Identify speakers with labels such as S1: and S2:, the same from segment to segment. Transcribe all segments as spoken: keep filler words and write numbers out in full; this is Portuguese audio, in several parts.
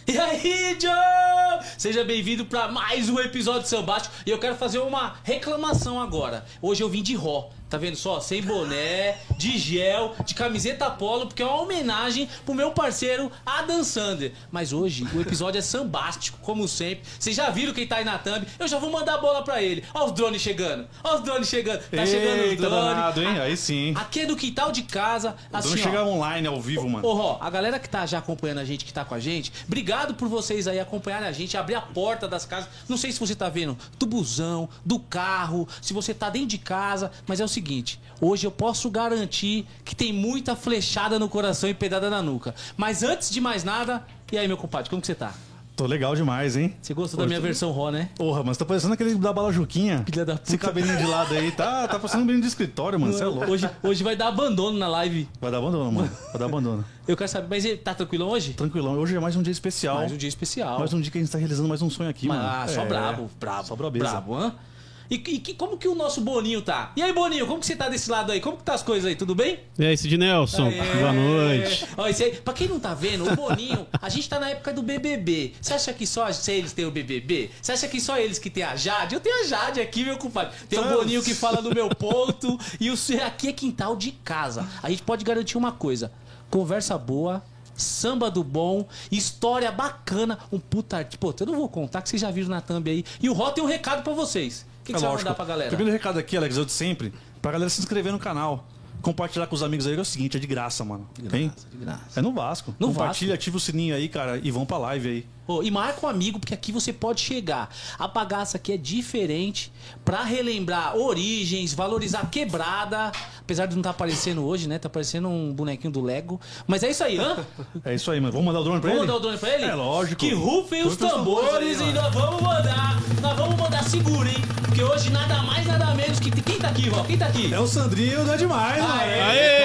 S1: E aí, Joe? Seja bem-vindo para mais um episódio de Sambástico. E eu quero fazer uma reclamação agora. Hoje eu vim de ró. Tá vendo só? Sem boné, de gel, de camiseta polo, porque é uma homenagem pro meu parceiro Adam Sander. Mas hoje o episódio é sambástico, como sempre. Vocês já viram quem tá aí na thumb? Eu já vou mandar a bola pra ele. Ó os drones chegando. Ó os drones chegando. Tá
S2: Eita,
S1: chegando os drones.
S2: danado, hein? Aí sim.
S1: Aqui é do quintal de casa.
S2: O
S1: assim,
S2: drone
S1: ó.
S2: chega online, ao vivo, mano.
S1: Ô, ó, a galera que tá já acompanhando a gente, que tá com a gente, obrigado por vocês aí acompanharem a gente, abrir a porta das casas. Não sei se você tá vendo do busão, do carro, se você tá dentro de casa, mas é o seguinte, hoje eu posso garantir que tem muita flechada no coração e pedrada na nuca. Mas antes de mais nada, e aí, meu compadre, como que você tá?
S2: Tô legal demais, hein?
S1: Você gostou da minha versão raw, né?
S2: Porra, mas tá parecendo aquele da Bala Juquinha.
S1: Filha da puta.
S2: Esse cabelinho de lado aí, tá, tá parecendo um menino de escritório, mano. Você é louco.
S1: Hoje, hoje vai dar abandono na live.
S2: Vai dar abandono, mano. Vai dar abandono.
S1: Eu quero saber, mas ele tá tranquilão hoje?
S2: Tranquilão. Hoje é mais um dia especial.
S1: Mais um dia especial.
S2: Mais um dia que a gente tá realizando mais um sonho aqui,
S1: Mas,
S2: mano.
S1: ah, só
S2: É.
S1: brabo, brabo.
S2: Só brabeza.
S1: Brabo, hã? E, e que- como que o nosso Boninho tá? E aí, Boninho, como que você tá desse lado aí? Como que tá as coisas aí? Tudo bem?
S3: E aí, Sid Nelson,
S1: Aê!
S3: boa noite.
S1: Ó, isso aí, pra quem não tá vendo, o Boninho, a gente tá na época do B B B. Você acha que só eles têm o B B B? Você acha que só eles que têm a Jade? Eu tenho a Jade aqui, meu compadre. Tem o
S2: Nossa.
S1: Boninho que fala no meu ponto. E o seu aqui é quintal de casa. A gente pode garantir uma coisa: conversa boa. Samba do bom, história bacana, um puta arte. Pô, eu não vou contar que vocês já viram na thumb aí. E o Ró tem um recado pra vocês. O que, que
S2: É
S1: você vai
S2: lógico.
S1: mandar pra galera?
S2: Primeiro recado aqui, Alex, eu de sempre, pra galera se inscrever no canal. Compartilhar com os amigos aí, que é o seguinte, é de graça, mano. Hein?
S1: De graça.
S2: É no Vasco.
S1: No
S2: Compartilha,
S1: Vasco.
S2: ativa o sininho aí, cara, e vão pra live aí.
S1: Ô, e marca um amigo, porque aqui você pode chegar. A bagaça aqui é diferente pra relembrar origens, valorizar quebrada. Apesar de não estar aparecendo hoje, né? Tá aparecendo um bonequinho do Lego. Mas é isso aí, hã?
S2: É isso aí, mano. Vamos mandar o drone pra
S1: Vamos
S2: ele?
S1: mandar o drone pra ele?
S2: É lógico.
S1: Que rufem os
S2: Rufem os
S1: tambores,
S2: tambores aí,
S1: e
S2: mano.
S1: nós vamos mandar. Nós vamos mandar seguro, hein? Porque hoje nada mais, nada menos que... Quem tá aqui, Ró? Quem tá aqui?
S2: É o Sandrinho, não é demais, mano.
S1: Aê!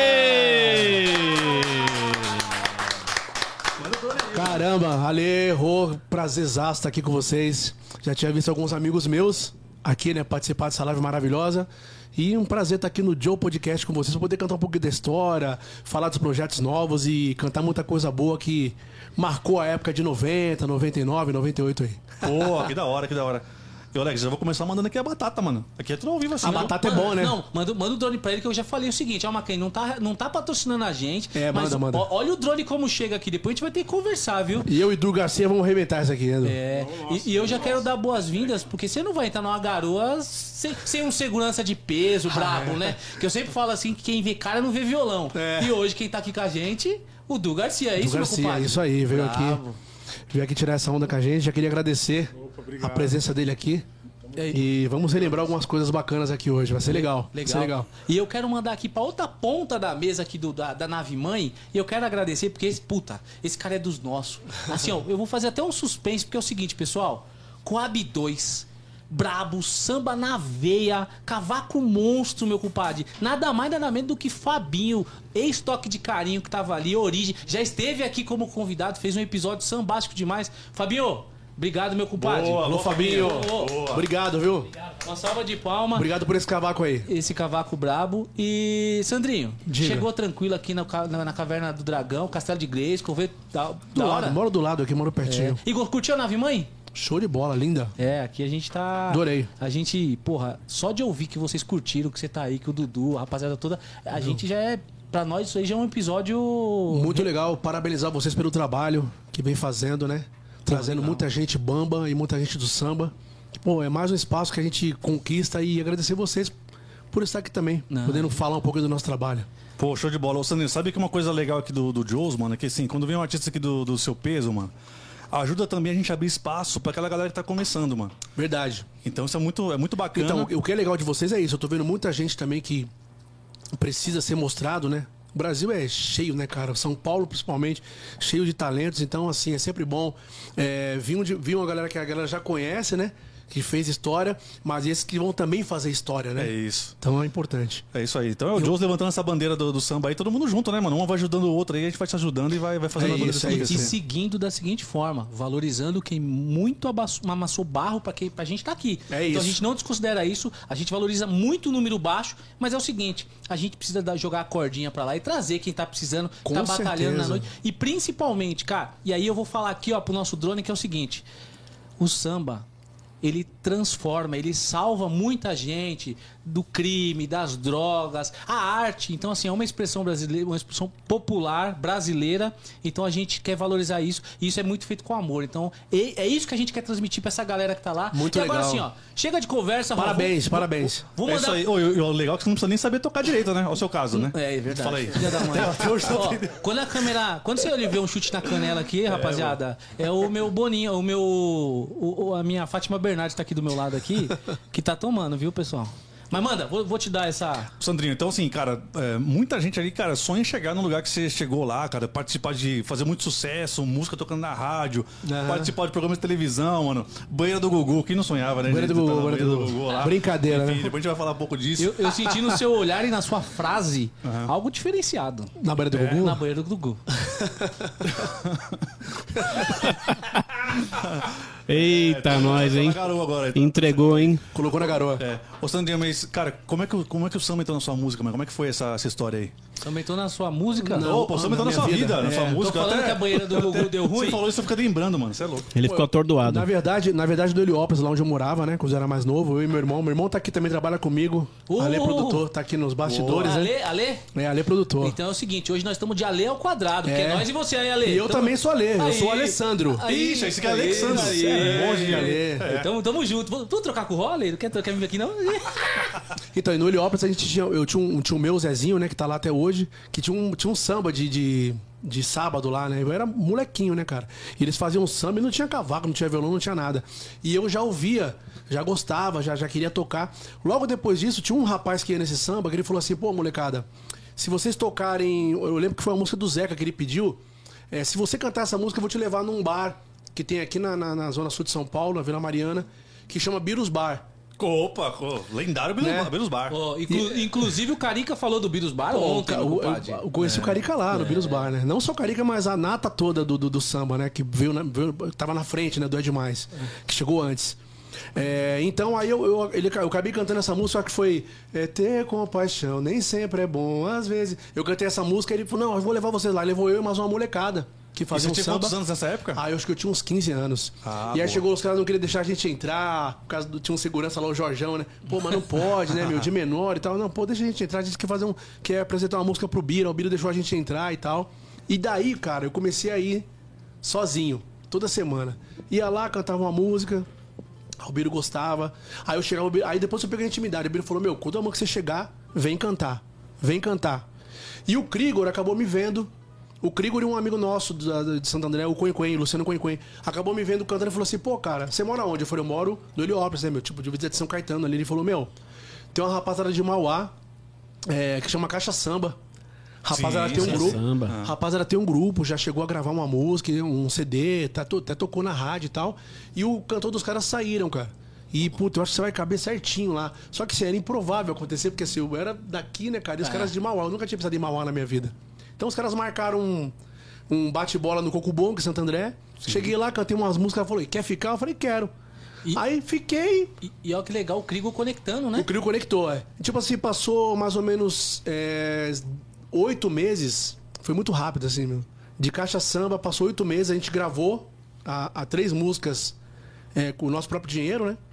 S3: Aê!
S4: Caramba, Ale, Rô, prazerzaço estar aqui com vocês. Já tinha visto alguns amigos meus aqui, né, participar dessa live maravilhosa. E um prazer estar aqui no Joe Podcast com vocês, pra poder cantar um pouco da história, falar dos projetos novos e cantar muita coisa boa que marcou a época de noventa, noventa e nove, noventa e oito aí.
S2: Pô, que da hora, que da hora. E, Alex, já vou começar mandando aqui a batata, mano. Aqui é tudo ao vivo assim.
S4: A
S2: né?
S4: batata é bom, né?
S1: Não, manda, manda o drone pra ele que eu já falei o seguinte, ó, Maquin, não tá, não tá patrocinando a gente.
S4: É,
S1: mas
S4: manda, manda.
S1: ó, olha o drone como chega aqui, depois a gente vai ter que conversar, viu?
S4: E eu e Edu Garcia vamos arrebentar isso aqui, né, Edu?
S1: É, e, e eu já quero dar boas-vindas, porque você não vai entrar numa garoa sem, sem um segurança de peso, brabo, né? Que eu sempre falo assim, que quem vê cara não vê violão.
S4: É.
S1: E hoje quem tá aqui com a gente, o Du Garcia, é
S4: Edu
S1: isso, meu
S4: Garcia,
S1: compadre?
S4: isso aí, veio
S1: Bravo.
S4: aqui. Veio aqui tirar essa onda com a gente. Já queria agradecer a presença dele aqui. E vamos relembrar algumas coisas bacanas aqui hoje. Vai ser legal. Vai ser legal.
S1: E eu quero mandar aqui pra outra ponta da mesa aqui do, da, da nave mãe. E eu quero agradecer, porque esse, puta, esse cara é dos nossos. Assim, ó, eu vou fazer até um suspense, porque é o seguinte, pessoal. Coab dois, brabo, samba na veia, cavaco monstro, meu compadre. Nada mais, nada menos do que Fabinho, ex-toque de carinho que tava ali, origem. Já esteve aqui como convidado, fez um episódio sambástico demais. Fabinho, obrigado, meu compadre.
S2: Boa,
S4: Alô, Fabinho.
S1: Ô, ô,
S4: Obrigado, viu?
S1: obrigado. Uma salva de palma.
S4: Obrigado por esse cavaco aí.
S1: Esse cavaco brabo. E, Sandrinho,
S4: Diga.
S1: chegou tranquilo aqui na, ca- na, na Caverna do Dragão, Castelo de Grayskull, veio da,
S4: Do
S1: da
S4: lado,
S1: hora.
S4: moro do lado aqui, moro pertinho.
S1: É. Igor, curtiu a nave mãe?
S4: Show de bola, linda.
S1: É, aqui a gente tá...
S4: Adorei.
S1: A gente, porra, só de ouvir que vocês curtiram, que você tá aí, que o Dudu, a rapaziada toda, a gente já é... Pra nós isso aí já é um episódio...
S4: Muito legal, parabenizar vocês pelo trabalho que vem fazendo, né? Trazendo muita gente bamba e muita gente do samba. Pô, é mais um espaço que a gente conquista e agradecer vocês por estar aqui também,
S1: Não.
S4: podendo falar um pouco do nosso trabalho.
S2: Pô, show de bola. Ô, Sandrinho, sabe que uma coisa legal aqui do, do Joe's, mano, é que assim, quando vem um artista aqui do, do seu peso, mano, ajuda também a gente a abrir espaço pra aquela galera que tá começando, mano.
S4: Verdade.
S2: Então isso é muito, é muito bacana.
S4: Então, o que é legal de vocês é isso. Eu tô vendo muita gente também que precisa ser mostrado, né? O Brasil é cheio, né, cara? São Paulo, principalmente, cheio de talentos. Então, assim, é sempre bom. É, vir, um de- vir uma galera que a galera já conhece, né? que fez história, mas esses que vão também fazer história, né?
S2: É isso.
S4: Então é importante.
S2: É isso aí. Então é o Joes levantando essa bandeira do, do samba aí, todo mundo junto, né, mano? Um vai ajudando o outro aí, a gente vai se ajudando e vai, vai fazendo
S4: É
S2: a bandeira
S4: isso,
S2: desse
S4: é
S2: lugar.
S1: E
S4: isso.
S1: seguindo da seguinte forma, valorizando quem muito abaço- amassou barro para quem pra gente tá aqui.
S4: É
S1: então
S4: isso.
S1: a gente não desconsidera isso, a gente valoriza muito o número baixo, mas é o seguinte, a gente precisa dar- jogar a cordinha pra lá e trazer quem tá precisando,
S4: Com
S1: tá batalhando na
S4: certeza.
S1: noite. E principalmente, cara, e aí eu vou falar aqui, ó, pro nosso drone, que é o seguinte, o samba, ele transforma, ele salva muita gente do crime, das drogas, a arte. Então, assim, é uma expressão brasileira, uma expressão popular brasileira. Então, a gente quer valorizar isso. E isso é muito feito com amor. Então, e- é isso que a gente quer transmitir pra essa galera que tá lá.
S4: Muito
S1: e agora,
S4: legal.
S1: assim, ó, chega de conversa. Rafa,
S4: Parabéns,
S1: vou-
S4: parabéns.
S1: Vou
S2: É
S1: mandar.
S2: isso aí. Ô, e o legal é que você não precisa nem saber tocar direito, né? É o seu caso, né?
S1: É, é verdade.
S2: Fala aí.
S1: Filha da mãe. Ó, quando a câmera. Quando você vê um chute na canela aqui, rapaziada, é, o meu Boninho, o meu. o- o- a minha Fátima Bernardes tá aqui do meu lado aqui, que tá tomando, viu, pessoal? Mas manda, vou, vou te dar essa.
S2: Sandrinho, então assim, cara, é, muita gente ali, cara, sonha em chegar no lugar que você chegou lá, cara, participar de fazer muito sucesso, música tocando na rádio,
S4: Aham.
S2: participar de programas de televisão, mano. Banheira do Gugu, quem não sonhava, né?
S4: Banheira
S2: gente?
S4: do Gugu,
S2: Tá na
S4: banheira do Gugu.
S2: lá.
S4: Brincadeira,
S2: Enfim,
S4: né?
S2: depois a gente vai falar um pouco disso.
S1: Eu, eu senti no seu olhar e na sua frase algo diferenciado.
S4: Na beira do Gugu?
S1: Na banheira do Gugu.
S3: Eita, nós, hein?
S2: Tá na garoa agora. então.
S3: Entregou, hein?
S4: Colocou na garoa.
S2: É. Ô, Sandrinho, mas, cara, como é que, o- como é que o samba entrou na sua música, mano? Como é que foi essa, essa história aí?
S1: Também tô na sua música.
S4: Não.
S2: Ô, pô, o samba
S4: na
S2: entrou na
S4: minha
S2: sua vida,
S4: vida.
S2: na sua
S4: É, tô
S2: música.
S1: Tô falando
S2: até-
S1: que a banheira do Gugu deu ruim.
S2: Você falou isso, eu fico lembrando, mano. Você é louco.
S3: Ele ficou atordoado.
S4: Na verdade, na verdade, do Heliópolis, lá onde eu morava, né? Quando eu era mais novo, eu e meu irmão. Meu irmão tá aqui também, trabalha comigo.
S1: Uh!
S4: Ale produtor, tá aqui nos bastidores, né?
S1: Ale, Ale?
S4: É, Ale produtor.
S1: Então é o seguinte, hoje nós estamos de Ale ao quadrado, porque
S4: É.
S1: é nós e você aí, Ale.
S4: E eu
S1: Tamo-
S4: também sou Ale, eu
S1: Aí.
S4: sou o Alessandro.
S1: Aí,
S2: Ixi, esse aqui é
S1: aí,
S2: Alexandre.
S1: aí.
S2: É, bom de Ale.
S4: É.
S1: Tamo, tamo junto. Vamos vamos trocar com o Roller? Não quer, quer vir aqui, não?
S4: Então, e no Heliópolis a gente tinha, eu tinha um, tinha um meu Zezinho, né, que tá lá até hoje, que tinha um, tinha um samba de, de, de sábado lá, né? Eu era molequinho, né, cara? E eles faziam samba e não tinha cavaco, não tinha violão, não tinha nada. E eu já ouvia, já gostava, já, já queria tocar. Logo depois disso, tinha um rapaz que ia nesse samba, que ele falou assim, pô, molecada, se vocês tocarem... Eu lembro que foi uma música do Zeca que ele pediu. É, se você cantar essa música, eu vou te levar num bar que tem aqui na, na, na Zona Sul de São Paulo, na Vila Mariana, que chama Birus Bar.
S2: Opa, pô, lendário Belos,
S4: Né?
S2: Belos Bar.
S1: Ó, inclu- Inclusive o Carica falou do Birus Bar ontem,
S4: o,
S1: meu
S4: o,
S1: compadre.
S4: eu, eu conheci o Carica lá, no Birus Bar, né? Não só o Carica, mas a nata toda do, do, do samba, né? Que veio, na, veio tava na frente, né? Do É Demais, que chegou antes. É, então aí eu, eu, ele, eu acabei cantando essa música, só que foi é, ter compaixão, nem sempre é bom, às vezes. Eu cantei essa música e ele falou, não, eu vou levar vocês lá. Ele levou eu e mais uma molecada que
S2: E
S4: fazia
S2: você
S4: um
S2: tinha
S4: samba.
S2: quantos anos nessa época?
S4: Ah, eu acho que eu tinha uns quinze anos.
S2: Ah,
S4: e aí
S2: boa.
S4: chegou os caras, não queriam deixar a gente entrar, por causa do tinha um segurança lá, o Jorjão, né? Pô, mas não pode, né, meu? De menor e tal. Não, pô, deixa a gente entrar, a gente quer fazer um. Quer apresentar uma música pro Bira, o Bira deixou a gente entrar e tal. E daí, cara, eu comecei a ir sozinho, toda semana. Ia lá, cantava uma música. O Biro gostava. Aí eu chegava, o Biro- aí depois eu peguei a intimidade. O Biro falou: Meu, quando a mão que você chegar, vem cantar. Vem cantar. E o Krigor acabou me vendo. O Krigor e um amigo nosso da- de Santo André, o Coencoen, Luciano Coencoen, acabou me vendo cantando e falou assim: Pô, cara, você mora onde? Eu falei: Eu moro no Heliópolis, né, meu? Tipo, de visita de São Caetano ali. Ele falou: Meu, tem uma rapaziada de Mauá é, que chama Caixa Samba. Rapaziada
S2: Sim,
S4: tem um
S2: sim,
S4: grupo.
S3: samba.
S4: Rapaziada tem um grupo, já chegou a gravar uma música, um C D, tá, to- até tocou na rádio e tal. E o cantor dos caras saíram, cara. E, puta, eu acho que você vai caber certinho lá. Só que assim, era improvável acontecer, porque assim, eu era daqui, né, cara? E os
S1: É.
S4: caras de Mauá, eu nunca tinha pisado em Mauá na minha vida. Então os caras marcaram um, um bate-bola no Cocobongo, em Santo André. Cheguei lá, cantei umas músicas, ela falou: Quer ficar? Eu falei: Quero.
S1: E-
S4: Aí fiquei.
S1: E, e olha que legal, o Krigo conectando, né?
S4: O Crio conectou, é. Tipo assim, passou mais ou menos é, oito meses. Foi muito rápido, assim, meu. De Caixa Samba, passou oito meses, a gente gravou a, a três músicas é, com o nosso próprio dinheiro, né?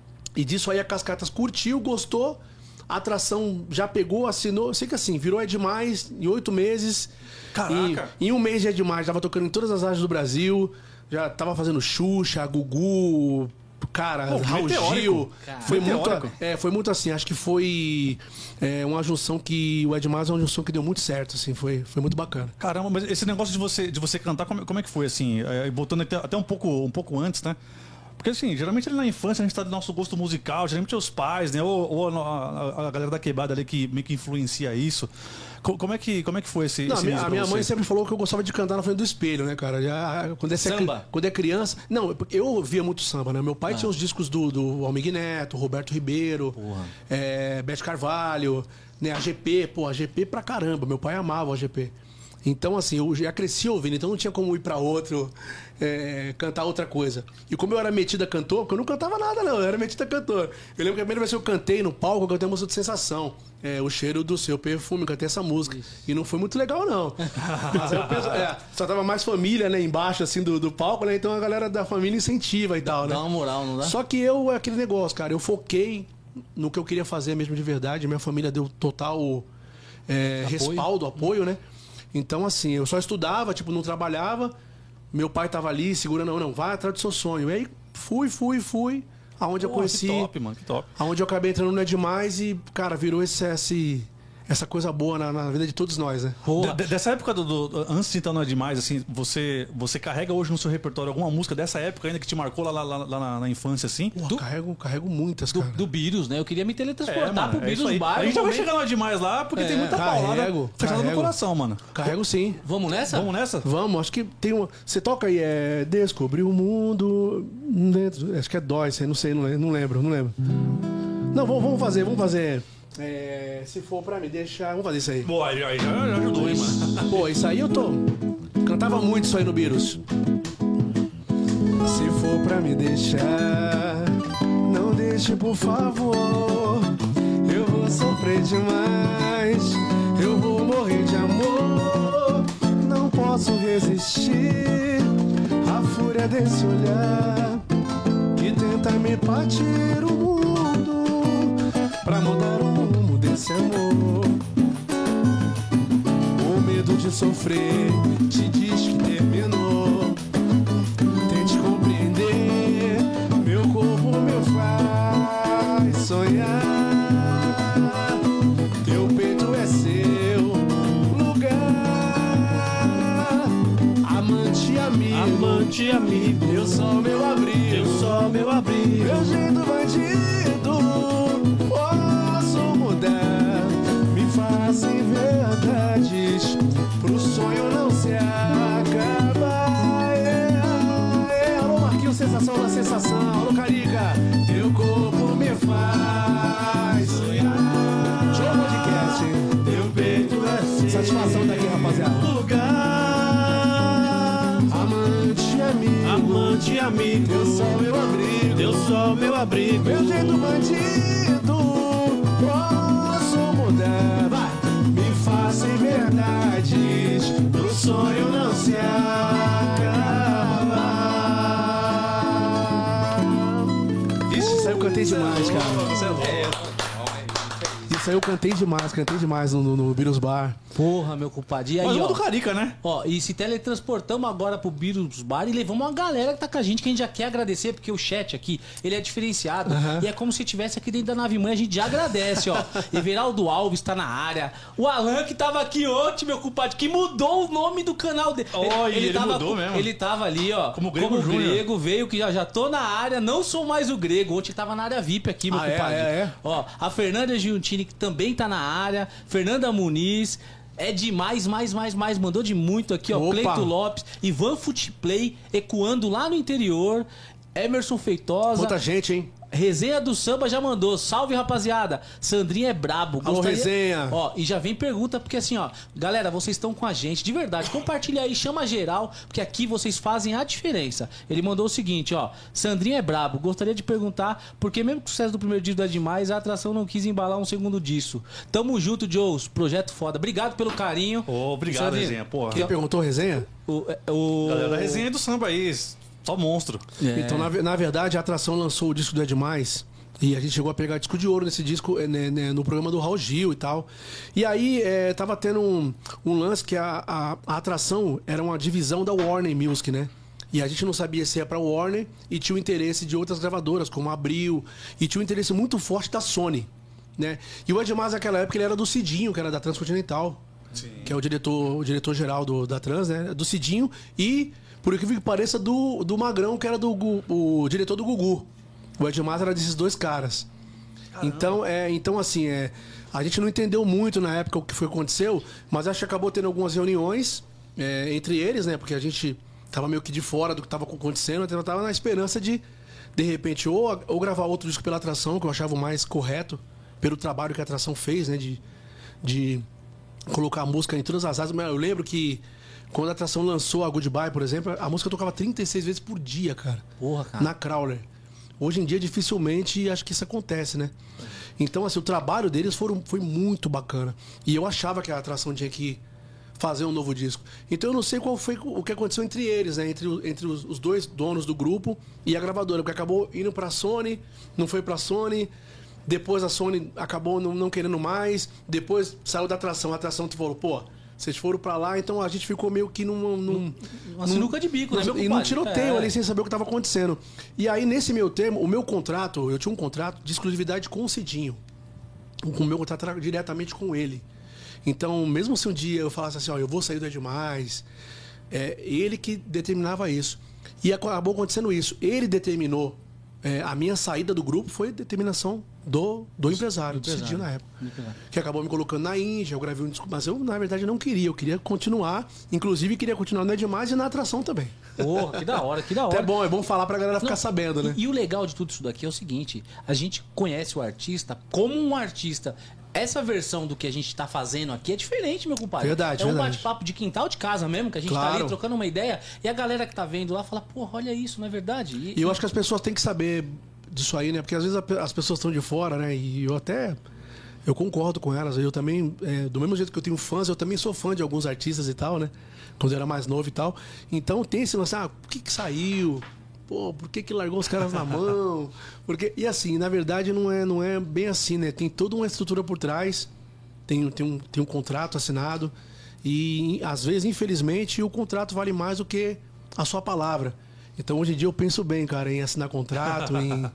S4: E disso aí a Cascatas curtiu, gostou. A atração já pegou, assinou. Sei que assim, virou É Demais em oito meses.
S2: Caraca!
S4: Em, em um mês de É Demais, tava tocando em todas as rádios do Brasil. Já tava fazendo Xuxa, Gugu, cara,
S2: Pô,
S4: Raul
S2: meteórico.
S4: Gil.
S1: Cara.
S4: Foi muito,
S2: Meteórico.
S4: é, foi muito assim. Acho que foi é, uma junção que o É Demais é uma junção que deu muito certo, assim. Foi, foi muito bacana.
S2: Caramba, mas esse negócio de você, de você cantar, como, como é que foi, assim? É, voltando até, até um, pouco, um pouco antes, né? Porque assim, geralmente ali na infância a gente tá do nosso gosto musical, geralmente é os pais, né? Ou, ou a, a- a galera da quebrada ali que meio que influencia isso. Co- Como é que, como é que foi esse,
S4: Não,
S2: esse
S4: a minha,
S2: início
S4: a
S2: pra
S4: minha
S2: você?
S4: mãe sempre falou que eu gostava de cantar na frente do espelho, né, cara? Já, quando, é,
S1: Samba?
S4: quando é criança. Não, eu ouvia muito samba, né? Meu pai
S1: Ah.
S4: tinha os discos do, do Almig Neto, Roberto Ribeiro, é, Bete Carvalho, né? A G P, pô, a G P pra caramba. Meu pai amava a G P. Então, assim, eu já cresci ouvindo, então não tinha como ir pra outro, é, cantar outra coisa. E como eu era metido a cantor, porque eu não cantava nada, não, eu era metido a cantor. Eu lembro que a primeira vez que eu cantei no palco, eu cantei uma música de Sensação. É, o cheiro do seu perfume, cantei essa música. E não foi muito legal, não. Mas aí eu penso, é, só tava mais família, né, embaixo, assim, do, do palco, né? Então a galera da família incentiva e tal, né?
S1: Dá uma moral, não dá?
S4: Só que eu, é aquele negócio, cara, eu foquei no que eu queria fazer mesmo de verdade. Minha família deu total é, respaldo, apoio, né? Então, assim, eu só estudava, tipo, não trabalhava. Meu pai tava ali segurando, não, não, vai atrás do seu sonho. E aí fui, fui, fui. Aonde eu
S2: Pô,
S4: conheci.
S2: Que top, mano, que top.
S4: Aonde eu acabei entrando no É Demais e, cara, virou esse, esse, essa coisa boa na, na vida de todos nós, né?
S1: Porra.
S2: De- de- dessa época do, do- antes de então não é demais, assim, você, você carrega hoje no seu repertório alguma música dessa época ainda que te marcou lá, lá- lá- lá na, na infância, assim?
S4: Pô,
S1: Do-
S4: carrego, carrego muitas,
S1: Do,
S4: cara.
S1: do Vírus, né? Eu queria me teletransportar
S2: mano,
S1: pro
S2: é isso
S1: Vírus
S2: aí.
S1: Bar.
S2: A gente
S1: no
S2: já vai
S1: momento-
S2: chegar no é demais lá, porque tem muita
S4: Carrego,
S2: paulada fechada no
S4: carrego.
S2: coração, mano.
S4: Carrego sim.
S1: Vamos nessa?
S2: Vamos nessa?
S4: Vamos, acho que tem uma. Você toca aí, é. Descobrir o mundo dentro. Acho que é dó isso aí, não sei, não lembro, não lembro. Não, lembro. não vamos, vamos fazer, vamos fazer. É, se for pra me deixar. Vamos fazer isso aí.
S2: Boa, aí já, já, já ajudou, hein, mano.
S4: Pô, isso aí eu tô. Cantava muito isso aí no Beatles. Se for pra me deixar, não deixe, por favor. Eu vou sofrer demais. Eu vou morrer de amor. Não posso resistir à fúria desse olhar que tenta me partir o mundo pra mudar o rumo desse amor. O medo de sofrer te diz que terminou. Tente compreender, meu corpo me faz sonhar. Teu peito é seu lugar, amante e amigo.
S3: Amante e amigo,
S4: Eu sou meu abrigo.
S3: eu sou meu abrigo.
S4: Meu jeito bandido, posso mudar. Me faça em verdades, pro sonho não se acabar. É, é. Alô, Marquinhos, sensação da sensação. Alô, Carica, teu corpo me faz sonhar. Show podcast, hein?
S3: Teu peito é seu
S4: Satisfação daqui, rapaziada.
S3: lugar.
S4: Amante e amigo,
S3: Amante e amigo,
S4: eu sou meu abrigo.
S3: eu sou meu abrigo.
S4: Meu jeito bandido, posso mudar. Vai. Me faça em verdades, pro sonho não se acabar. Isso aí eu cantei demais, cara. Isso aí eu cantei demais, cantei demais no, no, no Beatles Bar.
S1: Porra, meu compadre. E aí,
S2: Mas
S1: ó,
S2: vamos do Carica, né?
S1: ó, e se teletransportamos agora pro Vírus Bar e levamos uma galera que tá com a gente, que a gente já quer agradecer, porque o chat aqui, ele é diferenciado.
S4: Aham.
S1: E é como se estivesse aqui dentro da nave mãe, a gente já agradece, ó. Everaldo Alves tá na área. O Alan, que tava aqui ontem, meu compadre, que mudou o nome do canal dele.
S2: Oi, ele
S1: tava,
S2: mudou mesmo.
S1: Ele tava ali, ó.
S2: Como Grego Júnior.
S1: Grego, veio que já, já tô na área, não sou mais o Grego. Ontem tava na área V I P aqui, meu
S4: Ah, é,
S1: compadre.
S4: é, é?
S1: Ó, a Fernanda Giuntini, que também tá na área. Fernanda Muniz. É demais, mais, mais, mais. Mandou de muito aqui, ó.
S4: Opa.
S1: Cleito Lopes. Ivan Footplay, ecoando lá no interior. Emerson Feitosa.
S4: Quanta gente, hein?
S1: Resenha do Samba já mandou. Salve, rapaziada. Sandrinha é brabo.
S4: Alô, Resenha.
S1: Ó, e já vem pergunta, porque assim, ó, galera, vocês estão com a gente, de verdade. Compartilha aí, chama geral, porque aqui vocês fazem a diferença. Ele mandou o seguinte, ó. Sandrinha é brabo. Gostaria de perguntar, porque mesmo com o sucesso do primeiro disco do É Demais, a atração não quis embalar um segundo disso. Tamo junto, Joes. Projeto foda. Obrigado pelo carinho.
S2: Ô, obrigado,
S1: Sandrinha,
S2: Resenha, porra.
S4: Quem perguntou resenha?
S1: O, o...
S2: Galera da resenha do samba aí, só monstro.
S1: É.
S4: Então, na, ve- na verdade, a atração lançou o disco do É Demais. E a gente chegou a pegar disco de ouro nesse disco, eh, né, né, no programa do Raul Gil e tal. E aí, eh, tava tendo um, um lance que a, a, a atração era uma divisão da Warner Music, né? E a gente não sabia se ia pra Warner e tinha o interesse de outras gravadoras, como a Abril, e tinha um interesse muito forte da Sony, né? E o É Demais, naquela época, ele era do Cidinho, que era da Transcontinental. Que é o diretor, o diretor geral do, da Trans, né? Do Cidinho. E por incrível que pareça, do, do Magrão, que era do, Gu- o diretor do Gugu. O Edmar era desses dois caras. Então, é, então, assim, é, a gente não entendeu muito na época o que foi que aconteceu, mas acho que acabou tendo algumas reuniões é, entre eles, né? Porque a gente tava meio que de fora do que tava acontecendo, então eu tava na esperança de, de repente, ou, ou gravar outro disco pela Atração, que eu achava o mais correto, pelo trabalho que a Atração fez, né? De, de colocar a música em todas as áreas. Mas eu lembro que quando a Atração lançou a Goodbye, por exemplo, a música tocava trinta e seis vezes por dia, cara.
S1: Porra, cara.
S4: Na Crawler. Hoje em dia, dificilmente, acho que isso acontece, né? Então, assim, o trabalho deles foram, foi muito bacana. E eu achava que a Atração tinha que fazer um novo disco. Então, eu não sei qual foi o que aconteceu entre eles, né? Entre, o- entre os, os dois donos do grupo e a gravadora. Porque acabou indo pra Sony, não foi pra Sony. Depois a Sony acabou não, não querendo mais. Depois saiu da Atração. A Atração falou, pô, vocês foram pra lá, então a gente ficou meio que num... num
S1: Uma sinuca de bico, né, meu
S4: E
S1: compadre?
S4: num tiroteio
S1: É.
S4: ali, sem saber o que estava acontecendo. E aí, nesse meu termo, o meu contrato, eu tinha um contrato de exclusividade com o Cidinho. O meu contrato era diretamente com ele. Então, mesmo se um dia eu falasse assim, ó, eu vou sair do É Demais, é ele que determinava isso. E acabou acontecendo isso. Ele determinou é, a minha saída do grupo, foi determinação do, do empresário, do
S1: empresário.
S4: Cidinho na época.
S1: Do empresário.
S4: Que acabou me colocando na Índia, eu gravei um disco, mas eu, na verdade, não queria. Eu queria continuar, inclusive queria continuar no É Demais e na Atração também.
S1: Porra, que da hora, que da hora.
S4: Até bom, é bom falar pra galera ficar
S1: Não,
S4: sabendo, né?
S1: E, e o legal de tudo isso daqui é o seguinte: a gente conhece o artista como um artista. Essa versão do que a gente tá fazendo aqui é diferente, meu compadre.
S4: Verdade,
S1: É um
S4: verdade.
S1: bate-papo de quintal de casa mesmo, que a gente tá
S4: Claro.
S1: ali trocando uma ideia e a galera que tá vendo lá fala, porra, olha isso, não é verdade?
S4: E eu acho que as pessoas têm que saber disso aí, né? Porque às vezes a pe- as pessoas estão de fora, né? E eu até... Eu concordo com elas. Eu também, é, do mesmo jeito que eu tenho fãs, eu também sou fã de alguns artistas e tal, né? Quando eu era mais novo e tal. Então tem esse lance, ah, por que que saiu? Pô, por que que largou os caras na mão? Porque, e assim, na verdade não é, não é bem assim, né? Tem toda uma estrutura por trás, tem, tem, um, tem um contrato assinado e, às vezes, infelizmente, o contrato vale mais do que a sua palavra. Então, hoje em dia, eu penso bem, cara, em assinar contrato, em...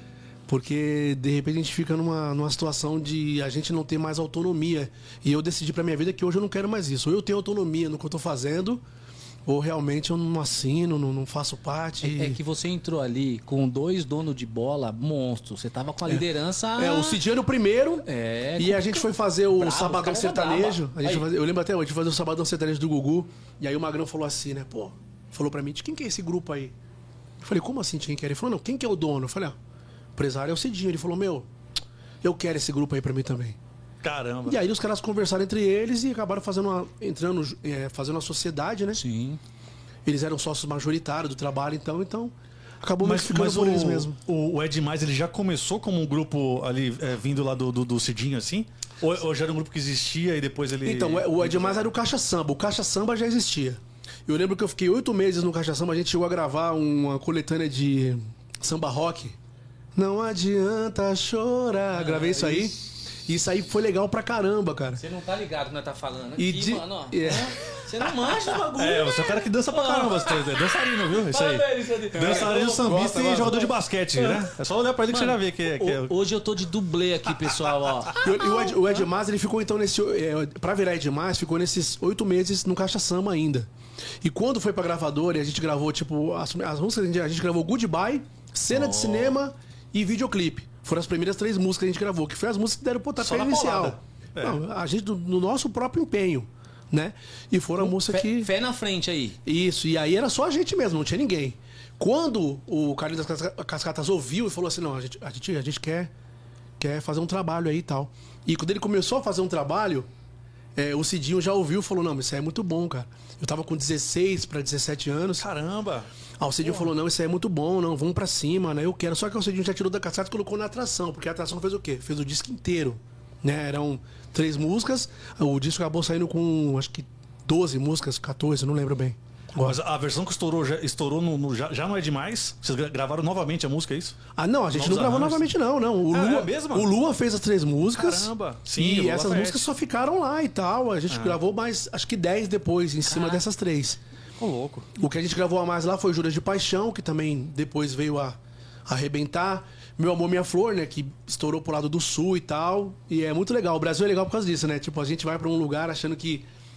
S4: Porque, de repente, a gente fica numa, numa situação de a gente não ter mais autonomia. E eu decidi pra minha vida que hoje eu não quero mais isso. Ou eu tenho autonomia no que eu tô fazendo, ou realmente eu não assino, não, não faço parte.
S1: É, é que você entrou ali com dois donos de bola monstros. Você tava com a liderança.
S4: É, o Cidinho era o primeiro.
S1: É,
S4: E a gente foi fazer o
S1: Bravo,
S4: Sabadão
S1: o cara era
S4: Sertanejo.
S1: brabo.
S4: A gente
S1: Aí.
S4: fazia- eu lembro até hoje, a gente fazia o Sabadão Sertanejo do Gugu. E aí o Magrão falou assim, né? Pô, falou pra mim, de quem que é esse grupo aí? Eu falei, como assim, de quem que é? Ele falou, não, quem que é o dono? Eu falei, ah, o empresário é o Cidinho. Ele falou, meu, eu quero esse grupo aí pra mim também.
S2: Caramba.
S4: E aí os caras conversaram entre eles e acabaram fazendo uma, entrando, é, fazendo uma sociedade, né?
S1: Sim.
S4: Eles eram sócios majoritários do trabalho, então, então acabou
S2: Mas,
S4: mas, ficando
S2: mas
S4: por
S2: o,
S4: eles mesmo.
S2: o, o Ed Mais, ele já começou como um grupo ali, é, vindo lá do, do, do Cidinho, assim? Ou, ou já era um grupo que existia e depois ele...
S4: Então, o Edmar era o Caixa Samba. O Caixa Samba já existia. Eu lembro que eu fiquei oito meses no Caixa Samba. A gente chegou a gravar uma coletânea de samba rock. Não adianta chorar. Gravei isso aí. E isso aí foi legal pra caramba, cara.
S1: Você não tá ligado no que tá falando
S4: E
S1: aqui,
S4: de-
S1: mano, ó.
S4: É.
S1: Você não mancha o bagulho.
S2: É, você é o cara que dança pra caramba, você é dançarino, viu? Isso aí. Dançarino, sambista e jogador de basquete, né? É só olhar pra ele que você já vê que é... Que é...
S1: Hoje eu tô de dublê aqui, pessoal, ó.
S4: E o- e o Ed, o Ed Mas, ele ficou então nesse. É, pra virar Ed Mas, ficou nesses oito meses no Caixa Samba ainda. E quando foi pra gravadora, e a gente gravou, tipo, as, as músicas, a gente, a gente gravou Goodbye, cena de cinema e videoclipe. Foram as primeiras três músicas que a gente gravou, que foi as músicas que deram o
S2: Só
S4: pontapé
S2: na
S4: inicial.
S2: paulada. É.
S4: Não, a gente, do- no nosso próprio empenho, né? E foram a música
S1: Fé,
S4: que.
S1: fé na frente aí.
S4: Isso, e aí era só a gente mesmo, não tinha ninguém. Quando o Carlinhos das Casca- Cascatas ouviu e falou assim, não, a gente, a gente, a gente quer, quer fazer um trabalho aí e tal. E quando ele começou a fazer um trabalho, é, o Cidinho já ouviu e falou, não, mas isso aí é muito bom, cara. Eu tava com dezesseis para dezessete anos.
S2: Caramba!
S4: Ah, o Cidinho falou, não, isso aí é muito bom, não, vamos pra cima, né? Eu quero. Só que o Cidinho já tirou da cascata e colocou na atração, porque a atração fez o quê? Fez o disco inteiro, né? Eram três músicas, o disco acabou saindo com, acho que doze músicas, quatorze, não lembro bem.
S2: Mas a versão que estourou, já, estourou no, no- já, já não é demais? Vocês gra- gravaram novamente a música, é isso?
S4: Ah, não, a gente
S2: Novos
S4: não gravou
S2: arranjos.
S4: novamente, não, não. O
S2: Ah,
S4: Lua,
S2: é mesmo?
S4: o Lua fez as três músicas.
S2: Caramba. Sim,
S4: E
S2: Lua
S4: essas
S2: fez.
S4: músicas só ficaram lá e tal. A
S2: Ah.
S4: gente gravou mais, acho que dez depois, em cima dessas três.
S2: Ô, louco.
S4: O que a gente gravou a mais lá foi Juras de Paixão, que também depois veio a, a arrebentar. Meu Amor, Minha Flor, né? Que estourou pro lado do sul e tal. E é muito legal. O Brasil é legal por causa disso, né? Tipo, a gente vai pra um lugar achando que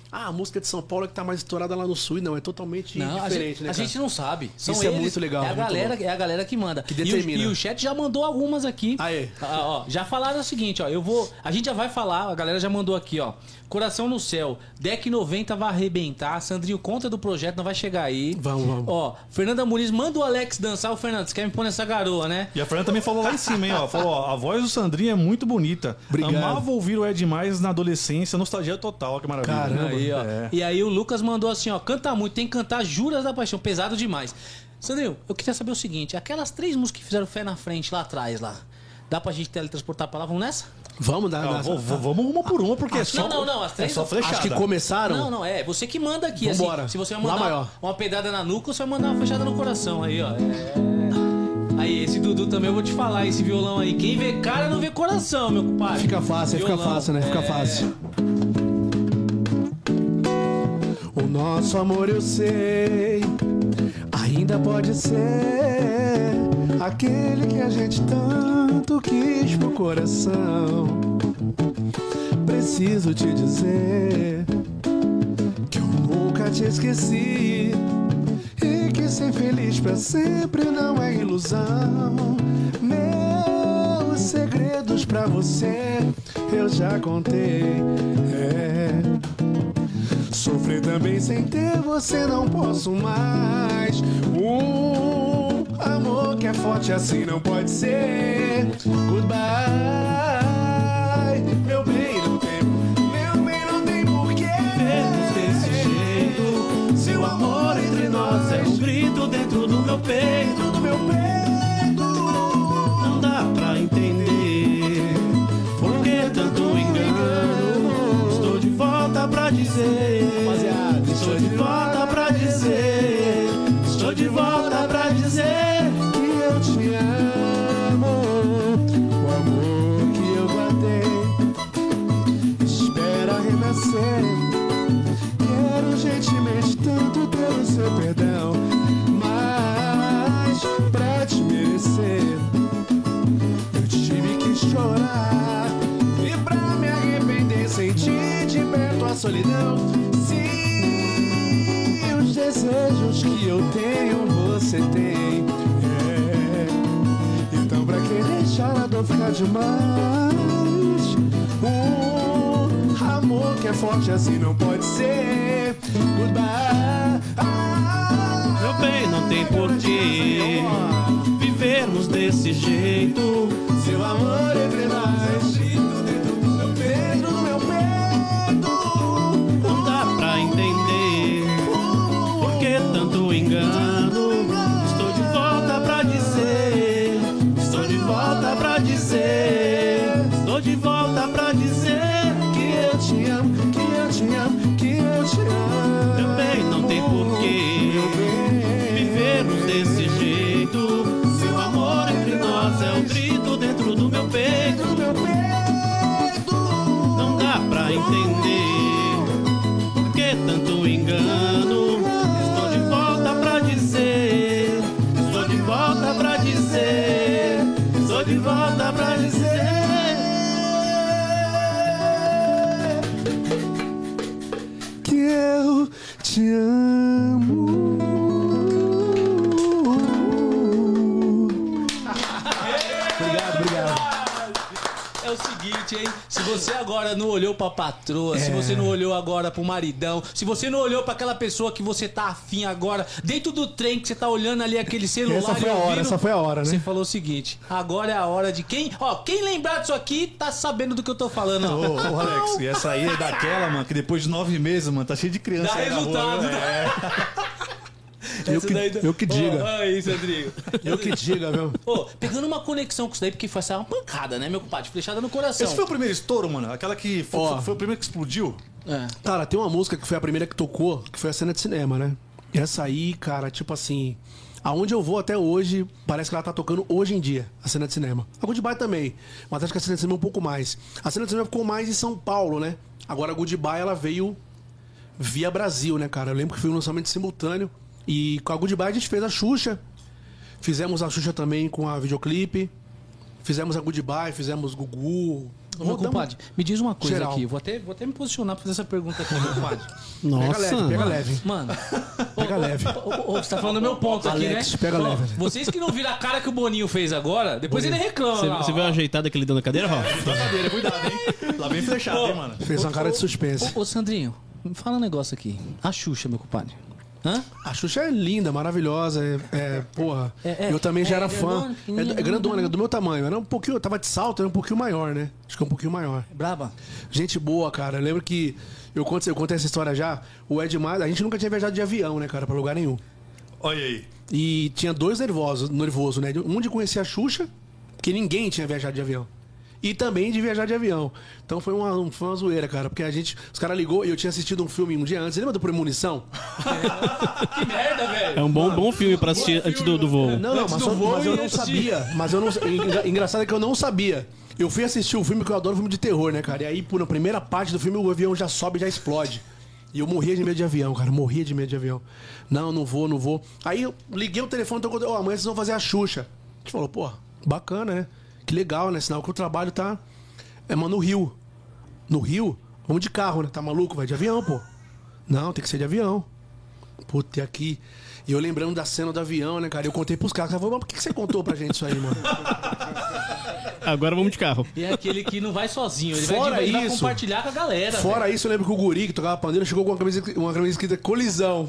S4: Ah, a música de São Paulo é que tá mais estourada lá no Sul. E não, é totalmente
S1: Não, a
S4: diferente,
S1: gente,
S4: né,
S1: a
S4: cara?
S1: gente não sabe. São
S4: Isso é
S1: eles,
S4: muito legal,
S1: É a,
S4: muito
S1: galera,
S4: louco.
S1: é a galera que manda.
S4: Que
S1: E o-
S4: determina.
S1: E o, chat já mandou algumas aqui.
S4: Aê.
S1: Ah, ó, já falaram o seguinte, ó. Eu vou. A gente já vai falar, a galera já mandou aqui, ó. Coração no céu. Deck noventa vai arrebentar. Sandrinho, conta do projeto, não vai chegar aí.
S4: Vamos, vamos.
S1: Ó, Fernanda Muniz, manda o Alex dançar. O Fernando, você quer me pôr nessa garoa, né?
S2: E a Fernanda também falou lá em cima, hein, ó. Falou, ó, a voz do Sandrinho é muito bonita.
S4: Obrigado.
S2: Amava ouvir o Ed Mais na adolescência, nostalgia total, ó, que maravilha.
S4: Caramba.
S1: Aí, ó.
S2: É.
S1: E aí o Lucas mandou assim, ó, canta muito, tem que cantar Juras da Paixão, pesado demais. Sandrinho, eu queria saber o seguinte, aquelas três músicas que fizeram fé na frente lá atrás, lá, dá pra gente teletransportar pra lá, vamos nessa?
S4: Vamos dar.
S2: Ó,
S4: dar-
S2: vou- vou- vamos uma por uma, porque é só,
S1: não, não, não, as três
S2: é só flechada.
S4: Acho que começaram.
S1: Não, não, é, você que manda aqui,
S4: Vambora.
S1: assim, se você vai
S4: Lá
S1: mandar
S4: maior.
S1: uma, uma pedrada na nuca, você vai mandar uma flechada no coração, aí, ó. É. Aí, esse Dudu também eu vou te falar, esse violão aí, quem vê cara não vê coração, meu compadre.
S4: Fica fácil, aí fica
S1: Violão,
S4: fácil, né? Fica
S1: é.
S4: fácil. O nosso amor eu sei, ainda pode ser aquele que a gente tanto quis pro coração. Preciso te dizer que eu nunca te esqueci e que ser feliz pra sempre não é ilusão. Meus segredos pra você eu já contei. É. Sofrer também sem ter você não posso mais. Um amor que é forte assim não pode ser. Goodbye, meu bem, não tem, meu bem, não tem porquê
S3: Vemos desse jeito. Seu amor entre nós é um grito dentro do meu peito.
S4: do meu peito.
S3: Não dá pra entender por que tanto engano. Estou de volta pra dizer.
S4: Rapaziada,
S3: Estou de volta pra dizer. Estou de volta pra dizer.
S4: que eu te amo. O amor que eu guardei espera renascer. Quero gentilmente tanto ter o seu perdão, mas pra te merecer eu tive que chorar. E pra me arrepender, sentir de perto a solidão. Se os desejos que eu tenho, você tem. É. Então pra que deixar a dor ficar demais? Um amor que é forte assim não pode ser. Goodbye.
S3: Meu bem, não tem porquê vivermos desse jeito.
S4: Seu amor entre nós, dentro do meu peito, do meu peito.
S3: Não dá pra entender por que tanto engano. Estou de volta pra dizer. Estou de volta pra dizer. Estou de volta pra dizer.
S4: Que eu te amo, que eu te amo, que eu te amo.
S3: Meu bem, não tem porquê
S4: Meu bem.
S3: vivermos desse jeito. Seu amor entre nós é um grito dentro do meu peito.
S4: Do meu peito.
S3: Não dá pra entender por que tanto engano. Estou de volta pra dizer. Estou de volta pra dizer. Estou de volta pra dizer.
S4: Que eu te amo. Obrigado, obrigado.
S1: É o seguinte, hein? Se você agora não olhou pra patroa, se
S4: É.
S1: você não olhou agora pro maridão, se você não olhou pra aquela pessoa que você tá afim agora, dentro do trem que você tá olhando ali aquele celular
S4: Essa foi
S1: e
S4: a hora,
S1: ouvindo,
S4: essa foi a hora, né?
S1: Você falou o seguinte, agora é a hora de quem... Ó, quem lembrar disso aqui tá sabendo do que eu tô falando, ó.
S2: Ô, ô, Alex, e essa aí é daquela, mano, que depois de nove meses, mano, tá cheio de criança
S1: Dá
S2: aí na rua,
S1: resultado,
S2: viu?
S1: né?
S2: É.
S4: Eu
S1: Essa
S4: que-
S1: daí-
S4: eu que diga.
S1: Ó, aí, Sandrinho.
S4: Eu que diga, viu?
S1: Ô, pegando uma conexão com isso daí, porque foi essa uma pancada, né, meu compadre? Flechada no coração.
S2: Esse foi o primeiro estouro, mano? Aquela que foi,
S4: Ó.
S2: foi o primeiro que explodiu?
S1: É.
S4: Cara, tem uma música que foi a primeira que tocou, que foi a cena de cinema, né? E essa aí, cara, tipo assim, aonde eu vou até hoje, parece que ela tá tocando hoje em dia, a cena de cinema. A Goodbye também, mas acho que a cena de cinema é um pouco mais. A cena de cinema ficou mais em São Paulo, né? Agora a Goodbye, ela veio via Brasil, né, cara? Eu lembro que foi um lançamento simultâneo. E com a Goodbye a gente fez a Xuxa. Fizemos a Xuxa também com a videoclipe. Fizemos a Goodbye, fizemos Gugu,
S1: Ô, meu compadre, me diz uma coisa
S4: Geral.
S1: aqui. Vou até, vou até me posicionar pra fazer essa pergunta aqui, meu compadre.
S4: Pega
S3: Nossa.
S4: leve, pega leve.
S1: Mano,
S4: Pega
S1: ô,
S4: leve.
S1: ô, ô, ô, você tá falando do meu ponto
S4: Alex,
S1: aqui, né?
S4: pega
S1: Ó,
S4: leve.
S1: Vocês que não viram a cara que o Boninho fez agora, depois ele reclama.
S3: Você,
S1: lá,
S3: você
S1: ó.
S3: viu a ajeitada que ele deu na cadeira, Rafa?
S2: Brincadeira, cuidado, hein? Lá vem flechado, hein, mano?
S4: Fez uma cara de suspense.
S1: Ô, ô, Sandrinho, me fala um negócio aqui. A Xuxa, meu compadre. Hã?
S4: A Xuxa é linda, maravilhosa. É, é, porra.
S1: É, é,
S4: eu também já
S1: é
S4: era
S1: grandona,
S4: fã. É, é grandona, é do meu tamanho. Era um pouquinho, eu tava de salto, era um pouquinho maior, né? Acho que é um pouquinho maior.
S1: Braba.
S4: Gente boa, cara. Eu lembro que eu contei, eu contei essa história já. O Edmar, a gente nunca tinha viajado de avião, né, cara, pra lugar nenhum.
S2: Olha aí.
S4: E tinha dois nervosos, nervoso, né? Um de conhecer a Xuxa, que ninguém tinha viajado de avião. E também de viajar de avião. Então foi uma, foi uma zoeira, cara. Porque a gente. Os caras ligou e eu tinha assistido um filme um dia antes. Você lembra do Premonição?
S1: Que merda, velho.
S3: É um bom, bom filme pra assistir antes do, do voo.
S4: Não, não,
S1: Antes
S4: mas,
S1: do
S4: só-
S1: voo
S4: mas eu
S1: e
S4: não
S1: assistir.
S4: sabia. Mas eu não. engra- Engraçado é que eu não sabia. Eu fui assistir o filme, que eu adoro filme de terror, né, cara? E aí, pô, na primeira parte do filme, o avião já sobe e já explode. E eu morria de medo de avião, cara. Morria de medo de avião. Não, não vou, não vou. Aí eu liguei o telefone, então, ó, amanhã vocês vão fazer a Xuxa. A gente falou, pô, bacana, né? Que legal, né? Sinal que o trabalho tá. É, mano, no Rio. No Rio? Vamos de carro, né? Tá maluco? Vai de avião, pô. Não, tem que ser de avião. Puta, e aqui. E eu lembrando da cena do avião, né, cara? Eu contei pros caras. Cara, mas por que que você contou pra gente isso aí, mano?
S3: Agora vamos de carro.
S1: E é aquele que não vai sozinho, ele
S4: Fora
S1: vai, de- ele vai
S4: isso-
S1: compartilhar com a galera.
S4: Fora
S1: velho.
S4: isso, eu lembro que o guri que tocava pandeiro chegou com uma camisa, uma camisa escrita colisão.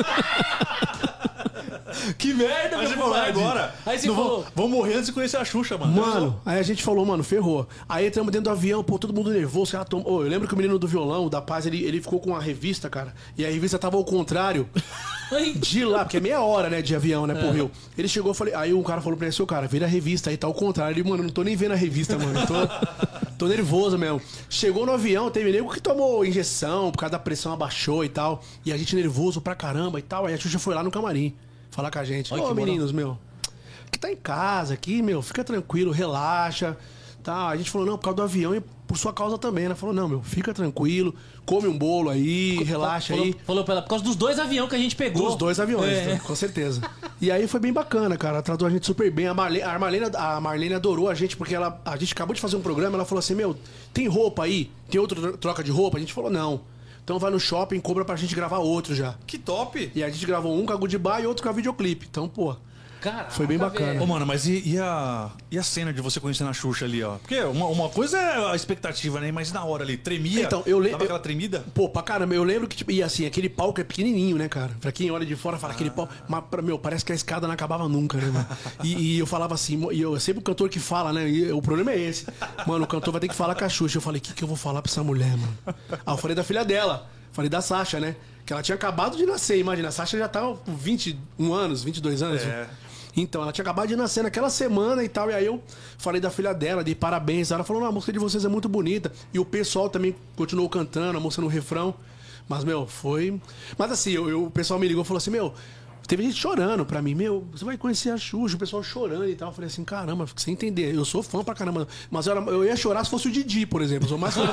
S1: Que merda,
S2: Mas
S1: meu
S2: você falou
S1: compadre.
S2: agora.
S1: Aí você
S2: não
S1: falou.
S2: vão, vão morrer antes de conhecer a Xuxa, mano.
S4: Mano, aí a gente falou, mano, ferrou. Aí entramos dentro do avião, pô, todo mundo nervoso. Cara, tom... Ô, eu lembro que o menino do violão, da Paz, ele, ele ficou com uma revista, cara. E a revista tava ao contrário.
S1: Ai,
S4: De lá, porque é meia hora, né, de avião, né, pro Rio. Ele chegou, eu falei, aí o cara falou pra ele, seu cara, vira a revista aí, tá ao contrário. Ele, mano, eu não tô nem vendo a revista, mano. Eu tô, tô nervoso mesmo. Chegou no avião, teve nego que tomou injeção, por causa da pressão abaixou e tal. E a gente nervoso pra caramba e tal. Aí a Xuxa foi lá no camarim falar com a gente.
S1: Olha
S4: Ô,
S1: que moral.
S4: meninos, meu, que tá em casa aqui, meu, fica tranquilo, relaxa. Tá, a gente falou, não, por causa do avião e por sua causa também. Ela falou, não, meu, fica tranquilo, come um bolo aí, relaxa
S1: falou,
S4: aí.
S1: Falou pra ela, por causa dos dois aviões que a gente pegou.
S4: Dos dois aviões,
S1: É.
S4: né? Com certeza. E aí foi bem bacana, cara. Ela tratou a gente super bem. A Marlene, a Marlene, a Marlene adorou a gente, porque ela, a gente acabou de fazer um programa, ela falou assim, meu, tem roupa aí? Tem outra troca de roupa? A gente falou, não. Então vai no shopping, cobra pra gente gravar outro já.
S2: Que top.
S4: E a gente gravou um com a Goodbye e outro com a videoclipe. Então, pô,
S1: Caraca,
S4: Foi bem bacana.
S1: velho.
S2: Ô, mano, mas e, e a, e a cena de você conhecendo a Xuxa ali, ó? Porque uma, uma coisa é a expectativa, né? Mas na hora ali, tremia?
S4: Então, eu le-
S2: Dava
S4: eu-
S2: aquela tremida?
S4: pô, pra caramba, eu lembro que, tipo, e assim, aquele palco é pequenininho, né, cara? Pra quem olha de fora, fala aquele palco. Mas, pra, meu, parece que a escada não acabava nunca, né, mano? E, e eu falava assim, mo- e eu sempre o cantor que fala, né? E o problema é esse. Mano, o cantor vai ter que falar com a Xuxa. Eu falei, o que, que eu vou falar pra essa mulher, mano? Ah, eu falei da filha dela. Falei da Sasha, né? Que ela tinha acabado de nascer, imagina. A Sasha já tava com vinte e um anos, vinte e dois anos.
S2: É.
S4: Então, ela tinha acabado de nascer naquela semana e tal. E aí eu falei da filha dela, de parabéns. Ela falou, não, a música de vocês é muito bonita. E o pessoal também continuou cantando, a música no refrão. Mas, meu, foi... Mas assim, eu, eu- o pessoal me ligou e falou assim, meu... Teve gente chorando pra mim, meu, você vai conhecer a Xuxa, o pessoal chorando e tal. Eu falei assim, caramba, sem entender, eu sou fã pra caramba. Mas eu, era- eu ia chorar se fosse o Didi, por exemplo. Eu sou mais fã.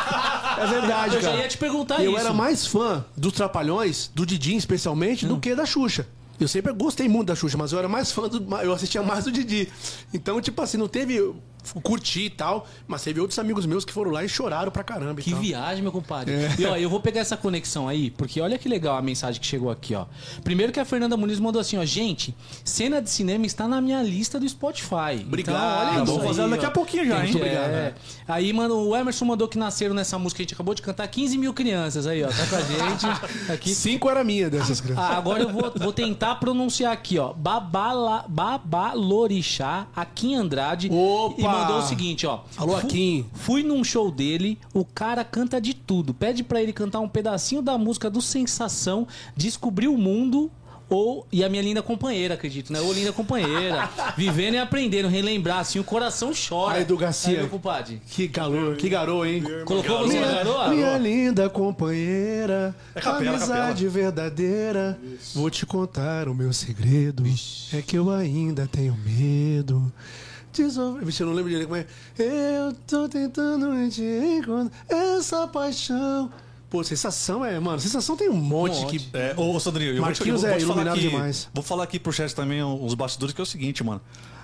S4: É verdade,
S1: Eu já
S4: cara.
S1: ia te perguntar
S4: eu
S1: isso.
S4: era mais fã dos Trapalhões, do Didi especialmente, do que da Xuxa. Eu sempre gostei muito da Xuxa, mas eu era mais fã do. Eu assistia mais do Didi. Então, tipo assim, não teve. Eu curti e tal, mas teve outros amigos meus que foram lá e choraram pra caramba. e
S1: Que
S4: tal.
S1: viagem, meu compadre.
S4: É.
S1: E ó, eu vou pegar essa conexão aí, porque olha que legal a mensagem que chegou aqui, ó. Primeiro que a Fernanda Muniz mandou assim, ó, gente, cena de cinema está na minha lista do Spotify.
S4: Obrigado.
S1: Então, olha isso
S2: Vou
S1: aí,
S2: fazer ela daqui
S1: ó.
S2: a pouquinho já, hein?
S1: Gente,
S4: Obrigado.
S1: é. Aí, mano, o Emerson mandou que nasceram nessa música que a gente acabou de cantar, quinze mil crianças aí, ó, tá com a gente aqui.
S4: Cinco era minha dessas crianças.
S1: Ah, agora eu vou, vou tentar pronunciar aqui, ó. Babala, Babalorixá, Akin Andrade.
S4: Opa!
S1: E mandou o seguinte, ó.
S4: Alô,
S1: Fu-
S4: Akin.
S1: Fui num show dele, o cara canta de tudo. Pede pra ele cantar um pedacinho da música do Sensação, Descobrir o Mundo. Ou, e a minha linda companheira, acredito, né? Ô, linda companheira. Vivendo e aprendendo, relembrar, assim, o coração chora.
S4: Aí, Edu Garcia.
S1: Aí, meu compadre.
S4: Que calor, que garoto, hein?
S1: Colocou você na garoa?
S4: Minha linda companheira,
S2: É capela,
S4: amizade verdadeira. Vou te contar o meu segredo. É que eu ainda tenho medo. Desob- Vixe, eu não lembro direito como é. Eu tô tentando te encontrar essa paixão. Pô, sensação é, mano, sensação tem um monte,
S1: Um monte.
S4: que.
S2: É, ô, Sandrinho, eu vou, te, eu
S4: Marquinhos
S2: vou,
S4: é
S2: vou te falar
S4: iluminado
S2: aqui,
S4: demais.
S2: vou falar aqui pro chat também uns bastidores, que é o seguinte, mano.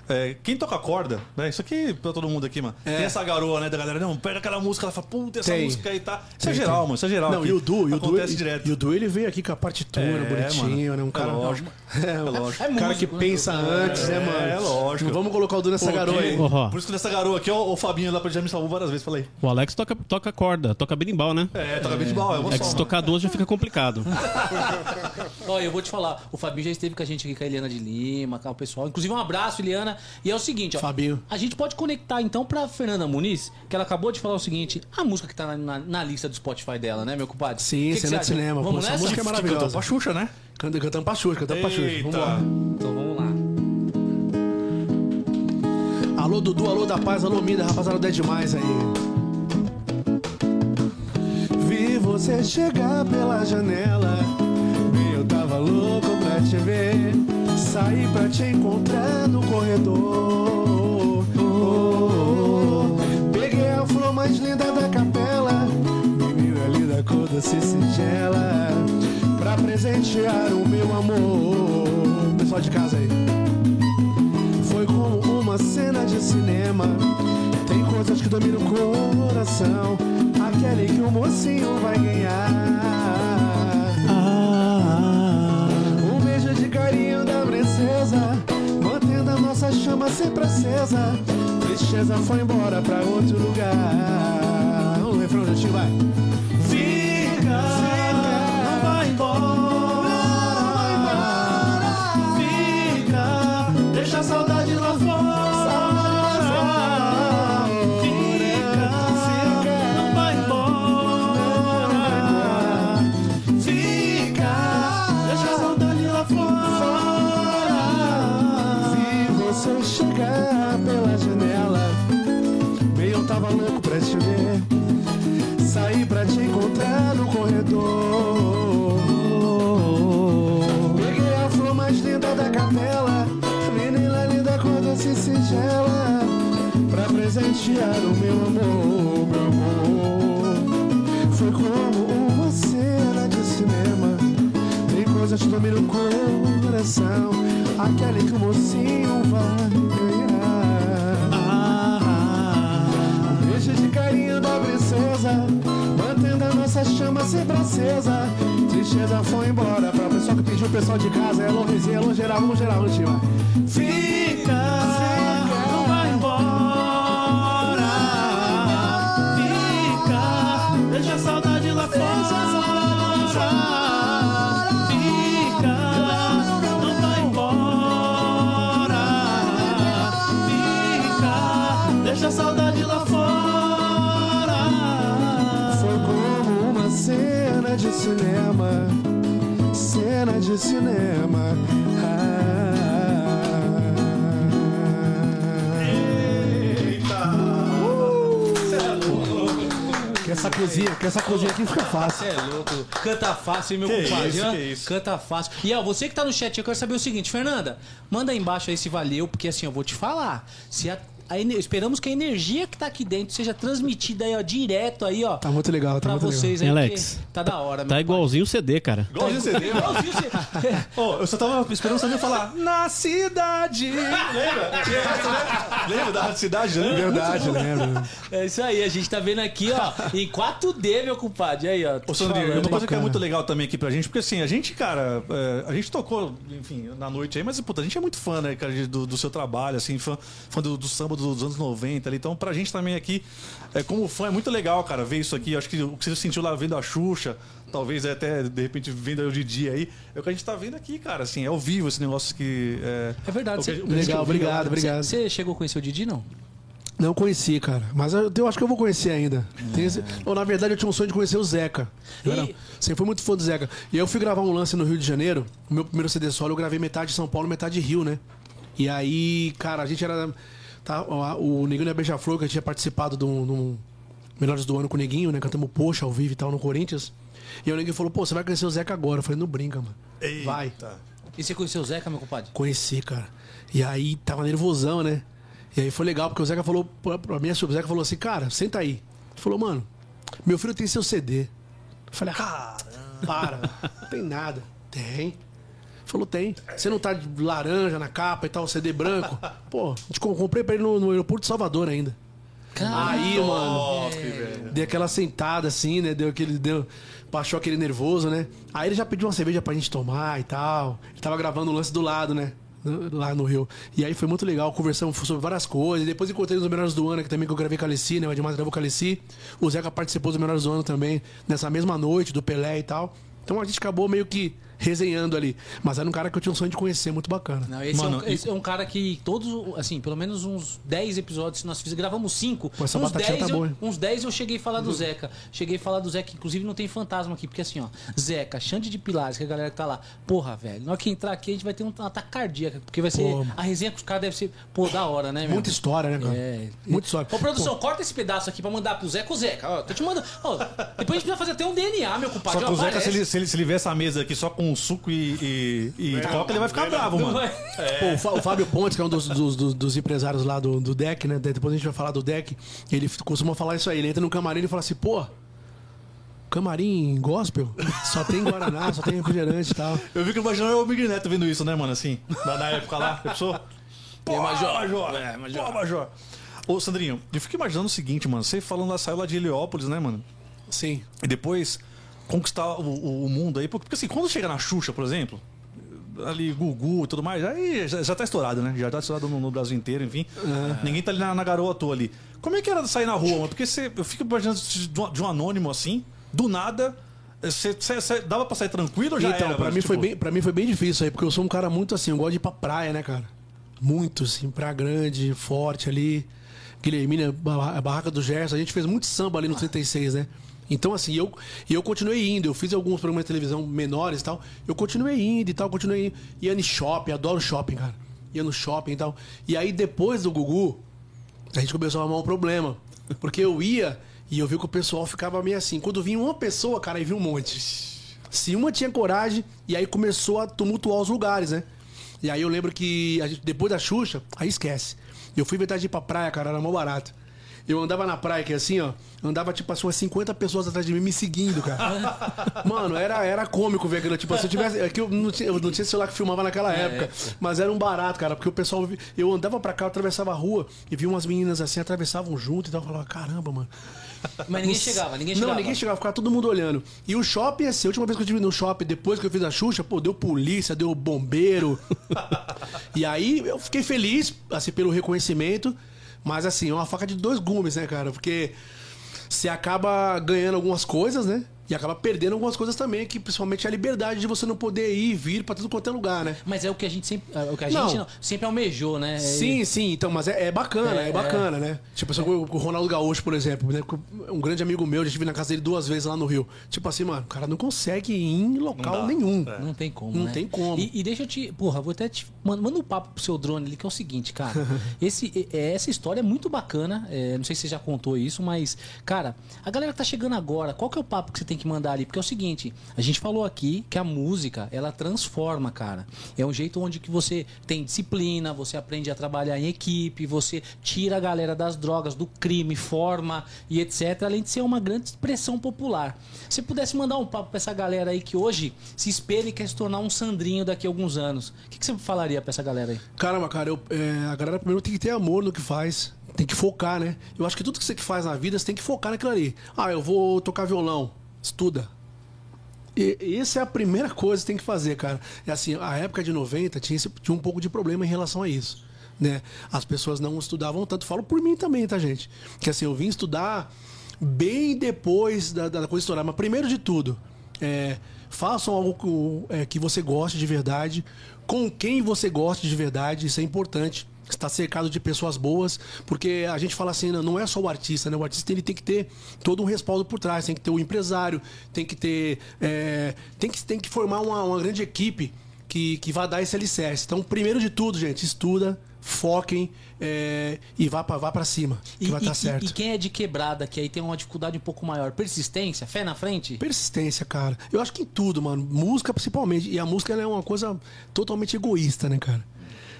S2: é, quem toca corda, né? Isso aqui pra todo mundo aqui, mano.
S4: É.
S2: Tem essa garoa, né, da galera. Não, pega aquela música, ela fala, puta, essa
S4: Tem.
S2: música aí tá. Isso
S4: Tem,
S2: é geral,
S4: tem.
S2: mano. Isso é geral.
S4: Não,
S2: aqui.
S4: e o Du, e o Du,
S2: Acontece
S4: e-
S2: direto.
S4: e o Du, ele veio aqui com a partitura,
S2: É,
S4: bonitinho, né? Um cara.
S2: É lógico.
S4: É,
S2: É lógico.
S1: É
S4: um cara
S1: músico,
S4: que
S1: né?
S4: pensa antes, né, mano?
S2: É, lógico.
S4: Não vamos colocar o Du nessa
S2: Pô,
S4: garoa
S2: que-
S4: aí.
S3: Ó.
S2: Por isso que nessa garoa aqui, ó, o Fabinho lá já me salvou várias vezes. Falei,
S3: O Alex toca, toca corda, toca berimbau, né?
S2: é, toca beatball, é uma
S3: É
S2: só,
S3: que se
S2: mano.
S3: tocar duas já fica complicado.
S1: Ó, eu vou te falar, o Fabinho já esteve com a gente aqui com a Eliana de Lima, com o pessoal. Inclusive, um abraço, Eliana. E é o seguinte, ó.
S4: Fabinho.
S1: A gente pode conectar então pra Fernanda Muniz, que ela acabou de falar o seguinte: a música que tá na, na- na lista do Spotify dela, né, meu compadre?
S4: Sim,
S1: Que que
S4: cena
S1: você
S4: de
S1: acha?
S4: cinema.
S1: Vamos
S4: Pô, essa
S1: nessa?
S4: música é
S2: Que
S4: maravilhosa.
S2: cantou pra Xuxa, né?
S4: Canta- Cantando pra Xuxa, cantando pra Xuxa.
S2: Eita.
S4: Vamos lá.
S1: Então vamos lá.
S4: Alô, Dudu, alô da paz, alô, Mida, rapaziada, é demais aí. Vi você chegar pela janela, bem, eu tava louco pra te ver. Saí pra te encontrar no corredor. Oh, oh, oh. Peguei a flor mais linda da capela, menina linda, cor doce singela, pra presentear o meu amor. Pessoal de casa aí. Foi como uma cena de cinema. Tem coisas que dominam o coração, aquele que o mocinho vai ganhar. Um beijo de carinho da princesa, mantendo a nossa chama sempre acesa. Tristeza foi embora pra outro lugar. O refrão juntinho vai. Fica, não vai embora. Fica, deixa a saudade lá fora. Fica, não vai embora. Fica, deixa a saudade lá fora. Vi você chegar pela janela, bem, eu tava louco pra te ver. Saí pra te encontrar no corredor. Peguei a flor mais linda da capela, menina linda, cor doce singela, pra presentear o meu amor, meu amor. Foi como uma cena de cinema, tem coisas que dominam o coração, aquele que o mocinho vai ganhar. Um beijo de carinho da princesa, mantendo a nossa chama sempre acesa. Tristeza foi embora pra pessoal que pediu, o pessoal de casa. Alô, Rezinha, alô, geral, vamos geral, vamos time. Fica, não vai embora. Fica, deixa a saudade lá fora. Fica, não vai embora. Fica, deixa a saudade lá fora. Foi como uma cena de cinema, cena de cinema. Que essa cozinha, que essa cozinha aqui fica fácil.
S1: Você é louco. Canta fácil, hein, meu
S2: Que
S1: compadre?
S2: isso,
S1: hã?
S2: que isso.
S1: Canta fácil. E ó, você que tá no chat, eu quero saber o seguinte, Fernanda, manda aí embaixo aí se valeu, porque assim, eu vou te falar. Se a, a ener- esperamos que a energia que tá aqui dentro seja transmitida aí, ó, direto aí, ó.
S4: Tá muito legal, tá
S1: pra
S4: muito
S1: vocês
S4: legal.
S1: aí.
S3: Alex,
S1: porque Tá da hora, meu
S3: Tá
S1: pai.
S3: igualzinho o C D, cara.
S2: Igualzinho C D, mano.
S1: Igualzinho você-
S2: Ô, eu só tava esperando o Samir falar na cidade. Lembra? Lembra da cidade, né?
S4: Verdade, lembra?
S1: É isso aí, a gente tá vendo aqui, ó, em quatro D, meu compadre. Aí, ó. tô
S2: Ô,
S1: te
S2: Sandrinho,
S1: falando.
S2: uma coisa que é
S4: bacana.
S2: muito legal também aqui pra gente, porque assim, a gente, cara, é, a gente tocou, enfim, na noite aí, mas, puta, a gente é muito fã, né, cara, do, do seu trabalho, assim, fã, fã do, do samba dos anos noventa ali. Então, pra gente também aqui, é, como fã, é muito legal, cara, ver isso aqui. Acho que o que você sentiu lá vendo a Xuxa, talvez até, de repente, vendo aí o Didi aí, é o que a gente tá vendo aqui, cara, assim, é ao vivo esse negócio que... É,
S1: É verdade.
S2: o que-
S1: Você,
S2: o que a gente
S4: Legal,
S2: ouvia,
S4: obrigado,
S2: né?
S4: obrigado.
S1: você chegou a conhecer o Didi, não?
S4: Não conheci, cara. Mas eu, eu acho que eu vou conhecer ainda. Tem esse- Ou, na verdade, eu tinha um sonho de conhecer o Zeca. Eu era-
S1: E-
S4: sempre fui muito fã do Zeca. E aí eu fui gravar um lance no Rio de Janeiro. O meu primeiro C D solo, eu gravei metade de São Paulo, metade de Rio, né? E aí, cara, a gente era... Tá, o Neguinho da Beija-Flor, que a gente tinha participado de um, de um Melhores do Ano com o Neguinho, né? Cantamos Poxa ao vivo e tal no Corinthians. E aí o Neguinho falou, pô, você vai conhecer o Zeca agora. Eu falei, não brinca, mano.
S2: Eita.
S4: Vai.
S1: E você conheceu o Zeca, meu compadre?
S4: Conheci, cara. E aí tava nervosão, né? E aí foi legal, porque o Zeca falou, pra pra mim, o Zeca falou assim, cara, senta aí. Ele falou, mano, meu filho tem seu C D. Eu falei, ah, para, não tem nada. Tem. Falou, tem. Você não tá de laranja na capa e tal, C D branco? Pô, eu comprei pra ele no, no aeroporto de Salvador ainda.
S1: Caramba.
S4: Aí, mano,
S2: velho.
S4: dei aquela sentada assim, né? Deu aquele. Deu, baixou aquele nervoso, né? Aí ele já pediu uma cerveja pra gente tomar e tal. Ele tava gravando o lance do lado, né? Lá no Rio. E aí foi muito legal, conversamos sobre várias coisas. Depois encontrei os Melhores do Ano, que também que eu gravei com a Alessi, né? O Edmar gravou com a Alessi. O Zeca participou dos Melhores do Ano também, nessa mesma noite, do Pelé e tal. Então a gente acabou meio que resenhando ali. Mas era um cara que eu tinha um sonho de conhecer, muito bacana.
S1: Não, esse,
S2: Mano,
S1: é um, esse é um cara que todos, assim, pelo menos uns dez episódios que nós fizemos, gravamos cinco,
S4: Pô, essa
S1: uns
S4: batatinha
S1: dez,
S4: tá
S1: eu,
S4: boa, hein?
S1: uns dez eu cheguei a falar do Zeca. Cheguei a falar do Zeca, inclusive não tem fantasma aqui, porque assim, ó, Zeca, Xande de Pilares, que é a galera que tá lá, porra, velho, na hora que entrar aqui a gente vai ter um ataque cardíaco, porque vai ser,
S4: Pô,
S1: a resenha com os caras deve ser, pô, da hora, né, meu?
S4: Muita história, né, cara?
S1: É.
S4: Muita história.
S1: Ô, produção, corta esse pedaço aqui pra mandar pro Zeca. Ô, Zeca, ó, tô te mandando. Ó, depois a gente precisa fazer até um D N A, meu compadre.
S2: Só que o Zeca,
S1: aparece.
S2: se ele, se, ele, se ele ver essa mesa aqui só com suco e, e, e coca, ele vai ficar bravo,
S1: Não
S2: mano.
S1: vai-
S4: Pô, o Fá- o Fábio Pontes, que é um dos, dos, dos- dos empresários lá do, do D E C, né? Depois a gente vai falar do D E C. Ele costuma falar isso aí. Ele entra no camarim e fala assim, pô, camarim gospel? Só tem Guaraná, só tem refrigerante e tal.
S2: Eu vi que imaginando o Miguel Neto vendo isso, né, mano? Assim, na, na época lá, a pessoa. Pô, Major, Major. É, Major. Pô, Major. Ô, Sandrinho, eu fico imaginando o seguinte, mano. Você falando lá, saiu lá de Heliópolis, né, mano?
S4: Sim.
S2: E depois conquistar o, o, o mundo aí. Porque, porque assim, quando chega na Xuxa, por exemplo, ali Gugu e tudo mais, aí já, já tá estourado, né? Já tá estourado no, no Brasil inteiro, enfim. Ninguém tá ali na, na garoa à toa ali. Como é que era sair na rua, mano? Porque você, eu fico imaginando de um, de um anônimo assim, do nada. Você, você, você dava pra sair tranquilo ou já
S4: Então,
S2: era?
S4: pra,
S2: mas,
S4: mim
S2: tipo,
S4: foi bem, pra mim foi bem difícil aí, porque eu sou um cara muito assim, eu gosto de ir pra praia, né, cara? Muito, assim, praia grande, forte ali. Guilhermina, a barraca do Gerson, a gente fez muito samba ali no trinta e seis, né? Então, assim, eu, e eu continuei indo, eu fiz alguns programas de televisão menores e tal, eu continuei indo e tal, continuei indo. Ia no shopping, adoro shopping, cara. Ia no shopping e tal. E aí, depois do Gugu, a gente começou a arrumar um problema. Porque eu ia e eu vi que o pessoal ficava meio assim. Quando vinha uma pessoa, cara, aí vinha um monte. Se uma tinha coragem, e aí começou a tumultuar os lugares, né? E aí eu lembro que a gente, depois da Xuxa, aí esquece. Eu fui inventar de ir pra praia, cara, era mó barato. Eu andava na praia, que assim, ó, andava tipo assim, umas cinquenta pessoas atrás de mim me seguindo, cara. Mano, era, era cômico ver aquilo. Tipo, se eu tivesse. É que eu não tinha, eu não tinha celular que filmava naquela época. Mas era um barato, cara, porque o pessoal. Eu andava pra cá, eu atravessava a rua e vi umas meninas assim, atravessavam junto e tal. Eu falava, caramba, mano.
S1: Mas ninguém chegava, ninguém chegava.
S4: Não, ninguém chegava, ficava todo mundo olhando. E o shopping, assim, a última vez que eu estive no shopping, depois que eu fiz a Xuxa, pô, deu polícia, deu bombeiro. E aí eu fiquei feliz, assim, pelo reconhecimento. Mas, assim, é uma faca de dois gumes, né, cara? Porque você acaba ganhando algumas coisas, né? E acaba perdendo algumas coisas também, que principalmente é a liberdade de você não poder ir e vir pra tudo quanto é lugar, né?
S1: Mas é o que a gente sempre. é o que a
S4: Não.
S1: gente não, sempre almejou, né?
S4: Sim, sim, então, mas é, é bacana, é,
S1: É,
S4: bacana, né? Tipo assim, o o Ronaldo Gaúcho, por exemplo, né? Um grande amigo meu, já estive na casa dele duas vezes lá no Rio. Tipo assim, mano, o cara não consegue ir em local
S2: dá.
S4: nenhum.
S1: Não tem como,
S4: Não
S1: né?
S4: tem como.
S1: E, e deixa eu te... Porra, vou até te... Manda, manda um papo pro seu drone ali, que é o seguinte, cara. Esse, é, essa história é muito bacana. é, não sei se você já contou isso, mas... Cara, a galera que tá chegando agora, qual que é o papo que você tem que mandar ali? Porque é o seguinte, a gente falou aqui que a música, ela transforma, cara. É um jeito onde que você tem disciplina, você aprende a trabalhar em equipe, você tira a galera das drogas, do crime, forma e etcétera. Além de ser uma grande expressão popular. Se pudesse mandar um papo pra essa galera aí que hoje se espelha e quer se tornar um Sandrinho daqui a alguns anos, o que, que você falaria pra essa galera aí?
S4: Caramba, cara, eu, é, a galera primeiro tem que ter amor no que faz. Tem que focar, né? Eu acho que tudo que você faz na vida, você tem que focar naquilo ali. Ah, eu vou tocar violão. Estuda. E essa é a primeira coisa que tem que fazer, cara. É assim, a época de noventa tinha, esse- tinha um pouco de problema em relação a isso, né? As pessoas não estudavam tanto. Falo por mim também, tá, gente? Que assim, eu vim estudar bem depois da, da coisa estourar. Mas primeiro de tudo, é, façam algo com- é, que você goste de verdade, com quem você goste de verdade. Isso é importante. Está cercado de pessoas boas, porque a gente fala assim, não é só o artista, né? O artista ele tem que ter todo um respaldo por trás, tem que ter o empresário, tem que ter. é, tem, que, tem que formar uma, uma grande equipe que, que vai dar esse alicerce. Então, primeiro de tudo, gente, estuda, foquem é, e vá pra, vá pra cima, que
S1: E,
S4: vai
S1: e-
S4: estar certo.
S1: e- e quem é de quebrada, que aí tem uma dificuldade um pouco maior? Persistência? Fé na frente?
S4: Persistência, cara. Eu acho que em tudo, mano. Música principalmente. E a música ela é uma coisa totalmente egoísta, né, cara?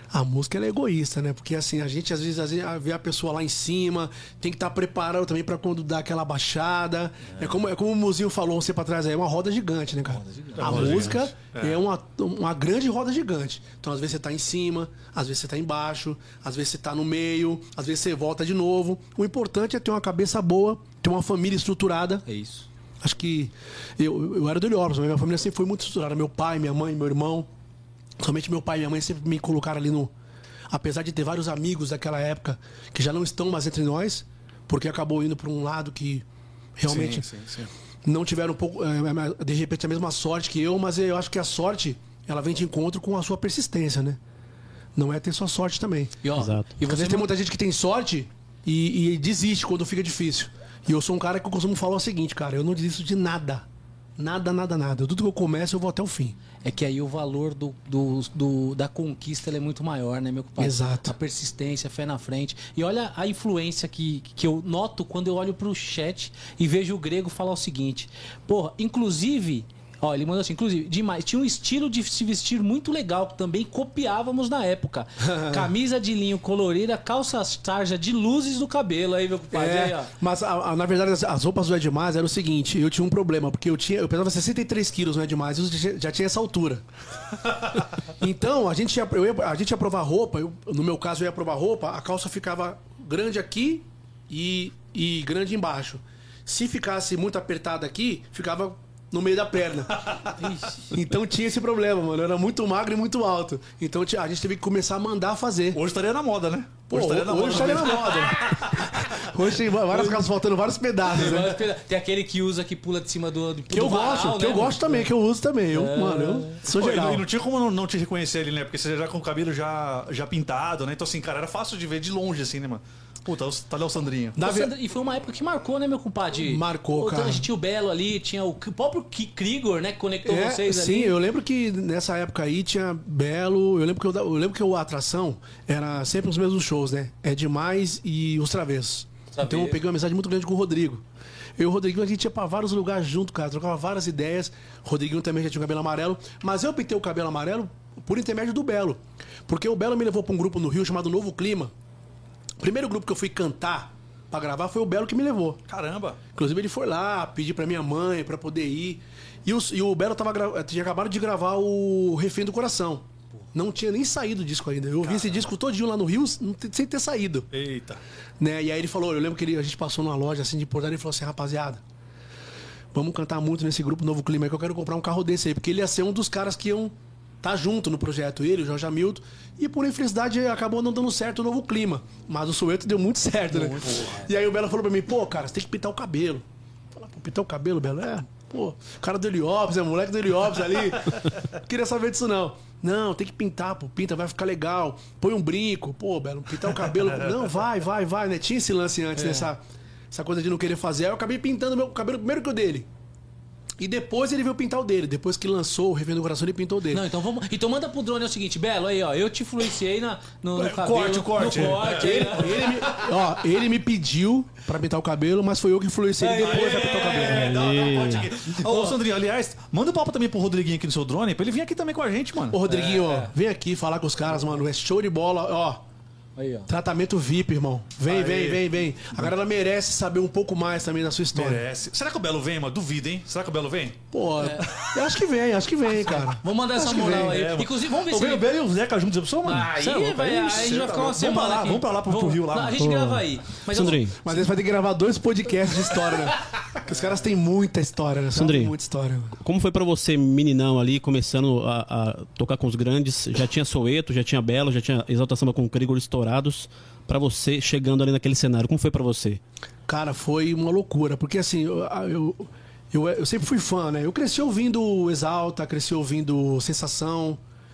S4: A música ela é egoísta, né? Porque assim, a gente às vezes, às vezes vê a pessoa lá em cima, tem que estar preparado também pra quando dá aquela baixada. É, é, como, é como o Muzinho falou um tempo atrás aí, é uma roda gigante, né, cara? Gigante. A roda música gigante. é, é uma, uma grande roda gigante. Então, às vezes você tá em cima, às vezes você tá embaixo, às vezes você tá no meio, às vezes você volta de novo. O importante é ter uma cabeça boa, ter uma família estruturada.
S1: É isso.
S4: Acho que eu, eu era do Heliópolis, mas minha família sempre foi muito estruturada. Meu pai, minha mãe, meu irmão. Somente meu pai e minha mãe sempre me colocaram ali no... Apesar de ter vários amigos daquela época que já não estão mais entre nós, porque acabou indo para um lado que realmente
S2: sim, sim, sim.
S4: não tiveram um pouco, de repente, a mesma sorte que eu, mas eu acho que a sorte, ela vem de encontro com a sua persistência, né? Não é ter sua sorte também.
S1: E, ó,
S3: Exato.
S4: E você tem muita gente que tem sorte e, e desiste quando fica difícil. E eu sou um cara que eu costumo falar o seguinte, cara, eu não desisto de nada. Nada, nada, nada. Tudo que eu começo, eu vou até o fim.
S1: É que aí o valor do, do, do- da conquista ele é muito maior, né, meu compadre?
S4: Exato.
S1: A persistência, a fé na frente. E olha a influência que, que eu noto quando eu olho pro chat e vejo o Grego falar o seguinte. Porra, inclusive... Ó, ele mandou assim, inclusive, demais. Tinha um estilo de se vestir muito legal que também copiávamos na época. Camisa de linho colorida, calça tarja de luzes no cabelo. Aí, meu compadre, aí, ó.
S4: É, mas a- a- na verdade as, as roupas do Edmaz era o seguinte, eu tinha um problema, porque eu tinha, eu pesava sessenta e três quilos no Edmaz e eu já, já tinha essa altura. Então, a gente ia, eu ia, a gente ia provar roupa, eu- no meu caso eu ia provar roupa, a calça ficava grande aqui e, e grande embaixo. Se ficasse muito apertada aqui, ficava no meio da perna. Então tinha esse problema, mano. Eu era muito magro e muito alto. Então ti- a gente teve que começar a mandar fazer.
S2: Hoje estaria na moda, né?
S4: Pô,
S2: Hoje estaria na
S4: hoje
S2: moda.
S4: estaria na moda. Hoje tem várias calças faltando vários pedaços, né?
S1: Tem aquele que usa que pula de cima do, do
S4: Que eu
S1: do varal,
S4: gosto, que
S1: né,
S4: eu gosto também, que eu uso também. Eu, mano, eu sou
S2: Pô, e não-
S4: geral.
S2: E não tinha como não, não te reconhecer ali, né? Porque você já com o cabelo já, já pintado, né? Então, assim, cara, era fácil de ver de longe, assim, né, mano? Puta, tá ali o Sandrinho.
S4: Na
S1: Ô,
S4: ve-
S1: Sandra, E foi uma época que marcou, né, meu compadre?
S4: Marcou,
S1: Ô,
S4: cara.
S1: A gente tinha o Belo ali, tinha o, o próprio Ki- Krigor, né, que conectou
S4: É,
S1: vocês
S4: sim,
S1: ali.
S4: eu lembro que nessa época aí tinha Belo. Eu lembro que, eu, eu lembro que a atração era sempre os mesmos shows, né? É Demais e Os Travessos.
S1: Sabia.
S4: Então eu peguei uma amizade muito grande com o Rodrigo. Eu e o Rodriguinho, a gente ia pra vários lugares junto, cara. Trocava várias ideias. O Rodriguinho também já tinha o cabelo amarelo. Mas eu pintei o cabelo amarelo por intermédio do Belo. Porque o Belo me levou pra um grupo no Rio chamado Novo Clima. O primeiro grupo que eu fui cantar pra gravar foi o Belo que me levou.
S2: Caramba.
S4: Inclusive ele foi lá pedir pra minha mãe pra poder ir. E o, e o Belo tava gra- tinha acabado de gravar o Refém do Coração. Não tinha nem saído o disco ainda. Eu ouvi esse disco todinho lá no Rio não te- sem ter saído.
S2: Eita.
S4: Né? E aí ele falou, eu lembro que ele- a gente passou numa loja assim de portaria e falou assim, rapaziada, vamos cantar muito nesse grupo Novo Clima aí que eu quero comprar um carro desse aí. Porque ele ia ser um dos caras que iam tá junto no projeto. Ele, o Jorge Hamilton. E por infelicidade acabou não dando certo o Novo Clima. Mas o Soweto deu muito certo, né? E aí o Belo falou pra mim, pô, cara, você tem que pintar o cabelo. Falei, pô, pintar o cabelo, Belo? É, pô, cara do Heliópolis, é moleque do Heliópolis ali. Queria saber disso não. Não, tem que pintar, pô, pinta, vai ficar legal. Põe um brinco, pô, Belo, pintar o cabelo. Não, vai, vai, vai, né? Tinha esse lance antes, nessa essa coisa de não querer fazer. Aí eu acabei pintando meu cabelo primeiro que o dele. E depois ele veio pintar o dele. Depois que lançou o Refém do Coração, ele pintou o dele.
S1: Não, então vamos. Então manda pro drone é o seguinte, Belo, aí, ó. Eu te influenciei na, no, no cabelo.
S2: Corte, corte.
S1: No corte.
S4: Ele, ele me, ó, ele me pediu pra pintar o cabelo, mas foi eu que influenciei ele depois pra pintar o cabelo.
S2: É, dá, dá um corte aqui. Ô, Sandrinho, aliás, manda um papo também pro Rodriguinho aqui no seu drone, pra ele vir aqui também com a gente, mano.
S4: Ô, Rodriguinho, ó, vem aqui falar com os caras, mano. É show de bola, ó.
S1: Aí, ó.
S4: Tratamento V I P, irmão. Vem,
S2: Aê.
S4: vem, vem, vem. Agora ela merece saber um pouco mais também da sua história.
S2: Merece. Será que o Belo vem, mano? Duvido, hein? Será que o Belo vem?
S4: Pô, eu acho que vem, acho que vem, cara.
S1: Vamos mandar essa
S4: Acho que
S1: moral
S4: vem,
S1: aí.
S2: é, mano.
S1: Inclusive, vamos ver
S2: Ô,
S1: se
S2: vem o
S1: ele...
S2: Belo e o Zeca juntos, já pensou, mano?
S1: Aí,
S2: Cê é louco,
S1: vai, aí a
S2: cê
S1: gente vai
S2: tá
S1: ficar uma
S2: louco.
S1: semana
S2: Vamos pra lá,
S1: aqui.
S2: vamos pra lá pro, pro
S1: Vamos-
S2: Rio lá.
S1: Não, a
S2: mano.
S1: gente grava aí. Mas eu-
S3: Sandrinho,
S4: Mas eles vai ter que gravar dois podcasts de história, né? Porque os caras têm muita história, né? Os caras têm
S3: Sandrinho.
S4: muita história.
S3: como foi pra você, meninão ali, começando a, a tocar com os grandes? Já tinha Soweto, já tinha Belo, já tinha Exalta Samba com Krigor estourados. Pra você, chegando ali naquele cenário, como foi pra você?
S4: Cara, foi uma loucura, porque assim, eu, eu, eu, eu sempre fui fã, né? Eu cresci ouvindo Exalta, cresci ouvindo Sensação,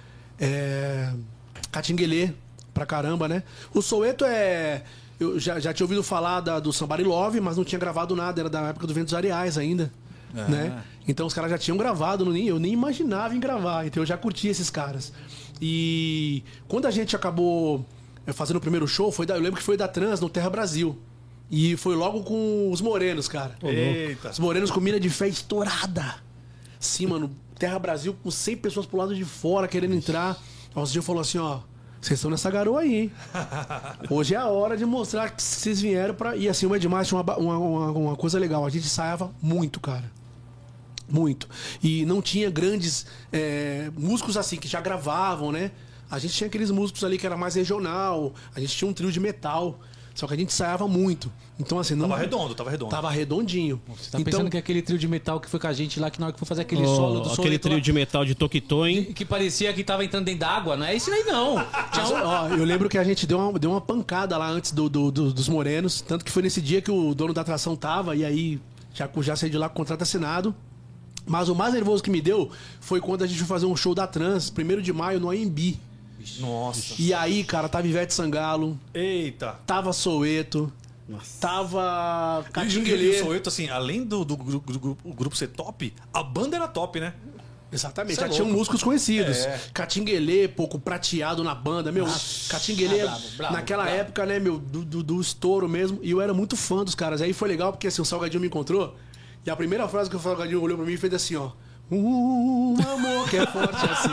S4: é, Catinguelê, pra caramba, né? O Soweto é... Eu já, já tinha ouvido falar da, do Somebody Love, mas não tinha gravado nada, era da época do Ventos Areais ainda, né? Então os caras já tinham gravado, não nem, eu nem imaginava em gravar, então eu já curti esses caras. E quando a gente acabou fazendo o primeiro show, foi da, eu lembro que foi da Trans, no Terra Brasil. E foi logo com os morenos, cara.
S2: Eita.
S4: Os morenos com mina de fé estourada. Sim, mano. Terra Brasil com cem pessoas pro lado de fora querendo entrar. Aí o Zinho falou assim, ó. vocês estão nessa garoa aí, hein? Hoje é a hora de mostrar que vocês vieram pra... E assim, o Edmar tinha uma, uma, uma, uma coisa legal. A gente ensaiava muito, cara. Muito. E não tinha grandes é, músicos assim, que já gravavam, né? A gente tinha aqueles músicos ali que era mais regional. A gente tinha um trio de metal. Só que a gente ensaiava muito. Então, assim, não.
S2: Tava redondo, tava redondo.
S4: Tava redondinho.
S1: Você tá
S4: então,
S1: pensando que aquele trio de metal que foi com a gente lá, que na hora que foi fazer aquele
S3: Oh,
S1: solo do
S3: aquele trio de metal de Toquitô, hein?
S1: que parecia que tava entrando dentro d'água, não é isso aí não. Tinha um...
S4: Ó, eu lembro que a gente deu uma, deu uma pancada lá antes do, do- do- dos Morenos. Tanto que foi nesse dia que o dono da atração tava. E aí já, já saí de lá com o contrato assinado. Mas o mais nervoso que me deu foi quando a gente foi fazer um show da Trans, primeiro de maio, no A M B.
S2: Nossa.
S4: E aí, cara, tava Ivete Sangalo,
S2: Eita.
S4: tava Soweto, tava
S2: E, e, e
S4: Catinguelê.
S2: o Soweto, assim, além do, do, gru- do grupo, o grupo ser top, a banda era top, né?
S4: Exatamente,
S2: Cê
S4: já
S2: é
S4: tinham
S2: louco.
S4: músicos conhecidos.
S2: É.
S4: Catinguelê, pouco prateado na banda, meu. Catinguelê,
S1: Ah, bravo, bravo,
S4: naquela
S1: bravo.
S4: época, né, meu, do, do, do estouro mesmo. E eu era muito fã dos caras. Aí foi legal porque assim, o Salgadinho me encontrou. E a primeira frase que o Salgadinho olhou pra mim e fez assim, ó. Um amor que é forte assim.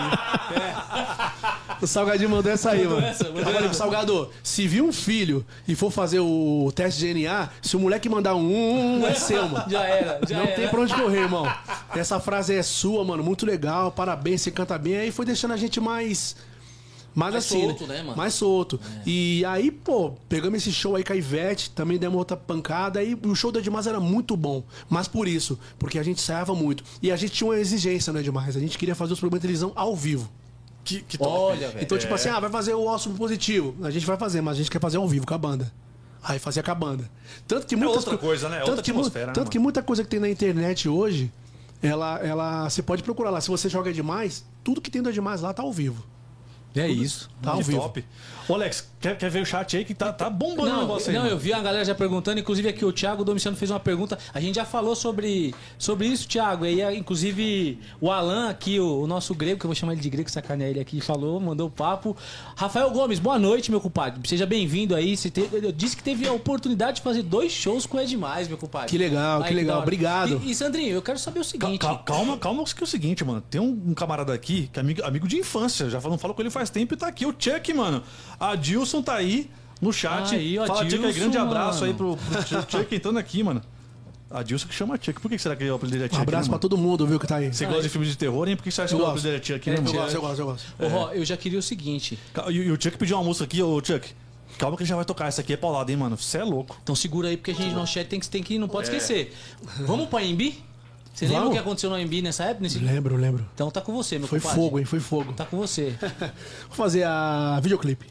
S4: É. O Salgadinho mandou essa aí,
S1: Mandou
S4: mano.
S1: essa, mandou
S4: Eu falei pro
S1: essa.
S4: Salgado, se vir um filho e for fazer o teste de D N A, se o moleque mandar um, um é seu, mano.
S1: Já era, já
S4: Não
S1: era.
S4: tem pra onde correr, irmão. Essa frase é sua, mano. Muito legal. Parabéns, você canta bem. Aí foi deixando a gente mais. Mais,
S1: Mais
S4: assim,
S1: solto, né, mano?
S4: Mais solto. E aí, pô, pegamos esse show aí com a Ivete, também demos outra pancada. Aí o show do Edmar era muito bom. Mas por isso, porque a gente ensaiava muito. E a gente tinha uma exigência, né, Edmar? A gente queria fazer os programas de televisão ao vivo.
S2: Que, que top.
S1: Olha, velho.
S4: Então, tipo assim, ah, vai fazer o Ócio Positivo. A gente vai fazer, mas a gente quer fazer ao vivo com a banda. Aí fazia com a banda. Tanto que muitas
S2: outra
S4: co-
S2: coisa, né? É
S4: Tanto,
S2: outra
S4: que, mu-
S2: atmosfera, né,
S4: tanto
S2: mano?
S4: que muita coisa que tem na internet hoje, ela, ela, você pode procurar lá. Se você joga demais, tudo que tem do demais lá tá ao vivo.
S1: É isso.
S4: Tá ao
S2: Que
S4: vivo.
S2: top. Ô, Alex, quer, quer ver o chat aí que tá, tá bombando o
S1: Não,
S2: negócio aí?
S1: não,
S2: mano.
S1: eu vi a galera já perguntando, inclusive aqui o Thiago Domiciano fez uma pergunta. A gente já falou sobre, sobre isso, Thiago. E aí, inclusive, o Alan aqui, o, o nosso grego, que eu vou chamar ele de grego, sacanear ele aqui, falou, mandou o papo. Rafael Gomes, boa noite, meu compadre. Seja bem-vindo aí. Você te- eu disse que teve a oportunidade de fazer dois shows com o Edmais, meu compadre.
S4: Que legal,
S1: Ai,
S4: que legal.
S1: da hora.
S4: Obrigado.
S1: E, e Sandrinho, eu quero saber o
S2: Cal-
S1: seguinte.
S2: cal- Calma, calma, que é o seguinte, mano. Tem um, um camarada aqui, que é amigo, amigo de infância, já não falo com ele faz tempo e tá aqui, o Chuck, mano. A Dilson tá aí no chat.
S1: Aí, ó,
S2: Fala, Chuck, aí,
S1: Dilson,
S2: grande abraço
S1: mano.
S2: aí pro, pro Chuck, Chuck entrando aqui, mano. A Dilson que chama Chuck. Por que que será que o apelido dele é Chuck?
S4: Um abraço
S2: né,
S4: pra
S2: mano?
S4: todo mundo, viu, que tá aí.
S2: Você gosta de filmes de terror, hein? Por que você acha
S4: Eu
S2: que o
S4: gosto.
S2: apelido dele é Chuck, né,
S1: É,
S2: mano?
S4: Eu gosto, eu gosto, eu gosto.
S1: Ô, Ró, eu já queria o seguinte.
S2: Cal- E, e o Chuck pediu uma música aqui, ô Chuck. Calma que ele já vai tocar. Essa aqui é paulada, hein, mano? Você é louco.
S1: Então segura aí, porque a gente no chat tem que, tem que não pode esquecer. Vamos pra Embi? Você lembra o
S4: Vamos.
S1: que aconteceu no Embi nessa época? Nesse...
S4: Lembro, lembro.
S1: Então tá com você, meu
S4: Foi
S1: compadre.
S4: fogo, hein? Foi fogo.
S1: Tá com você.
S4: Vou fazer a videoclipe.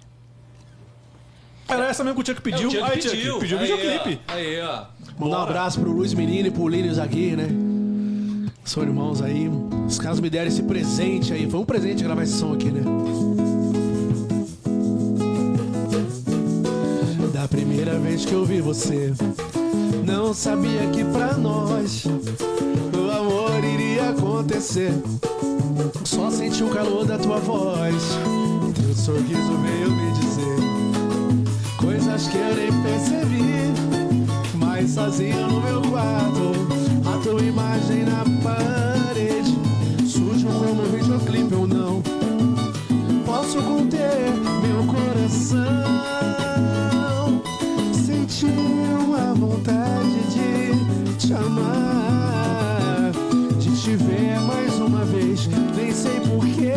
S2: Era essa mesmo que o Chuck pediu.
S1: É, o Chuck
S2: Aí, Chuck, pediu
S1: Aí,
S2: videoclipe.
S1: ó. Aí, ó.
S4: Mandar um
S2: Bora.
S4: abraço pro Luiz Menino e pro Línios Aguirre, né? São irmãos aí. Os caras me deram esse presente aí. Foi um presente gravar esse som aqui, né? Da primeira vez que eu vi você, não sabia que pra nós o amor iria acontecer. Só senti o calor da tua voz, teu sorriso veio me dizer coisas que eu nem percebi. Mas sozinho no meu quarto, a tua imagem na parede surge como um videoclipe ou não. Posso conter meu coração. Senti uma vontade de te amar, de te ver mais uma vez, nem sei porquê.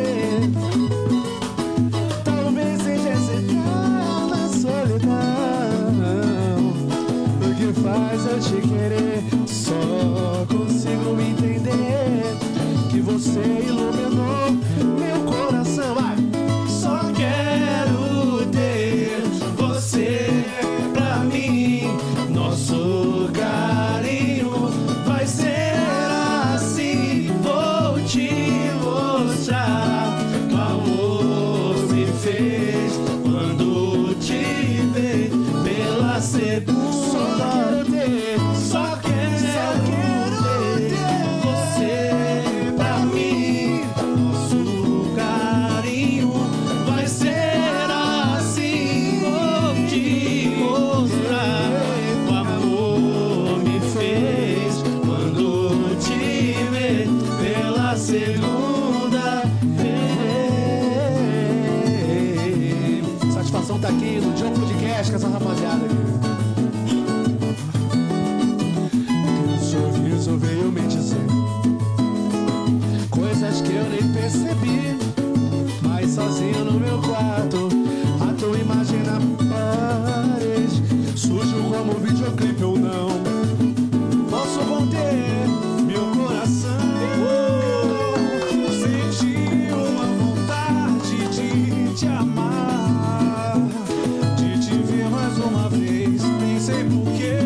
S4: Talvez seja essa eterna solidão o que faz eu te querer. Só consigo entender que você iluminou meu coração. Vai! Só quero ter você pra mim. Nosso carinho vai ser assim. Vou te mostrar que o amor me fez quando te vi pela segunda vez. Só quero emoção tá aqui no Joe Podcast com essa rapaziada aqui. Teu sorriso veio me dizer coisas que eu nem percebi, mas sozinho no meu quarto, a tua imagem na parede, sujo como um videoclipe ou não, posso conter meu coração. Senti uma vontade de te amar, de te ver mais uma vez, nem sei porquê.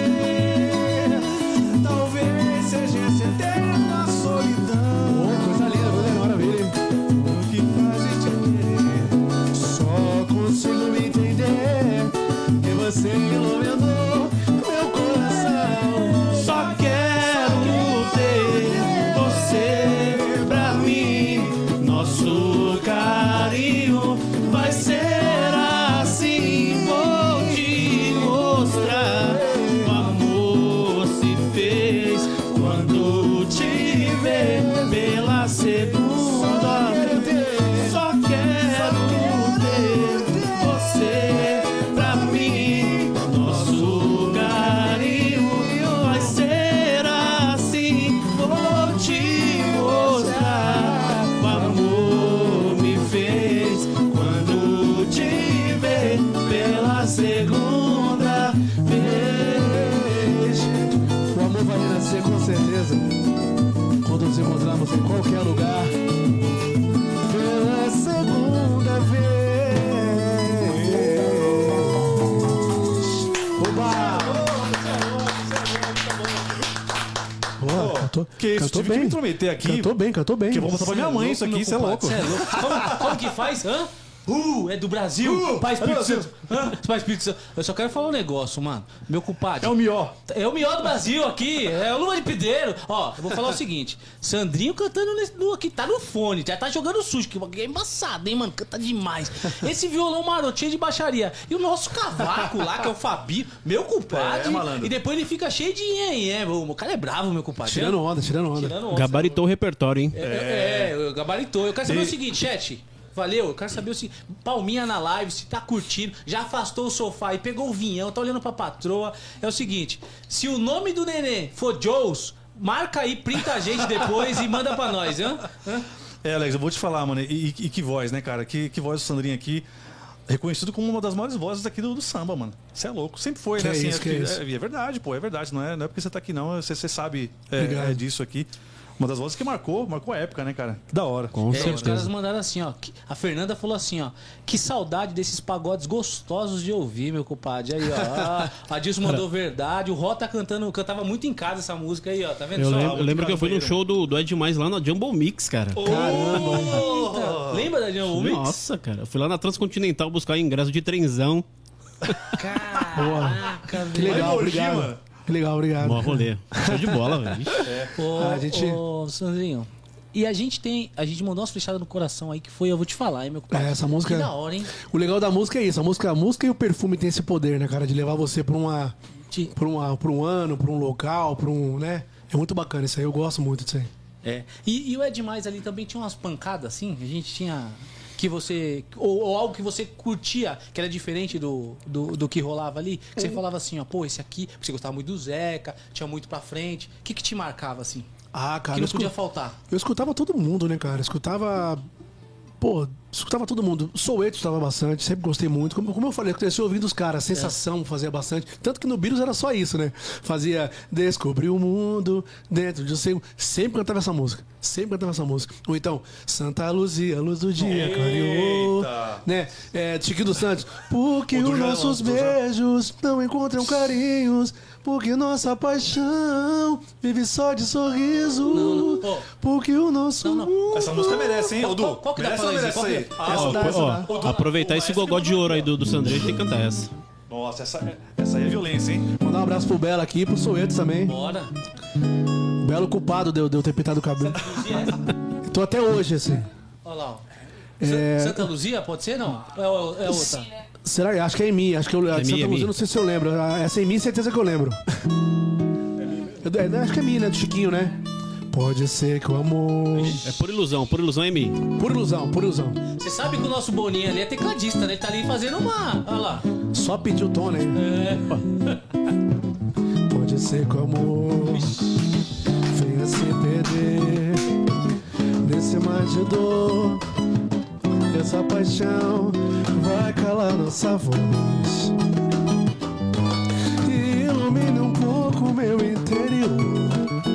S4: Talvez seja essa eterna solidão. Oh, coisa linda, coisa maravilha. O que faz de te querer, só consigo me entender que você iluminou meu coração.
S3: Só quero ter você pra mim. Nosso carinho vai ser assim. Vou te mostrar. O amor se fez quando te ver pela segunda vez. Só quero ter você pra mim. Nosso carinho vai ser assim. Vou te mostrar. O amor me fez quando te ver pela segunda vez.
S4: O amor vai renascer com certeza quando nos encontrarmos em qualquer lugar pela segunda vez. Oba! Boa, cantou,
S2: Que isso,
S4: cantou
S2: tive que
S4: bem.
S2: me intrometer aqui.
S4: Cantou bem, cantou bem.
S2: Que eu vou botar pra minha mãe isso aqui, isso é louco.
S1: Você é louco. Como, como que faz? Hã? Uh, é do Brasil.
S2: Uh,
S1: Pai Espírito
S2: é do
S1: Santo. Hã? Pai Espírito Santo. Eu só quero falar um negócio, mano. Meu culpado.
S2: É o melhor.
S1: É o melhor do Brasil aqui. É o Luva de Pideiro. Ó, eu vou falar o seguinte. Sandrinho cantando nesse, no, aqui, tá no fone. Já tá jogando sujo. Que é embaçado, hein, mano? Canta demais. Esse violão marotinho de baixaria. E o nosso cavaco lá, que é o Fabinho. Meu culpado.
S2: É, malandro.
S1: E depois ele fica cheio de nhen, é. O cara é bravo, meu culpado.
S4: Tirando onda, tirando onda.
S1: Tirando onda.
S3: Gabaritou o repertório, hein?
S1: É, é, eu gabaritou. Eu quero saber
S2: E-
S1: o seguinte, chat. Valeu, eu quero saber o seguinte. Palminha na live, se tá curtindo, já afastou o sofá e pegou o vinhão, tá olhando pra patroa. É o seguinte, se o nome do nenê for Joes, marca aí, printa a gente depois e manda pra nós, hein?
S2: É, Alex, eu vou te falar, mano. E, e- e que voz, né, cara? Que, que voz do Sandrinho aqui. Reconhecido como uma das maiores vozes aqui do, do samba, mano. Você é louco. Sempre foi,
S4: Que
S2: né?
S4: é
S2: assim,
S4: isso,
S2: acho
S4: que é isso.
S2: é, é verdade, pô, é verdade. Não é, não é porque você tá aqui, não. Você, você sabe é,
S4: Obrigado.
S2: é, disso aqui. Uma das vozes que marcou, marcou a época, né, cara? Que da hora.
S3: Com
S1: É, os caras
S3: certeza.
S1: mandaram assim, ó. que- A Fernanda falou assim, ó. Que saudade desses pagodes gostosos de ouvir, meu compadre. Aí, ó. Ah, a Dilson mandou verdade. O Ró tá cantando, cantava muito em casa essa música aí, ó. Tá vendo
S3: Eu
S1: só?
S3: lembro, eu lembro que eu fui num show do, do Ed Mais lá na Jumbo Mix, cara.
S1: Caramba! Lembra da John Mix?
S3: Nossa, cara. Eu fui lá na Transcontinental buscar ingresso de trenzão.
S1: Caraca,
S4: Que
S1: velho.
S4: legal,
S2: Vai,
S4: obrigado.
S2: Mojima.
S4: Que legal, obrigado.
S3: Bom rolê. Show de bola, velho.
S1: Ô,
S4: A gente-
S1: ô, Sandrinho. E a gente tem. A gente mandou umas flechadas no coração aí que foi, eu vou te falar, hein, meu compadre.
S4: É, essa música-
S1: Que da hora, hein?
S4: O legal da música é isso. A música, a música e o perfume tem esse poder, né, cara? De levar você pra uma.
S1: Te-
S4: Pra, uma, pra um ano, pra um local, pra um. né? É muito bacana isso aí, eu gosto muito disso aí.
S1: É. E, e o Ed Mais ali também tinha umas pancadas assim, a gente tinha. Que você. Ou, ou algo que você curtia, que era diferente do, do, do que rolava ali. Que você falava assim, ó, pô, esse aqui, porque você gostava muito do Zeca, tinha muito pra frente. O que, que te marcava assim?
S4: Ah, cara.
S1: que não
S4: eu
S1: podia
S4: escu-
S1: faltar.
S4: Eu escutava todo mundo, né, cara? Eu escutava. Pô, escutava todo mundo. Soueto escutava bastante, sempre gostei muito. Como, como eu falei, eu cresci ouvindo os caras, sensação fazia bastante. Tanto que no Beatles era só isso, né? Fazia Descobri o Mundo dentro de você. Sempre cantava essa música. Sempre cantava essa música. Ou então, Santa Luzia, luz do dia, clareou.
S2: Eita.
S4: Né? É, Chiquinho dos Santos. Porque
S2: O do
S4: os
S2: João,
S4: nossos
S2: do João.
S4: beijos não encontram carinhos. Porque nossa paixão vive só de sorriso.
S1: Não, não. Pô.
S4: Porque o nosso
S1: Não, não.
S4: mundo-
S2: Essa música merece, hein,
S1: Qual-
S2: Odu?
S1: qual- qual que dá
S2: merece
S1: pra
S2: ou
S1: nós
S2: merece
S1: aí?
S2: aí?
S1: Qual
S2: Ah,
S4: Essa
S3: Ó,
S4: dá,
S3: pô,
S4: essa
S3: ó,
S4: dá.
S3: aproveitar esse gogó de ouro aí do, do Sandro, a gente tem que cantar essa.
S2: Nossa, essa, essa aí é violência, hein?
S4: Mandar um abraço pro Belo aqui e pro Soueto também.
S1: Bora.
S4: O Belo culpado de eu de eu ter pintado o cabelo. Tô até hoje, assim.
S1: Olha lá, ó.
S4: É-
S1: Sa- Santa Luzia, pode ser não? É, o- é outra.
S4: Será? Acho que é em mim. Acho que eu, a de
S3: mim,
S4: Santa
S3: é
S4: Luzia,
S3: mim.
S4: não sei se eu lembro. Ah, essa é em mim, certeza que eu lembro. Eu, é, acho que é mim, né? Do Chiquinho, né? Pode ser que o amor...
S3: É por ilusão, por ilusão é mim.
S4: Por ilusão, por ilusão.
S1: Você sabe que o nosso Boninho ali é tecladista, né? Ele tá ali fazendo uma... Olha lá.
S4: Só pediu o tom, né?
S1: É.
S4: Pode ser que o amor venha se perder nesse mar de dor. Essa paixão vai calar nossa voz e ilumina um pouco o meu interior,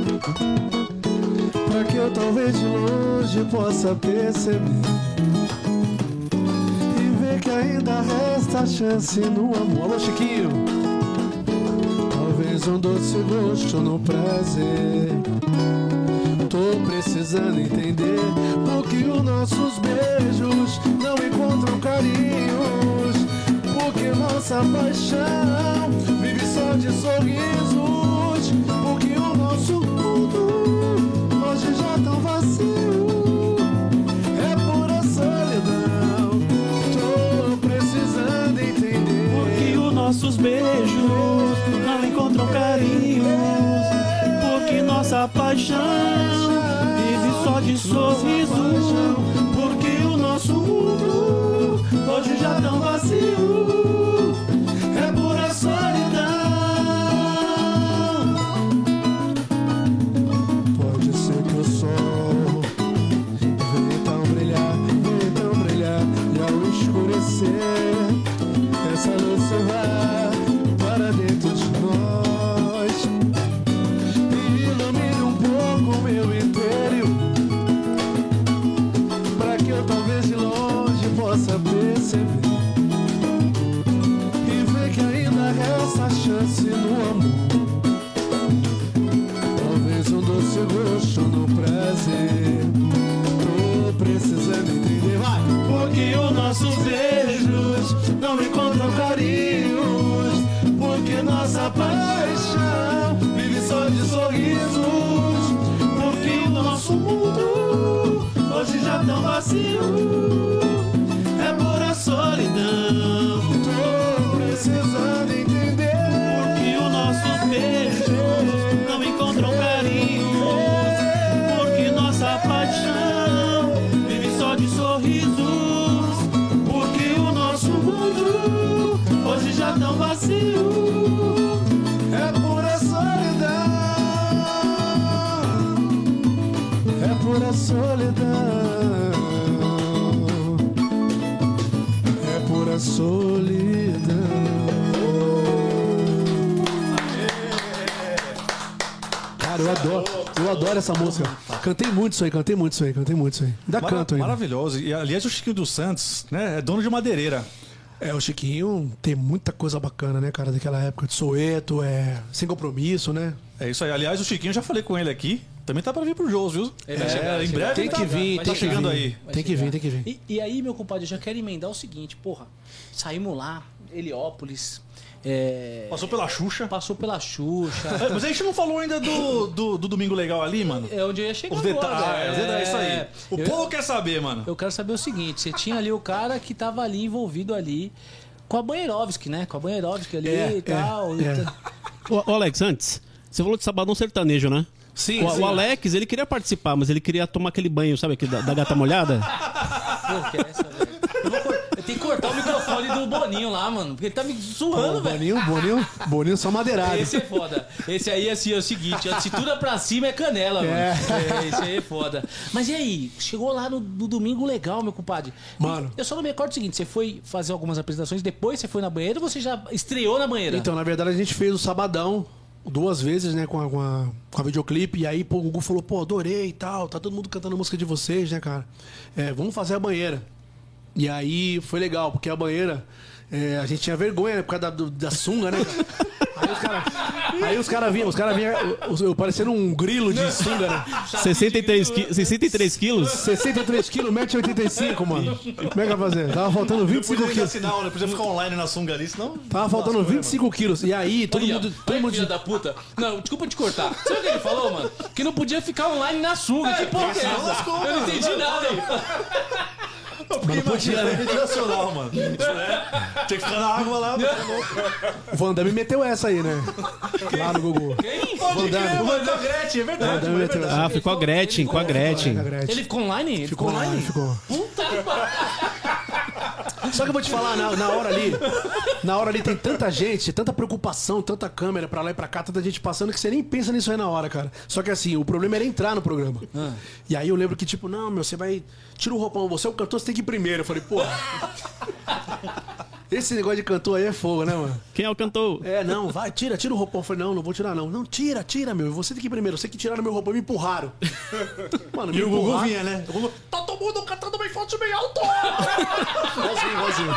S4: pra que eu talvez de longe possa perceber e ver que ainda resta chance no amor. Alô, Chiquinho. Talvez um doce gosto no prazer. Tô precisando entender por que os nossos beijos não encontram carinhos, porque nossa paixão vive só de sorrisos, porque o nosso mundo hoje já tão vazio, é pura solidão. Tô precisando entender
S3: Por que os nossos beijos não encontram carinhos, porque nossa paixão vive só de sorriso, porque o nosso mundo hoje já tão vazio, é pura solidão.
S4: Pode ser que o sol venha então brilhar, venha então brilhar, e ao escurecer essa luz se vai para dentro de nós e ilumine um pouco o meu interior, para que eu talvez de longe possa perceber e ver que ainda resta chance no amor. Talvez um doce gosto no prazer. Tô precisando entender, vai!
S3: Porque os nossos beijos não encontram carinhos, porque nossa paixão vive só de sorrisos, porque o nosso mundo hoje já tão vazio, é pura solidão.
S4: Tô precisando entender,
S3: Porque os nossos beijos não encontram carinhos, porque nossa paixão vive só de sorrisos, porque o nosso mundo hoje já tão vazio,
S4: é pura solidão, é pura solidão, é pura solidão. Cara, eu adoro, eu adoro essa música. Cantei muito isso aí, cantei muito isso aí, cantei muito isso aí. Ainda
S2: Mara-
S4: canto ainda.
S2: Maravilhoso. E aliás, o Chiquinho dos Santos, né, é dono de madeireira.
S4: É, o Chiquinho tem muita coisa bacana, né, cara, daquela época de Soweto, é, Sem Compromisso, né?
S2: É isso aí. Aliás, o Chiquinho, já falei com ele aqui, também tá pra vir pro Jôs, viu?
S1: Ele vai chegar, vai
S2: em
S1: chegar.
S2: breve
S4: Tem
S2: ele
S4: que
S2: tá,
S4: vir,
S1: vai
S4: tem
S2: tá
S4: que
S2: chegando
S4: vir.
S2: aí.
S1: Vai
S4: Tem que
S1: chegar.
S4: vir, tem que vir.
S1: E, e aí, meu compadre, eu já quero emendar o seguinte, porra. Saímos lá, Heliópolis, é,
S2: Passou pela Xuxa.
S1: passou pela Xuxa.
S2: É, mas a gente não falou ainda do, do, do Domingo Legal ali, mano.
S1: É onde eu ia chegar
S2: Os
S1: agora.
S2: detalhes, é, isso aí. O
S1: Eu-
S2: povo quer saber, mano.
S1: Eu quero saber o seguinte, você tinha ali o cara que tava ali envolvido ali com a Banheirovski, né? Com a Banheirovski ali
S4: É,
S1: e tal.
S4: é, é.
S3: Ô, ô, Alex, antes, você falou de Sabadão Sertanejo, né?
S4: Sim,
S3: O, o Alex, ele queria participar, mas ele queria tomar aquele banho, sabe, aquele da, da gata molhada?
S1: Pô, que é essa, velho? Eu, vou cor- eu tenho que cortar o microfone do Boninho lá, mano. Porque ele tá me zoando, velho.
S4: Boninho, Boninho, Boninho só madeirado.
S1: Esse é foda. Esse aí, assim, é o seguinte, a cintura pra cima é canela, mano.
S4: É.
S1: É, esse aí é foda. Mas e aí? Chegou lá no, no domingo legal, meu compadre.
S4: Mano.
S1: Eu só não me recordo o seguinte, você foi fazer algumas apresentações, depois você foi na banheira ou você já estreou na banheira?
S4: Então, na verdade, a gente fez o Sabadão duas vezes, né, com a, com a, com a videoclipe. E aí, pô, o Gugu falou, pô, adorei e tal. Tá todo mundo cantando a música de vocês, né, cara? É, vamos fazer a banheira. E aí foi legal, porque a banheira, é, a gente tinha vergonha, né, por causa da, do- da sunga, né, cara? Aí os caras aí os cara vinham, os caras vinham, eu, eu parecendo um grilo de sunga, né?
S3: sessenta e três, qui- sessenta e três quilos?
S4: sessenta e três quilos, um metro e oitenta e cinco, mano. Como é que vai fazer? Tava faltando vinte e cinco
S2: Podia
S4: quilos.
S2: sinal, né? Podia ficar online na sunga ali, senão...
S4: Tava faltando vinte e cinco quilos. E aí, todo
S1: Aí, ó,
S4: mundo. Todo
S1: aí,
S4: mundo
S1: filha da puta. Não, desculpa te cortar. Sabe o que ele falou, mano? Que não podia ficar online na sunga. Que porra que é essa? Eu não entendi nada.
S2: Mas não podia, né? Rede nacional, mano. Tinha que ficar na água lá.
S4: O Van Damme meteu essa aí, né? Lá no Gugu.
S1: Quem?
S2: Pode crer, mano. Da Gretchen, é verdade.
S4: Van Damme meteu essa.
S3: Ah, ficou a Gretchen, com a Gretchen.
S4: A Gretchen.
S1: Ele ficou online? Ele
S4: Ficou online, ficou.
S1: Puta que pariu.
S4: Só que eu vou te falar, na, na hora ali, na hora ali tem tanta gente, tanta preocupação, tanta câmera pra lá e pra cá, tanta gente passando que você nem pensa nisso aí na hora, cara. Só que assim, o problema era entrar no programa.
S1: Ah.
S4: E aí eu lembro que, tipo, não, meu, você vai. Tira o roupão, você é o cantor, você tem que ir primeiro. Eu falei, pô. Esse negócio de cantor aí é fogo, né, mano?
S3: Quem é o cantor?
S4: É, não, vai, tira, tira o roupão. Eu falei, não, não vou tirar, não. Não, tira, tira, meu. Você tem que ir primeiro. Você que tiraram meu roupão e me empurraram. Mano, me
S2: E o Gugu
S4: empurraram.
S2: vinha, né? O Gugu,
S4: Tá todo mundo cantando bem forte e bem alto! Igualzinho, igualzinho.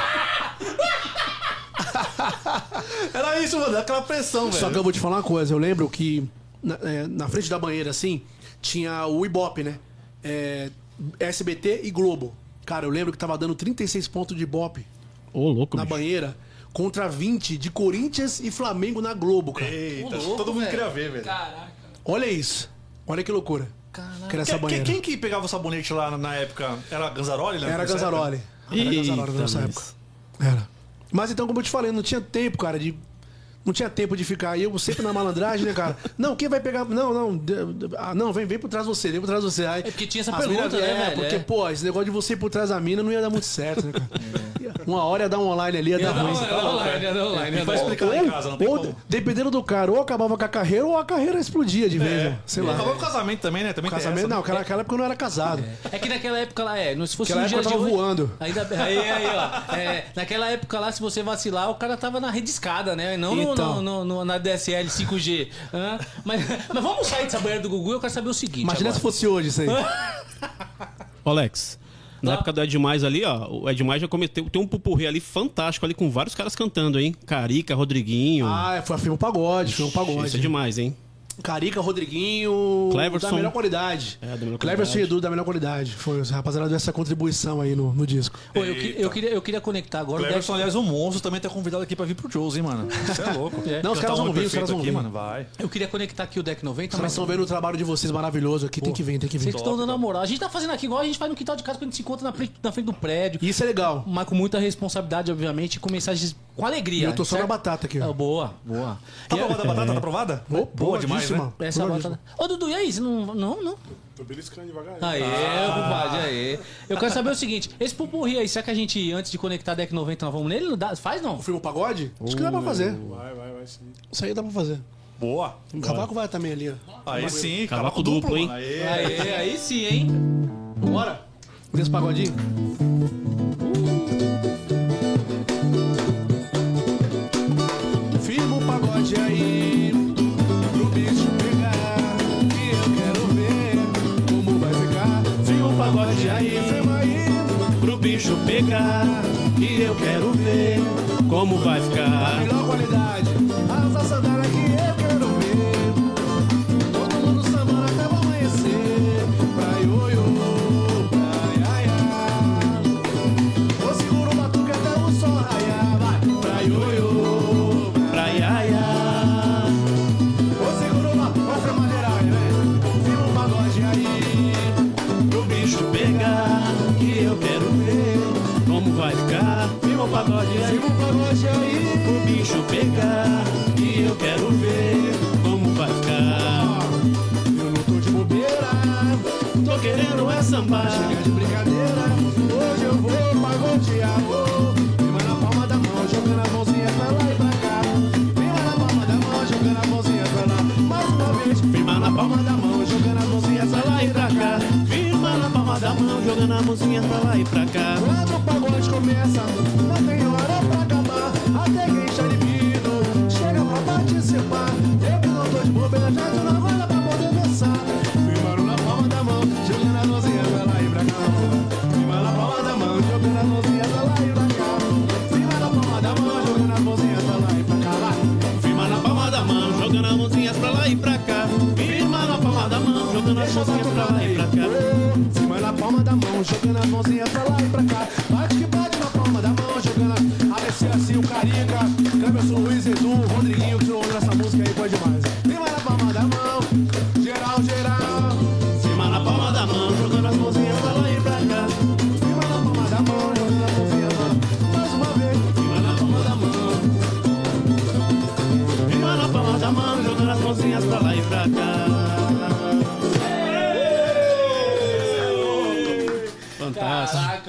S2: era isso, mano. Aquela pressão, velho.
S4: Só que eu vou te falar uma coisa, eu lembro que na, é, na frente da banheira, assim, tinha o Ibope, né? É, S B T e Globo. Cara, eu lembro que tava dando trinta e seis pontos de Ibope
S3: Ô, louco,
S4: na
S3: bicho.
S4: banheira contra vinte de Corinthians e Flamengo na Globo, cara.
S2: Eita,
S1: Ô, louco,
S2: todo mundo
S1: velho.
S2: queria ver, velho.
S1: Caraca.
S4: Olha isso. Olha que loucura.
S1: Caraca.
S4: Que era essa
S2: Quem,
S4: banheira.
S2: quem que pegava o sabonete lá na época? Era Ganzaroli, né?
S4: Era
S2: Nessa
S4: Ganzaroli.
S2: época?
S4: Era Ganzaroli
S3: Eita,
S4: na nossa
S3: mas-
S4: época. Era. Mas então, como eu te falei, não tinha tempo, cara, de. Não tinha tempo de ficar. E eu sempre na malandragem, né, cara? Não, quem vai pegar. Não, não. de- de- Ah, não, vem, vem por trás de você, vem por trás de você. Aí,
S1: É porque tinha essa
S4: as
S1: pergunta,
S4: minas-
S1: né,
S4: É,
S1: velho?
S4: porque,
S1: É.
S4: pô, esse negócio de você ir por trás da mina não ia dar muito certo, né, cara? Uma hora ia dar um online ali, ia dar ruim.
S2: Ele vai explicar lá em casa, não tem
S4: Ou,
S2: como.
S4: dependendo do cara, ou acabava com a carreira, ou a carreira explodia de vez, né? Sei lá.
S2: Acabou o casamento também, né? Também tem
S4: Casamento,
S2: essa,
S4: não,
S2: né?
S4: naquela naquela época eu não era casado.
S1: É que naquela época lá, é, não se fosse
S4: Naquela
S1: um dia
S4: época
S1: de
S4: eu tava
S1: hoje-
S4: voando.
S1: Ainda bem- aí, aí, ó. É, naquela época lá, se você vacilar, o cara tava na rede escada, né? Não no-
S4: Então.
S1: no, no- no- na D S L cinco G. Hã? Mas, mas vamos sair dessa banheira do Gugu, eu quero saber o seguinte.
S4: Imagina
S1: agora.
S4: se fosse hoje isso aí.
S3: Ô, Alex, na
S1: Tá.
S3: época do Ed Mais ali, ó, o Ed Mais já cometeu, tem um pupurri ali fantástico ali com vários caras cantando, hein? Carica, Rodriguinho.
S4: Ah, foi filme um pagode, foi um pagode.
S3: Isso é demais, hein?
S4: Carica, Rodriguinho.
S3: Cleverson.
S4: Da melhor qualidade.
S3: É, da melhor
S4: Cleverson
S3: qualidade.
S4: e Edu da melhor qualidade. Foi, os rapaziada deu essa contribuição aí no, no disco.
S1: Pô, eu, que- eu queria, eu queria conectar agora. o
S2: Cleverson,
S1: Deck-
S2: aliás, um monstro, também tá convidado aqui pra vir pro Joes, hein, mano? Você é louco.
S1: É.
S4: Não, os
S2: Já
S4: caras
S2: tá
S4: vão
S2: muito
S4: vir, os caras
S2: perfeito
S4: vão
S2: aqui,
S4: vir.
S2: mano. Vai.
S1: Eu queria conectar aqui o Deck noventa,
S4: Os caras
S1: mas
S4: estão vendo o trabalho de vocês maravilhoso aqui. Tem que vir, tem que vir.
S1: vocês estão dando a moral. A gente tá fazendo aqui igual a gente faz no quintal de casa quando a gente se encontra na frente, na frente do prédio.
S4: E isso é legal.
S1: Mas com muita responsabilidade, obviamente, e com mensagens com alegria.
S4: Eu tô só
S1: certo?
S4: na batata aqui, ó.
S1: Ah, boa, boa.
S2: Tá
S1: E-
S2: aprovada a batata? Tá aprovada?
S4: Ô,
S2: Boa demais, né?
S4: boadíssima.
S1: Essa é a
S4: Boadíssima.
S1: batata. Ô, Dudu, e aí? Você não. Não, não.
S5: Tô beliscando devagar.
S1: Aê, compadre, aê. Eu quero saber o seguinte: esse pupurri aí, será que a gente, antes de conectar Deck noventa, nós vamos nele? Não dá- Faz não?
S4: O filme pagode? Acho que dá pra fazer.
S5: Vai, vai, vai sim.
S4: Isso aí dá pra fazer.
S2: Boa.
S4: O cavaco vai também ali, ó.
S2: Aí sim,
S3: Cavaco duplo, hein?
S2: mano. Aê.
S1: Aê, aí sim, hein?
S4: Bora? Vê esse pagodinho? Firma o pagode aí pro bicho pegar, que eu quero ver como vai ficar. Firma o pagode aí, firma aí.
S3: Pro bicho pegar, e eu quero ver como vai
S4: A
S3: ficar.
S4: melhor qualidade, as sandália que eu quero ver. Todo mundo sambando até o amanhecer. Pra ioiô, pra iaiá. Vou seguro o batuque até o sol raiar. Vai, pra ioiô,
S3: Pra iaiá.
S4: vou seguro o batuque, vai pra madeira, velho. Firma o pagode aí.
S3: Pro bicho pegar, que eu quero ver como vai ficar. Firma o pagode aí.
S4: Firma o pagode aí.
S3: Pro bicho pegar, que eu quero ver como vai ficar.
S4: Eu não tô de bobeira.
S3: Tô querendo é sambar.
S4: Chega de brincadeira, hoje eu vou pagodear, vou. Firma na palma da mão, jogando a mãozinha pra lá e pra cá. Firma na palma da mão, jogando a mãozinha pra lá. Mais uma vez, firma na palma da mão, jogando a mãozinha pra lá e pra cá.
S3: Firma na palma da mão, jogando a mãozinha pra lá e pra cá.
S4: Quando o pagode começa, não tem hora pra acabar. Até quem está libido, chega pra participar. Eu que não tô de bobeira, já tô na roda pra poder dançar. Firmando na palma da mão, jogando a mãozinha pra lá e pra cá. Firma na palma da mão, jogando a mãozinha pra lá e pra cá. Firma na palma da mão, jogando a mãozinha pra lá e pra cá. Vai.
S3: Firma na palma da mão, jogando as mãozinhas pra lá e pra cá. Firma na palma da mão, jogando as mãozinhas pra lá e pra cá.
S4: Firma na palma da mão, jogando as mãozinhas pra lá e pra cá. Bate que bate na palma da mão, jogando a descer assim o Carica, Cleverson, Luiz, Edu, Rodriguinho, que tirou onda nessa música aí, pode demais. Firma na palma da mão, geral, geral.
S3: Firma na palma da mão, jogando as mãozinhas pra lá e pra cá.
S4: Firma na palma da mão,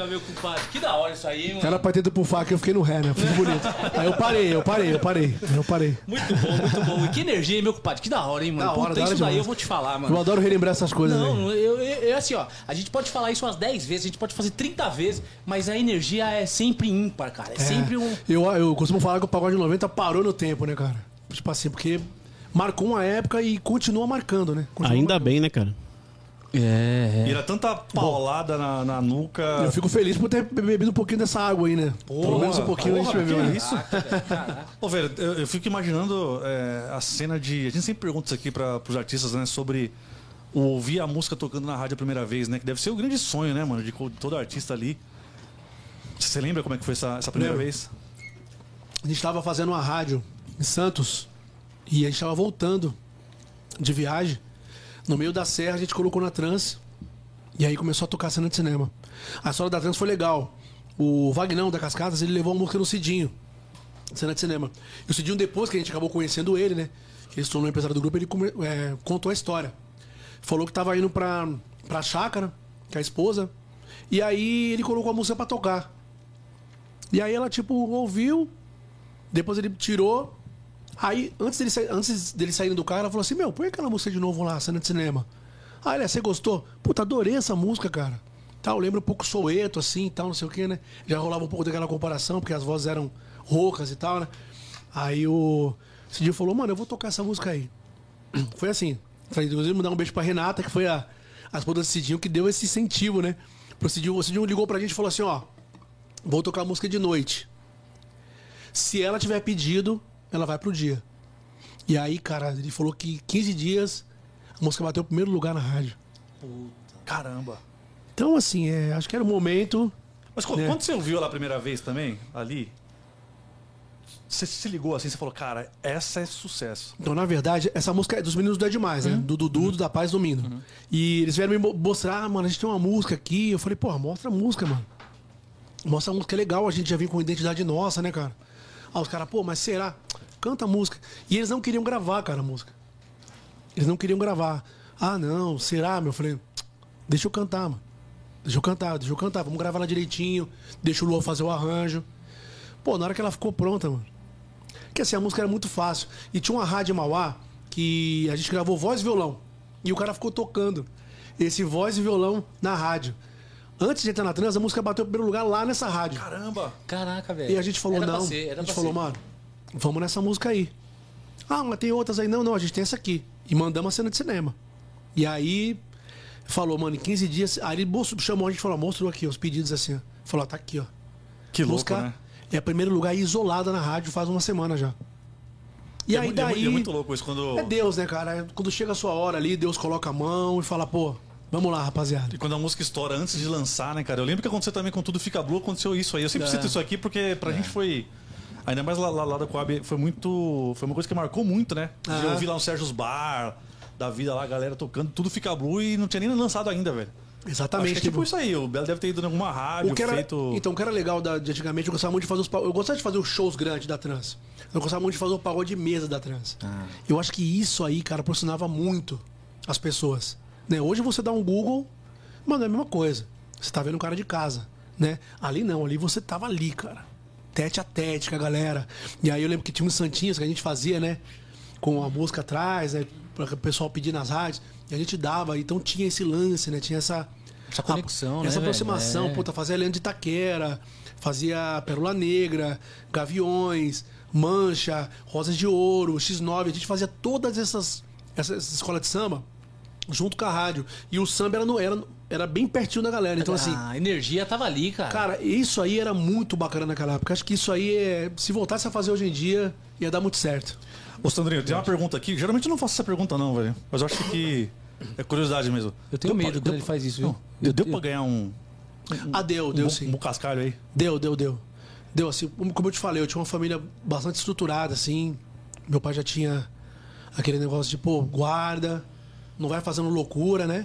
S1: Caraca, meu compadre. Que da hora isso aí, mano.
S4: Era pra ter ido pro faca, eu fiquei no ré, né? Foi bonito. Aí eu parei, eu parei, eu parei. Eu parei.
S1: Muito bom, muito bom. E que energia, hein, meu compadre? Que da hora, hein, mano?
S4: Da hora,
S1: Puta,
S4: da hora
S1: isso daí
S4: demais.
S1: eu vou te falar, mano.
S4: Eu adoro relembrar essas coisas aí.
S1: Não, eu, eu, eu, assim, ó, a gente pode falar isso umas dez vezes, a gente pode fazer trinta vezes, mas a energia é sempre ímpar, cara. É, sempre um.
S4: Eu, eu costumo falar que o Pagode noventa parou no tempo, né, cara? Tipo assim, porque marcou uma época e continua marcando, né? Continua
S3: Ainda
S4: marcando.
S3: bem, né, cara?
S1: É,
S2: E era tanta paulada na, na nuca.
S4: Eu fico feliz por ter bebido um pouquinho dessa água aí, né? Pelo menos um pouquinho a gente
S2: porra,
S4: bebeu,
S2: que
S4: né?
S2: isso? Ô, velho, eu, eu fico imaginando é, a cena de. A gente sempre pergunta isso aqui para pros artistas, né? Sobre o ouvir a música tocando na rádio a primeira vez, né? Que deve ser o grande sonho, né, mano? De co- todo artista ali. Você lembra como é que foi essa, essa primeira
S4: Lembro.
S2: vez?
S4: A gente tava fazendo uma rádio em Santos e a gente tava voltando de viagem. No meio da serra a gente colocou na trance e aí começou a tocar cena de cinema. A história da trance foi legal. O Vagnão da Cascatas, ele levou a música no Cidinho, cena de cinema. E o Cidinho, depois que a gente acabou conhecendo ele, né? Que ele se tornou empresário do grupo, ele come- é, contou a história. Falou que tava indo pra, pra chácara, com a esposa, e aí ele colocou a música pra tocar. E aí ela, tipo, ouviu, depois ele tirou. Aí, antes dele, sa- antes dele sair do carro, ela falou assim: Meu, põe aquela música de novo lá, cena de cinema. Ah, ele, você gostou? Puta, adorei essa música, cara. Tal, lembra um pouco Soweto, assim, tal, não sei o que, né? Já rolava um pouco daquela comparação, porque as vozes eram roucas e tal, né? Aí o Cidinho falou: Mano, eu vou tocar essa música aí. Foi assim. Inclusive, mandar um beijo pra Renata, que foi a, a esposa do Cidinho, que deu esse incentivo, né? Pro Cidinho, o Cidinho ligou pra gente e falou assim: Ó, vou tocar a música de noite. Se ela tiver pedido, ela vai pro dia. E aí, cara, ele falou que quinze dias a música bateu o primeiro lugar na rádio.
S2: Caramba.
S4: Então, assim, é, acho que era o momento.
S2: Mas co-
S4: É.
S2: quando você ouviu ela a primeira vez também, ali, você se ligou assim, você falou, cara, essa é sucesso.
S4: Então, na verdade, essa música é dos meninos do É Demais, né? Do Dudu, do Da Paz, do Mindo. E eles vieram me mo- mostrar: ah, mano, a gente tem uma música aqui. Eu falei: Porra, mostra a música, mano. Mostra a música, é legal, a gente já vem com identidade nossa, né, cara? Ah, os caras: Pô, mas será? Canta a música. E eles não queriam gravar, cara, a música. Eles não queriam gravar. Ah, não, será, meu? Eu falei: Deixa eu cantar, mano. Deixa eu cantar, deixa eu cantar. Vamos gravar ela direitinho. Deixa o Luan fazer o arranjo. Pô, na hora que ela ficou pronta, mano. Porque assim, a música era muito fácil. E tinha uma rádio em Mauá que a gente gravou voz e violão. E o cara ficou tocando esse voz e violão na rádio. Antes de entrar na trans, a música bateu em primeiro lugar lá nessa rádio.
S2: Caramba.
S1: Caraca, velho.
S4: E a gente falou:
S1: Era pra
S4: Não.
S1: ser, era
S4: a gente
S1: pra
S4: falou:
S1: ser.
S4: Mano, vamos nessa música aí. Ah, mas tem outras aí. Não, não, a gente tem essa aqui. E mandamos a cena de cinema. E aí falou: Mano, em quinze dias. Aí ele mostrou- chamou a gente e falou: Mostrou aqui os pedidos assim, ó. Falou: ó, Tá aqui, ó.
S2: Que louco,
S4: música
S2: né?
S4: é o primeiro lugar isolada na rádio faz uma semana já. E
S2: é,
S4: aí
S2: mu- é mu-
S4: daí.
S2: é muito louco isso quando.
S4: É Deus, né, cara? Quando chega a sua hora ali, Deus coloca a mão e fala: Pô, vamos lá, rapaziada.
S2: E quando a música estoura antes de lançar, né, cara? Eu lembro que aconteceu também com Tudo Fica Blue, aconteceu isso aí. Eu sempre
S4: É.
S2: cito isso aqui porque pra gente foi. Ainda mais lá, lá, lá da Coab, foi muito. Foi uma coisa que marcou muito, né? De
S4: Ah.
S2: ouvir lá no Sérgio's Bar, da vida lá, a galera tocando, Tudo Fica Blue e não tinha nem lançado ainda, velho.
S4: Exatamente.
S2: Acho que é tipo
S4: tipo,
S2: isso aí. O Belo deve ter ido em alguma rádio,
S4: o que era,
S2: feito.
S4: Então, o que era legal da, de antigamente, eu gostava muito de fazer os pa- Eu gostava de fazer os shows grandes da trans. Eu gostava muito de fazer o pagode de mesa da trans. Eu acho que isso aí, cara, aproximava muito as pessoas. Né? Hoje você dá um Google, mano, é a mesma coisa. Você tá vendo um cara de casa, né? Ali não, ali você tava ali, cara. Tete a tete com a galera. E aí eu lembro que tinha uns santinhos que a gente fazia, né? Com a música atrás, né? Pra o pessoal pedir nas rádios. E a gente dava. Então tinha esse lance, né? Tinha essa...
S1: Essa conexão,
S4: a,
S1: né,
S4: Essa
S1: velho?
S4: aproximação.
S1: É.
S4: Puta, fazia Leandro de Itaquera, fazia Pérola Negra, Gaviões, Mancha, Rosas de Ouro, X nove. A gente fazia todas essas, essas, essas escolas de samba junto com a rádio. E o samba era, no, era, era bem pertinho da galera. Então, assim,
S1: A energia tava ali, cara.
S4: cara, isso aí era muito bacana naquela época. Acho que isso aí, é, se voltasse a fazer hoje em dia, ia dar muito certo.
S2: Ô, Sandrinho, tem uma pergunta aqui. Geralmente eu não faço essa pergunta, não, velho. Mas eu acho que é curiosidade mesmo.
S1: Eu tenho
S2: Deu pra-
S1: medo quando
S2: deu-
S1: ele faz isso, viu?
S2: Não, deu,
S1: Eu-
S2: deu
S1: eu-
S2: pra ganhar um.
S4: Ah, deu, deu
S2: um,
S4: sim.
S2: Um cascalho aí.
S4: Deu, deu, deu. Deu, assim, como como eu te falei, eu tinha uma família bastante estruturada, assim. Meu pai já tinha aquele negócio de, pô, guarda, não vai fazendo loucura, né?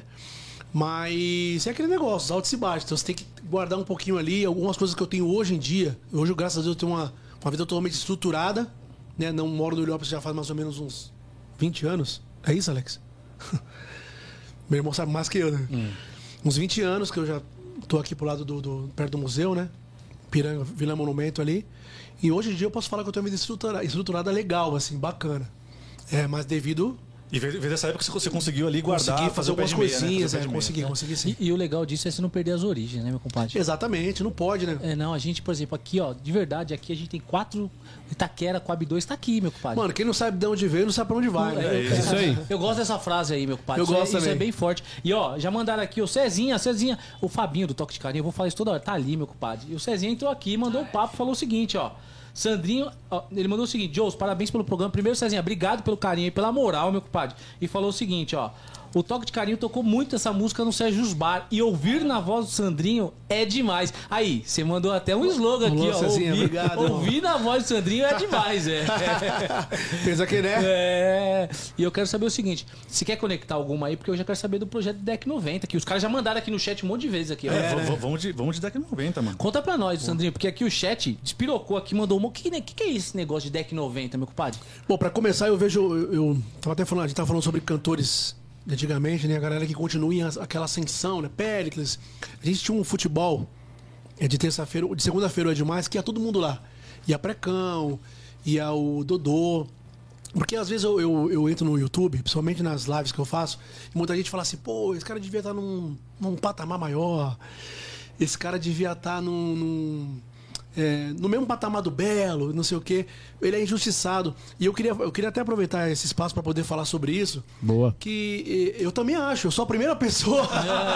S4: Mas é aquele negócio, os altos e baixos. Então você tem que guardar um pouquinho ali. Algumas coisas que eu tenho hoje em dia. Hoje, graças a Deus, eu tenho uma, uma vida totalmente estruturada, né? Não moro no Ilhéus já faz mais ou menos uns vinte anos. É isso, Alex? Meu irmão sabe mais que eu, né? Uns vinte anos que eu já tô aqui pro lado do, do perto do museu, né? Piranga, Vila Monumento ali. E hoje em dia eu posso falar que eu tenho uma vida estruturada, estruturada legal, assim, bacana. É, mas devido...
S2: E veio dessa época que você conseguiu ali guardar,
S4: consegui fazer algumas coisinhas,
S2: né?
S4: é, consegui, consegui sim.
S1: E, e o legal disso é você não perder as origens, né, meu compadre?
S4: Exatamente, não pode, né?
S1: É, não, a gente, por exemplo, aqui, ó, de verdade, aqui a gente tem quatro. Itaquera, Coab dois tá aqui, meu compadre.
S4: Mano, quem não sabe de onde veio, não sabe pra onde vai, né?
S1: É, eu-
S3: isso aí.
S1: Eu gosto dessa frase aí, meu compadre.
S4: Eu
S1: isso
S4: gosto
S1: é, isso
S4: também.
S1: é bem forte. E ó, já mandaram aqui o Cezinha, Cezinha, o Fabinho do Toque de Carinho, eu vou falar isso toda hora, tá ali, meu compadre. E o Cezinha entrou aqui, mandou um papo, falou o seguinte, ó. Sandrinho, ó, ele mandou o seguinte: Jones, parabéns pelo programa. Primeiro, Cezinha, obrigado pelo carinho e pela moral, meu compadre. E falou o seguinte, ó. O Toque de Carinho tocou muito essa música no Sérgio Bar. E ouvir na voz do Sandrinho é demais. Aí, você mandou até um slogan aqui,
S4: Alô,
S1: ó.
S4: Cezinha,
S1: Ouvir,
S4: obrigado.
S1: ouvir na voz do Sandrinho é demais, é.
S4: Fez aqui, né?
S1: É. E eu quero saber o seguinte: se quer conectar alguma aí, porque eu já quero saber do projeto Deck noventa, que os caras já mandaram aqui no chat um monte de vezes aqui, ó.
S2: É, v- v- vamos, de, vamos de Deck noventa, mano.
S1: Conta pra nós, Sandrinho, porque aqui o chat despirocou aqui, mandou um. O que, que, que é esse negócio de Deck noventa, meu compadre?
S4: Bom, pra começar, eu vejo. Eu, eu tava até falando, a gente tava falando sobre cantores de antigamente, né? A galera que continua em as- aquela ascensão, né? Péricles. A gente tinha um futebol é, de terça-feira, de segunda-feira ou é demais, que ia todo mundo lá. Ia Precão, ia o Dodô. Porque às vezes eu, eu, eu entro no YouTube, principalmente nas lives que eu faço, e muita gente fala assim, pô, esse cara devia estar num, num patamar maior, esse cara devia estar num. num é, no mesmo patamar do Belo, não sei o quê. Ele é injustiçado. E eu queria, eu queria até aproveitar esse espaço para poder falar sobre isso.
S3: Boa.
S4: Que eh, eu também acho, eu sou a primeira pessoa.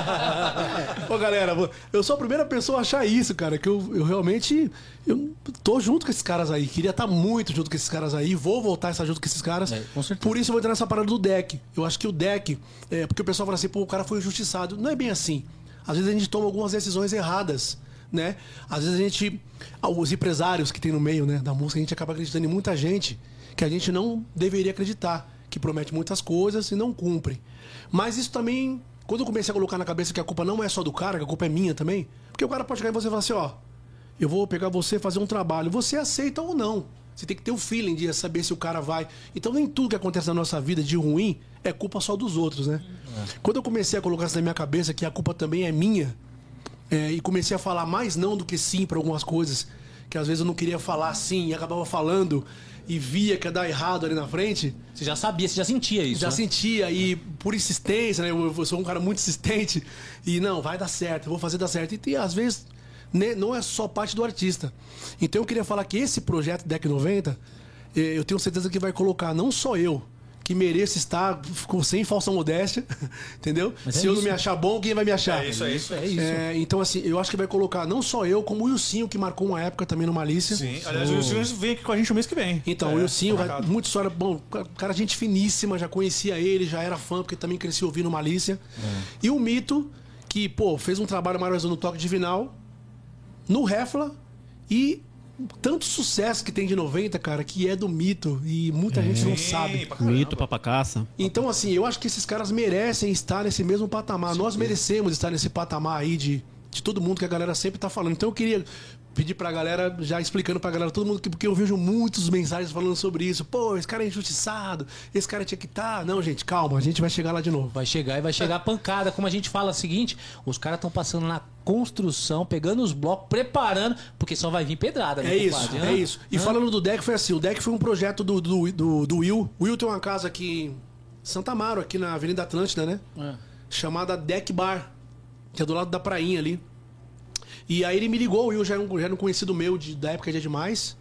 S4: Ô galera, eu sou a primeira pessoa a achar isso, cara. Que eu, eu realmente. Eu tô junto com esses caras aí. Queria estar muito junto com esses caras aí. Vou voltar a estar junto com esses caras.
S1: É, com certeza.
S4: Por isso eu vou entrar nessa parada do deck. Eu acho que o deck. É, porque o pessoal fala assim, pô, o cara foi injustiçado. Não é bem assim. Às vezes a gente toma algumas decisões erradas, né? Às vezes a gente... Os empresários que tem no meio, né, da música, a gente acaba acreditando em muita gente que a gente não deveria acreditar, que promete muitas coisas e não cumpre. Mas isso também, quando eu comecei a colocar na cabeça que a culpa não é só do cara, que a culpa é minha também, porque o cara pode chegar em você e falar assim, ó, eu vou pegar você e fazer um trabalho, você aceita ou não. Você tem que ter o feeling de saber se o cara vai. Então nem tudo que acontece na nossa vida de ruim é culpa só dos outros, né? É. Quando eu comecei a colocar isso na minha cabeça, que a culpa também é minha, É, e comecei a falar mais não do que sim para algumas coisas que às vezes eu não queria falar sim e acabava falando e via que ia dar errado ali na frente.
S1: Você já sabia, você já sentia isso.
S4: Já
S1: né?
S4: sentia e por insistência, né? Eu, eu sou um cara muito insistente e não, vai dar certo, eu vou fazer dar certo. E, e às vezes né, não é só parte do artista. Então eu queria falar que esse projeto Deck noventa, eh, eu tenho certeza que vai colocar não só eu, que mereço estar com, sem falsa modéstia, entendeu?
S1: Mas
S4: Se
S1: é
S4: eu
S1: isso.
S4: não me achar bom, quem vai me achar?
S2: É isso, é isso.
S1: É isso.
S4: É, então, assim, eu acho que vai colocar não só eu, como o Wilsinho, que marcou uma época também no Malícia.
S2: Sim, aliás, o Wilson vem aqui com a gente o mês que vem.
S4: Então,
S2: É,
S4: o Wilsinho, vai,
S2: marcado.
S4: muita história. Bom, cara, gente finíssima, já conhecia ele, já era fã, porque também cresci ouvindo Malícia. E o Mito, que, pô, fez um trabalho maravilhoso no Toque Divinal, no Refla e. Tanto sucesso que tem de noventa, cara, que é do Mito e muita gente não
S2: Sim,
S4: sabe.
S2: pra caramba.
S3: Mito, papacaça.
S4: Então, assim, eu acho que esses caras merecem estar nesse mesmo patamar. Nós merecemos estar nesse patamar aí de, de todo mundo que a galera sempre tá falando. Então, eu queria pedir pra galera, já explicando pra galera, todo mundo, que- porque eu vejo muitos mensagens falando sobre isso. Pô, esse cara é injustiçado, esse cara tinha que estar. Não, gente, calma, a gente vai chegar lá de novo.
S1: Vai chegar e vai chegar a pancada. Como a gente fala o seguinte, os caras estão passando na construção, pegando os blocos, preparando, porque só vai vir pedrada.
S4: É
S1: meu
S4: isso,
S1: compadre,
S4: é
S1: hã?
S4: isso. E
S1: Hã?
S4: falando do deck, foi assim: o deck foi um projeto do, do, do, do Will. O Will tem uma casa aqui em Santa Amaro, aqui na Avenida Atlântida, né?
S1: É.
S4: Chamada Deck Bar, que é do lado da prainha ali. E aí ele me ligou, o Will já era um, já era um conhecido meu de, da época de É Demais.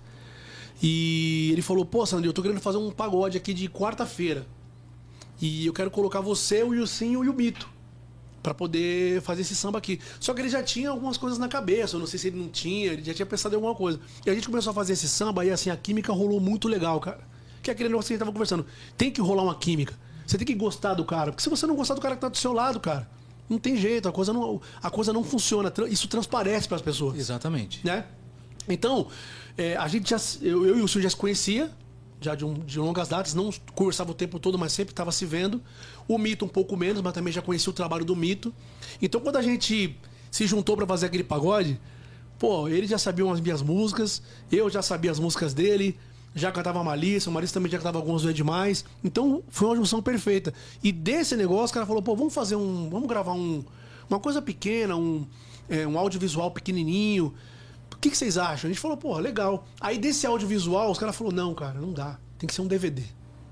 S4: E ele falou, pô, Sandro, eu tô querendo fazer um pagode aqui de quarta-feira. E eu quero colocar você, o Wilsinho e o Mito pra poder fazer esse samba aqui. Só que ele já tinha algumas coisas na cabeça, eu não sei se ele não tinha, ele já tinha pensado em alguma coisa. E a gente começou a fazer esse samba e assim, a química rolou muito legal, cara. Que é aquele negócio que a gente tava conversando. Tem que rolar uma química. Você tem que gostar do cara. Porque se você não gostar do cara que tá do seu lado, cara, não tem jeito, a coisa não, a coisa não funciona. Isso transparece pras pessoas.
S1: Exatamente.
S4: Né? Então, é, a gente já. Eu, eu e o Silvio já se conhecia, já de, um, de longas datas, não conversava o tempo todo, mas sempre estava se vendo. O Mito um pouco menos, mas também já conhecia o trabalho do Mito. Então, quando a gente se juntou para fazer aquele pagode, pô, ele já sabia as minhas músicas, eu já sabia as músicas dele, já cantava Malícia, o Malícia também já cantava algumas do É Demais. Então, foi uma junção perfeita. E desse negócio, o cara falou, pô, vamos fazer um. Vamos gravar um, uma coisa pequena, um. é, um audiovisual pequenininho. O que, que vocês acham? A gente falou, porra, legal. Aí desse audiovisual, os caras falaram, não, cara, não dá. Tem que ser um D V D.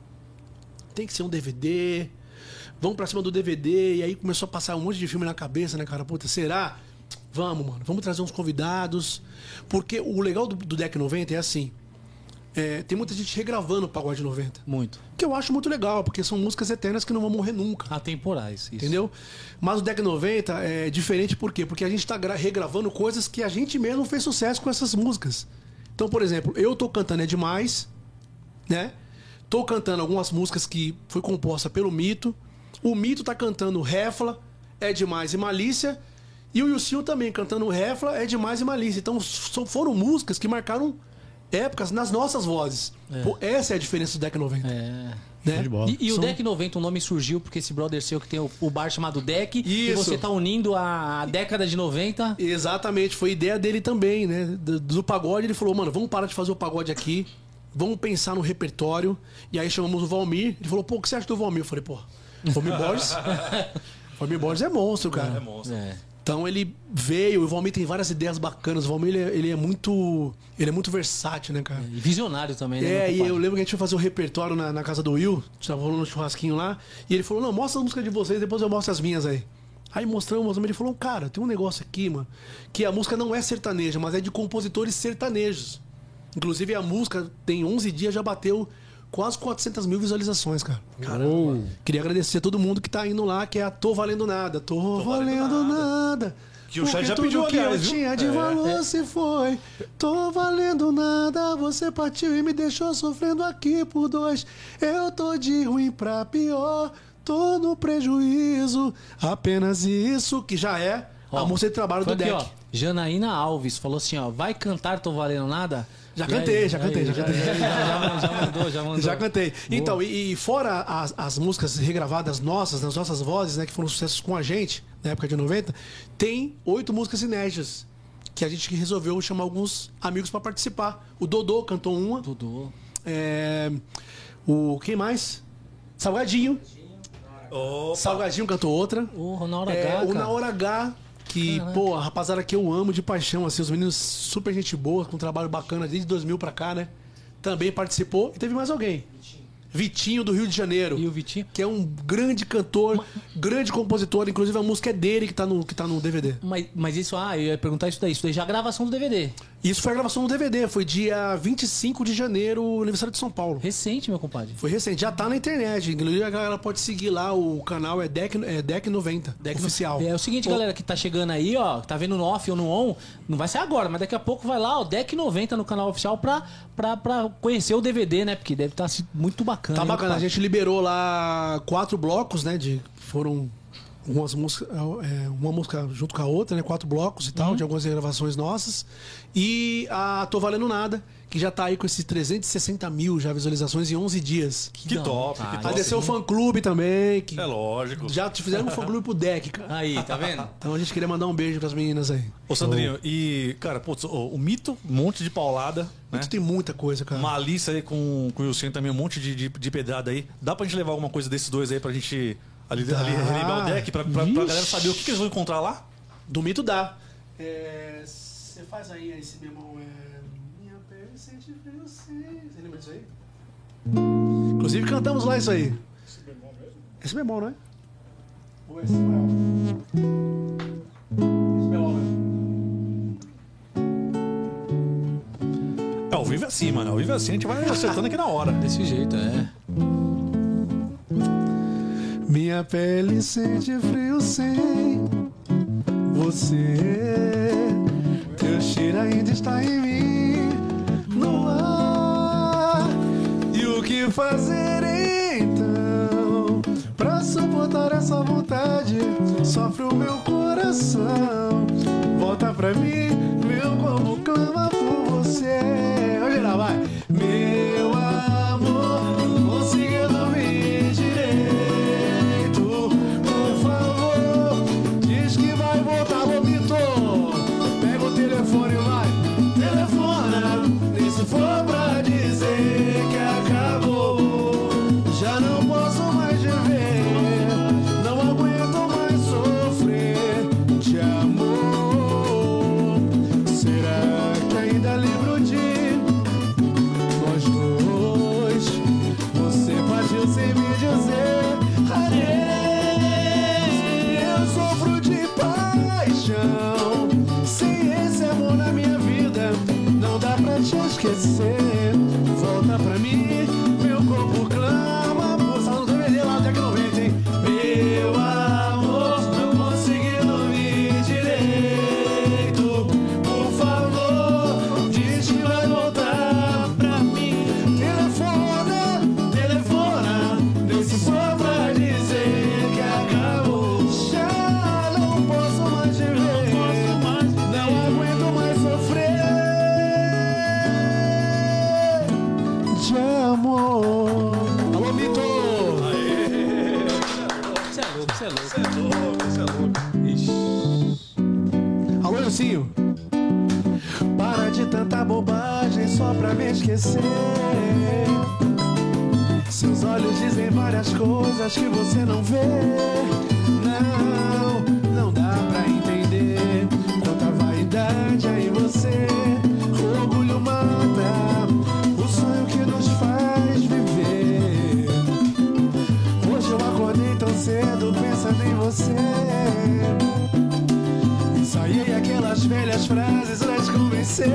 S4: Tem que ser um D V D. Vamos pra cima do D V D. E aí começou a passar um monte de filme na cabeça, né, cara? Puta, será? Vamos, mano. Vamos trazer uns convidados. Porque o legal do, do Deck noventa é assim. É, tem muita gente regravando o Pagode noventa.
S1: Muito.
S4: Que eu acho muito legal, porque são músicas eternas que não vão morrer nunca.
S1: Atemporais, isso.
S4: Entendeu? Mas o Deck noventa é diferente por quê? Porque a gente tá gra- regravando coisas que a gente mesmo fez sucesso com essas músicas. Então, por exemplo, eu tô cantando É Demais, né? Tô cantando algumas músicas que foi composta pelo Mito. O Mito tá cantando Réfla, É Demais e Malícia. E o Ilcinho também cantando Réfla, É Demais e Malícia. Então so- foram músicas que marcaram épocas nas nossas vozes.
S1: É.
S4: Pô, essa é a diferença do Deck noventa.
S1: É.
S4: Né?
S3: Show de bola.
S1: E, e o
S4: São-
S1: Deck noventa, o nome surgiu porque esse brother seu que tem o, o bar chamado Deck. E
S4: Isso.
S1: você tá unindo a, a década de noventa.
S4: Exatamente, foi ideia dele também, né? Do, do pagode, ele falou, mano, vamos parar de fazer o pagode aqui, vamos pensar no repertório. E aí chamamos o Valmir, ele falou, pô, o que você acha do Valmir? Eu falei, pô, Valmir Borges. Valmir Borges é monstro, cara.
S2: É monstro.
S1: É.
S4: Então ele veio, o Valmir tem várias ideias bacanas. O Valmir, ele é, ele é muito. Ele é muito versátil, né, cara?
S1: E visionário também, né?
S4: É,
S1: meu
S4: e
S1: compadre?
S4: eu lembro que a gente foi fazer o repertório na, na casa do Will, tava rolando um churrasquinho lá, e ele falou, não, mostra as músicas de vocês, depois eu mostro as minhas aí. Aí mostramos, mostramos, ele falou, cara, tem um negócio aqui, mano, que a música não é sertaneja, mas é de compositores sertanejos. Inclusive a música tem onze dias, já bateu quase quatrocentas mil visualizações, cara.
S3: Caramba.
S4: Queria agradecer a todo mundo que tá indo lá, que é a Tô Valendo Nada. Tô,
S2: Tô
S4: valendo,
S2: valendo
S4: nada.
S2: Que o chat
S4: porque
S2: já
S4: tudo
S2: pediu,
S4: que
S2: aliás,
S4: eu
S2: viu?
S4: tinha de
S2: É.
S4: valor se foi. Tô valendo nada, você partiu e me deixou sofrendo aqui por dois. Eu tô de ruim pra pior, tô no prejuízo. Apenas isso, que já é
S1: Ó,
S4: a música de trabalho
S1: foi
S4: do
S1: aqui,
S4: Deck.
S1: ó, Janaína Alves falou assim, ó, vai cantar Tô Valendo Nada?
S4: Já
S1: E
S4: cantei,
S1: aí,
S4: já
S1: aí,
S4: cantei, já cantei.
S1: Já, já, já mandou, já mandou.
S4: Já cantei.
S1: Boa.
S4: Então, e, e fora as, as músicas regravadas nossas, nas nossas vozes, né, que foram sucessos com a gente, na época de noventa, tem oito músicas inéditas, que a gente resolveu chamar alguns amigos pra participar. O Dodô cantou uma.
S1: Dodô.
S4: É, o quem mais? Salgadinho.
S2: Opa.
S4: Salgadinho cantou outra.
S1: O Na Hora
S4: É,
S1: H,
S4: o
S1: cara.
S4: Na Hora H, que,
S1: Caraca.
S4: pô, a rapaziada que eu amo de paixão, assim, os meninos super gente boa, com um trabalho bacana desde dois mil pra cá, né? Também participou. E teve mais alguém. Vitinho, do Rio de Janeiro.
S1: E o Vitinho?
S4: Que é um grande cantor, grande compositor. Inclusive a música é dele que tá no, que tá no D V D.
S1: Mas, mas isso, ah, eu ia perguntar isso daí. Isso daí já é a gravação do D V D.
S4: Isso foi a gravação do D V D. Foi dia vinte e cinco de janeiro, aniversário de São Paulo.
S1: Recente, meu compadre.
S4: Foi recente, já tá na internet. Inclusive a galera pode seguir lá, o canal é Deck, é Deck noventa, Deck oficial.
S1: É o seguinte,
S4: Ô,
S1: galera, que tá chegando aí, ó, tá vendo no off ou no on, não vai ser agora, mas daqui a pouco vai lá, ó, Deck noventa no canal oficial pra, pra, pra conhecer o D V D, né? Porque deve estar muito bacana.
S4: Tá
S1: hein,
S4: bacana, a
S1: compadre?
S4: gente liberou lá quatro blocos, né? De, foram algumas músicas, é, uma música junto com a outra, né? Quatro blocos e tal, de algumas gravações nossas. E a Tô Valendo Nada, que já tá aí com esses trezentos e sessenta mil já visualizações em onze dias.
S2: Que
S1: da
S2: top,
S1: hora.
S2: que
S4: Aí
S2: top.
S4: desceu o fã clube também, que
S2: É lógico.
S4: já te fizeram um fã clube pro Deck, cara.
S1: Aí, tá vendo?
S4: Então a gente queria mandar um beijo pras meninas aí.
S2: Ô, Sandrinho, e, cara, putz, o, o Mito, um monte de paulada, né?
S4: Tem muita coisa, cara.
S2: Malícia aí com, com o Wilson também, um monte de, de, de pedrada aí. Dá pra gente levar alguma coisa desses dois aí pra gente ali,
S4: Dá.
S2: ali relembrar o deck, pra, pra, pra galera saber o que, que eles vão encontrar lá?
S4: Do Mito dá. Você faz aí esse bemol. É... Minha pele sente frio, sim. Você lembra disso aí? Inclusive cantamos lá isso aí. Esse bemol mesmo? Esse bemol, não é? Ou esse maior? Esse bemol, né?
S2: É, ao vivo é assim, mano. Ao vivo é assim, a gente vai acertando aqui na hora.
S1: Desse jeito, é.
S4: Minha pele sente frio sem você. Teu cheiro ainda está em mim, no ar. E o que fazer então pra suportar essa vontade? Sofre o meu coração. Volta pra mim, meu corpo clama por você. Onde ela vai? Meu amor, consiga dormir direito. Por favor, diz que vai voltar, Lobito. Pega o telefone e vai. Telefona, nem se for pra dizer que acabou. Já não posso mais te ver. Não aguento mais sofrer de amor. te amo. Alô, Mito!
S1: Você é louco, você é louco.
S2: Você é louco, você é louco.
S1: Ixi.
S4: Alô, Ilcinho. Para de tanta bobagem só pra me esquecer. Seus olhos dizem várias coisas que você não vê. Não, não dá pra entender quanta vaidade há em você. O orgulho mata o sonho que nos faz viver. Hoje eu acordei tão cedo pensando em você. Ensaiei aquelas velhas frases pra te convencer.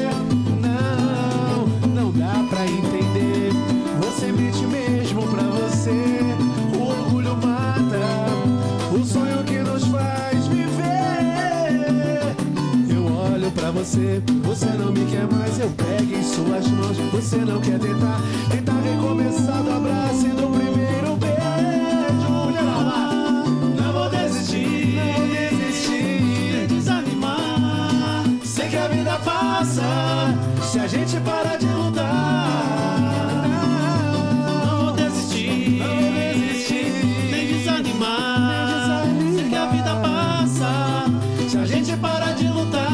S4: Não, não dá pra entender. Você mente mesmo pra você. O orgulho mata o sonho que nos faz viver. Eu olho pra você, você não me quer mais. Eu pego em suas mãos, você não quer tentar. Tentar recomeçar do abraço e do primeiro beijo. Não vou desistir, não vou desistir, nem desanimar. Sei que a vida passa se a gente parar de lutar. Não vou desistir, não vou desistir, nem desanimar. Sei que a vida passa se a gente parar de lutar.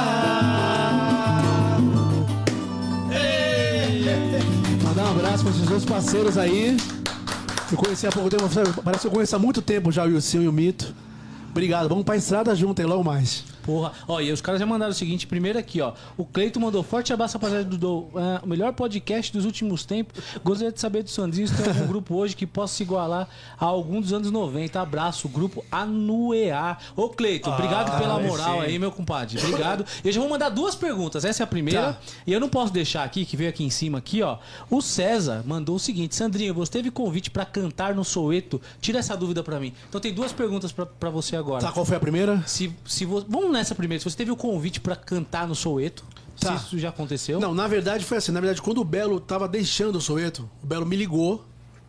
S4: Mandar um abraço para esses dois parceiros aí. Eu conheci há pouco tempo, parece que eu conheço há muito tempo já o Wilson e o Mito. Obrigado, vamos pra estrada junto aí logo mais.
S1: Porra, ó, e os caras já mandaram o seguinte, primeiro aqui, ó. O Cleito mandou forte abraço, rapaziada do do, uh, o melhor podcast dos últimos tempos. Gostaria de saber do Sandrinho se tem algum grupo hoje que possa se igualar a algum dos anos noventa. Abraço, grupo Anueá. Ô, Cleito, obrigado
S2: Ah,
S1: pela moral
S2: sim.
S1: aí, meu compadre. Obrigado. Eu já vou mandar duas perguntas. Essa é a primeira.
S4: Tá.
S1: E eu não posso deixar aqui, que veio aqui em cima aqui, ó. O César mandou o seguinte: Sandrinho, você teve convite pra cantar no Soweto? Tira essa dúvida pra mim. Então tem duas perguntas pra, pra você agora.
S4: Tá, qual foi a primeira?
S1: Se, se vo... Vamos nessa primeiro. Se você teve o convite pra cantar no Soweto,
S4: Tá.
S1: se isso já aconteceu.
S4: Não, na verdade foi assim. Na verdade, quando o Belo tava deixando o Soweto, o Belo me ligou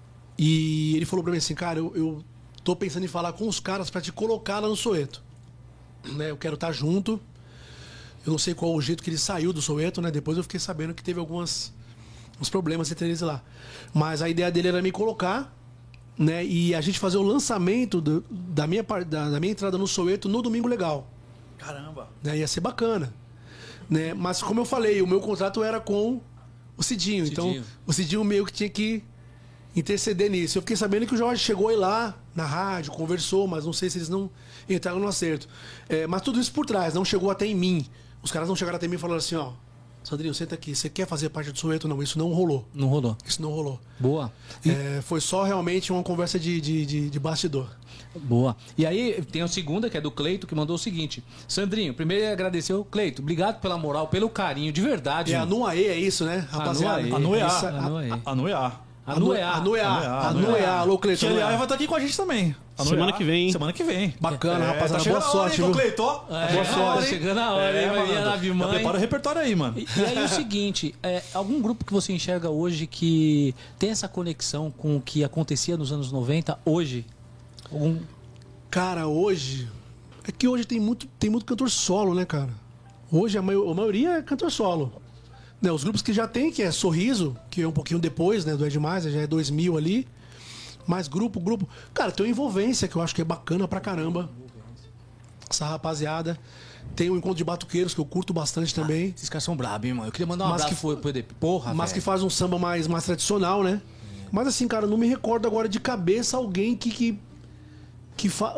S4: e ele falou pra mim assim, cara, eu, eu tô pensando em falar com os caras pra te colocar lá no Soweto. Né, eu quero estar junto. Eu não sei qual o jeito que ele saiu do Soweto, né? Depois eu fiquei sabendo que teve algumas uns problemas entre eles lá. Mas a ideia dele era me colocar, né? E a gente fazer o lançamento do, da, minha, par- da, da minha entrada no Soweto no Domingo Legal.
S2: Caramba.
S4: Né? Ia ser bacana. Né? Mas como eu falei, o meu contrato era com o Cidinho. Então
S1: Cidinho.
S4: o Cidinho meio que tinha que interceder nisso. Eu fiquei sabendo que o Jorge chegou aí lá na rádio, conversou, mas não sei se eles não entraram no acerto. É, mas tudo isso por trás, não chegou até em mim. Os caras não chegaram até mim e falaram assim, ó, Sandrinho, senta aqui, você quer fazer parte do Soweto? Não, isso não rolou.
S1: Não rolou.
S4: Isso não rolou.
S1: Boa.
S4: É, foi só realmente uma conversa de, de, de, de bastidor.
S1: Boa. E aí tem a segunda, que é do Cleito, que mandou o seguinte: Sandrinho, primeiro agradecer o Cleito. Obrigado pela moral, pelo carinho, de verdade.
S4: E a
S1: mano.
S4: Nuaê é isso, né, rapaziada?
S1: Anuaê.
S2: Anueá.
S4: Isso, a-
S1: Anuaê.
S2: Anueá.
S1: Anueá.
S4: Anueá.
S2: Anueá.
S4: Anueá. Alô, Cleiton.
S2: Que aliás
S4: Anueá.
S2: vai estar aqui com a gente também. Anueá.
S3: Semana que vem.
S2: Semana que vem.
S4: Bacana,
S2: É,
S4: rapaziada.
S2: tá chegando
S4: Boa
S2: a hora,
S4: sorte,
S2: hein,
S4: viu?
S2: Cleiton, ó.
S1: É,
S2: Boa sorte.
S1: chegando a hora, hein, vai vir a nave
S2: Já
S1: mãe.
S2: prepara o repertório aí, mano.
S1: E, e aí o seguinte, é, algum grupo que você enxerga hoje que tem essa conexão com o que acontecia nos anos noventa, hoje? Algum...
S4: Cara, hoje... É que hoje tem muito, tem muito cantor solo, né, cara? Hoje a, maio- a maioria é cantor solo. Né, os grupos que já tem, que é Sorriso, que é um pouquinho depois, né, do É Demais, já é dois mil ali. Mas grupo, grupo... Cara, tem o Envolvência, que eu acho que é bacana pra caramba. Essa rapaziada. Tem o Encontro de Batuqueiros, que eu curto bastante também.
S1: Esses caras são brabos, hein, mano? Eu queria mandar um
S4: Mas
S1: abraço
S4: que-
S1: pro, pro E D P. Porra,
S4: mas que
S1: velho.
S4: faz um samba mais, mais tradicional, né? Mas assim, cara, eu não me recordo agora de cabeça alguém que. que, que fa...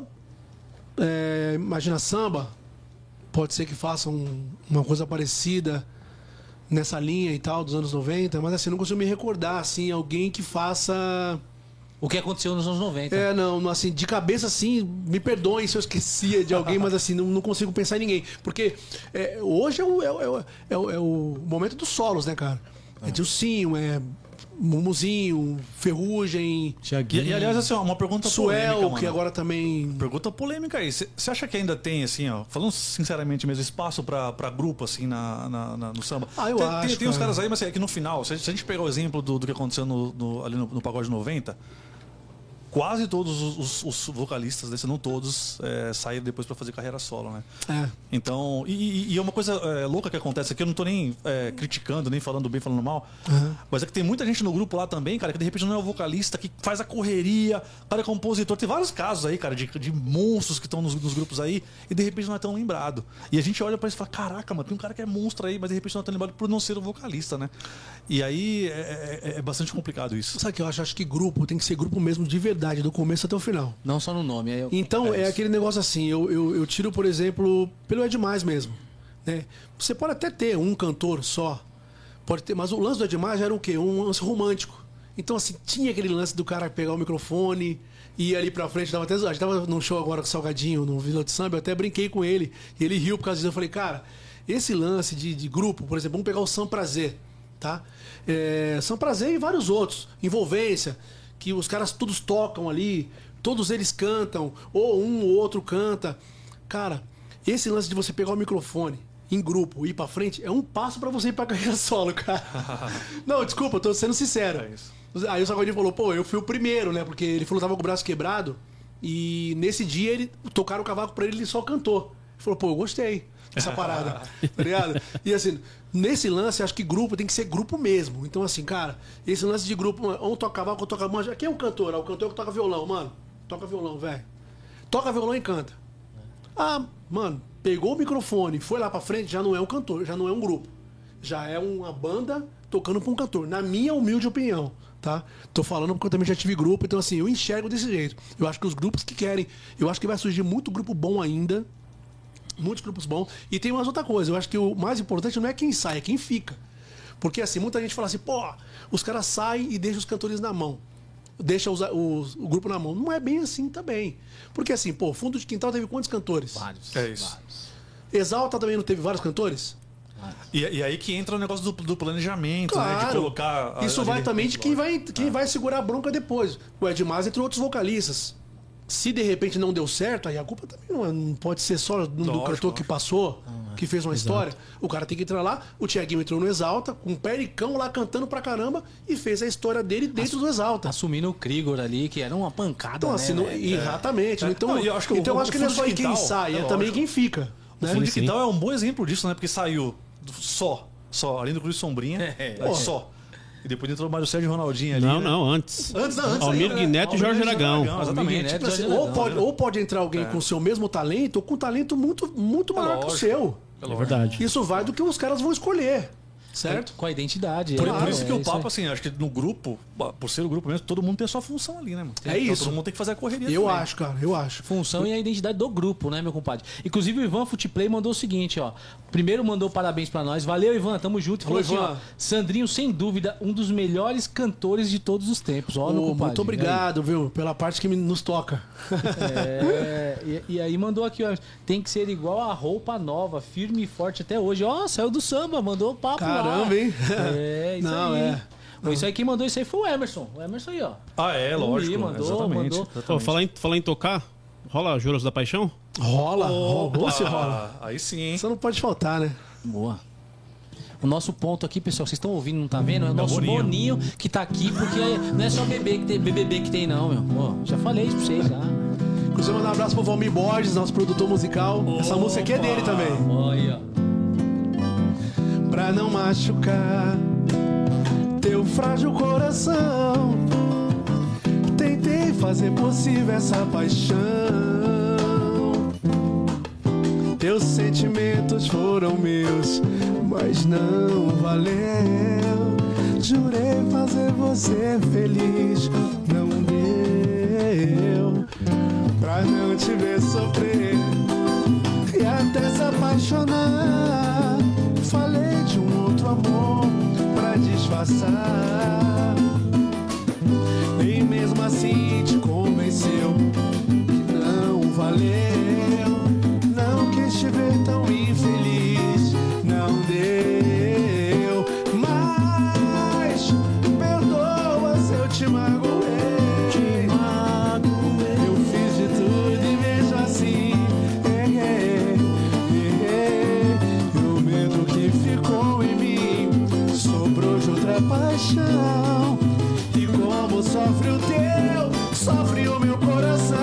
S4: é, imagina samba. Pode ser que faça um- uma coisa parecida nessa linha e tal, dos anos noventa, mas assim, não consigo me recordar, assim, alguém que faça.
S1: O que aconteceu nos anos noventa.
S4: É, não, não, assim, de cabeça assim, me perdoem se eu esquecia de alguém, mas assim, não, não consigo pensar em ninguém. Porque é, hoje é o, é, o- é, o- é o- é o momento dos solos, né, cara? É Dilcinho, é Mumuzinho, Ferrugem,
S2: E, e, aliás, assim, ó, uma pergunta polêmica,
S4: Suel,
S2: mano.
S4: que agora também.
S2: Pergunta polêmica aí. Você acha que ainda tem, assim, ó, falando sinceramente mesmo, espaço pra, pra grupo, assim, na, na- na- no samba?
S4: Ah, eu
S2: tem,
S4: acho,
S2: Tem, tem uns
S4: cara.
S2: caras aí, mas é que no final, se a gente, se a gente pegar o exemplo do, do que aconteceu no, no- ali no, no Pagode noventa, quase todos os, os, os vocalistas, né, se não todos, é, saíram depois para fazer carreira solo, né?
S4: É.
S2: Então, e, e é uma coisa é, louca que acontece aqui, eu não tô nem é, criticando, nem falando bem, falando mal,
S4: Uhum.
S2: mas é que tem muita gente no grupo lá também, cara, que de repente não é o vocalista, que faz a correria, cara é compositor. Tem vários casos aí, cara, de, de monstros que estão nos, nos grupos aí e de repente não é tão lembrado. E a gente olha pra isso e fala, caraca, mano, tem um cara que é monstro aí, mas de repente não é tão lembrado por não ser o vocalista, né? E aí é, é, é bastante complicado isso.
S4: Sabe o que eu acho? Acho que grupo tem que ser grupo mesmo de verdade, do começo até o final.
S1: Não só no nome. É,
S4: Então, é,
S1: isso.
S4: aquele negócio assim, eu, eu, eu tiro, por exemplo, pelo É Demais mesmo. Né? Você pode até ter um cantor só, pode ter, mas o lance do É Demais era o quê? Um lance romântico. Então, assim, tinha aquele lance do cara pegar o microfone e ir ali pra frente. Tava até, a gente tava num show agora com o Salgadinho, no Vila de Samba, eu até brinquei com ele. E ele riu por causa disso. Eu falei, cara, esse lance de, de grupo, por exemplo, vamos pegar o Sam Prazer, tá? É, Sam Prazer e vários outros. Envolvência, que os caras todos tocam ali, todos eles cantam, ou um ou outro canta. Cara, esse lance de você pegar o microfone em grupo e ir pra frente é um passo pra você ir pra carreira solo, cara. Não, desculpa, eu tô sendo sincero.
S2: É isso.
S4: Aí o Salgadinho falou, pô, eu fui o primeiro, né? Porque ele falou que tava com o braço quebrado e nesse dia ele tocaram o cavaco pra ele e ele só cantou. Ele falou, pô, eu gostei dessa parada, tá ligado? E assim, nesse lance, acho que grupo tem que ser grupo mesmo. Então assim, cara, esse lance de grupo, um toca cavaco, outro toca manjo. Quem é o cantor? É o cantor que toca violão, mano. Toca violão, velho. Toca violão e canta. Ah, mano, pegou o microfone, foi lá pra frente, já não é um cantor, já não é um grupo. Já é uma banda tocando pra um cantor, na minha humilde opinião, tá? Tô falando porque eu também já tive grupo, então assim, eu enxergo desse jeito. Eu acho que os grupos que querem, eu acho que vai surgir muito grupo bom ainda, muitos grupos bons. E tem umas outra coisa, eu acho que o mais importante não é quem sai, é quem fica. Porque assim, muita gente fala assim, pô, os caras saem e deixam os cantores na mão. Deixa os, os, o grupo na mão. Não é bem assim também. Porque assim, pô, Fundo de Quintal teve quantos cantores?
S1: Vários.
S2: É isso.
S1: Vários.
S4: Exalta também não teve vários cantores?
S2: E, e aí que entra o negócio do, do planejamento, né? De colocar. a-
S4: Isso
S2: a
S4: vai
S2: linha-
S4: também de quem vai, quem vai segurar a bronca depois. O Ed Mas entre outros vocalistas. Se de repente não deu certo, aí a culpa também não, é- não pode ser só do, do
S2: Lógico,
S4: cantor que
S2: lógico.
S4: passou, que fez uma história. O cara tem que entrar lá. O Thiaguinho entrou no Exalta, com um pericão lá cantando pra caramba e fez a história dele dentro do Exalta.
S1: Assumindo o Krigor ali, que era uma pancada,
S4: Então,
S1: né?
S4: assim, não-
S1: velho?
S4: exatamente.
S2: É.
S4: Então,
S2: Não, e eu acho que o-
S4: então eu
S2: o
S4: acho que não é
S2: Fundo
S4: só
S2: de
S4: aí quem
S2: Quintal,
S4: sai,
S2: é
S4: é, também
S2: lógico.
S4: quem fica.
S2: O
S4: Né?
S2: Fundo de
S3: Sim.
S2: Quintal é um bom exemplo disso, né? Porque saiu do- só, só, além do Cruz Sombrinha,
S1: É,
S2: é, só. E depois entrou o Mário Sérgio e Ronaldinho ali.
S3: Não,
S2: né?
S3: não, antes.
S4: Antes, não, antes
S3: Almir
S4: aí, né?
S3: Neto e Jorge
S2: Almir
S3: Aragão.
S2: Aragão, exatamente.
S1: Neto,
S4: Tipo assim,
S1: Jorge
S4: ou,
S1: Aragão,
S4: pode, ou pode entrar alguém com o seu mesmo talento ou com um talento muito, muito maior que o
S2: lógico.
S4: seu.
S3: É verdade.
S4: Isso vai do que os caras vão escolher. Certo?
S1: Com a identidade.
S2: Por,
S1: é,
S2: por isso
S1: é
S2: que o
S1: isso
S2: papo,
S1: aí.
S2: assim, acho que no grupo, por ser o grupo mesmo, todo mundo tem a sua função ali, né, mano?
S4: É
S2: Então,
S4: isso.
S2: Todo mundo tem que fazer a correria.
S4: Eu
S2: também.
S4: acho, cara, eu acho.
S1: Função e a identidade do grupo, né, meu compadre? Inclusive o Ivan Footplay mandou o seguinte, ó. Primeiro mandou parabéns pra nós. Valeu, Ivan, tamo junto. E falou
S4: Alô,
S1: assim,
S4: Ivan.
S1: ó. Sandrinho, sem dúvida, um dos melhores cantores de todos os tempos. Ó, meu
S4: Ô,
S1: compadre.
S4: muito obrigado, viu, pela parte que me- nos toca.
S1: É, e, e aí mandou aqui, ó. Tem que ser igual a roupa nova, firme e forte até hoje. Ó, saiu do samba, mandou o papo lá.
S4: Caramba, hein?
S1: É, isso
S4: Não,
S1: aí.
S4: é.
S1: Bom, isso aí quem mandou isso aí foi o Emerson. O Emerson aí, ó.
S2: Ah, é,
S1: O
S2: lógico.
S1: Lee mandou,
S2: exatamente.
S1: mandou.
S2: exatamente.
S3: Pô, falar, em, falar em tocar, rola Juros da Paixão?
S4: Rola, rola,
S2: Opa,
S4: se rola.
S2: Aí sim, hein?
S4: Isso não pode faltar, né?
S1: Boa. O nosso ponto aqui, pessoal, vocês estão ouvindo, não tá vendo? É o nosso
S2: Boninho.
S1: Boninho que tá aqui, porque não é só bebê que tem, B B B que tem, não, meu. Pô, já falei isso pra vocês já.
S4: Inclusive, mandar um abraço pro Valmir Borges, nosso produtor musical. Essa música aqui é dele também.
S1: Olha.
S4: Pra não machucar teu frágil coração, tentei fazer possível essa paixão. Teus sentimentos foram meus, mas não valeu. Jurei fazer você feliz, não deu. Pra não te ver sofrer e até se apaixonar, falei de um outro amor pra disfarçar. E mesmo assim te convenceu que não valeu. Não quis te ver tão infeliz, não deu. Mas perdoa se eu te magoei. Eu fiz de tudo e mesmo assim errei, errei. E o medo que ficou em mim sobrou de outra paixão. E como sofre o teu sofre o meu coração.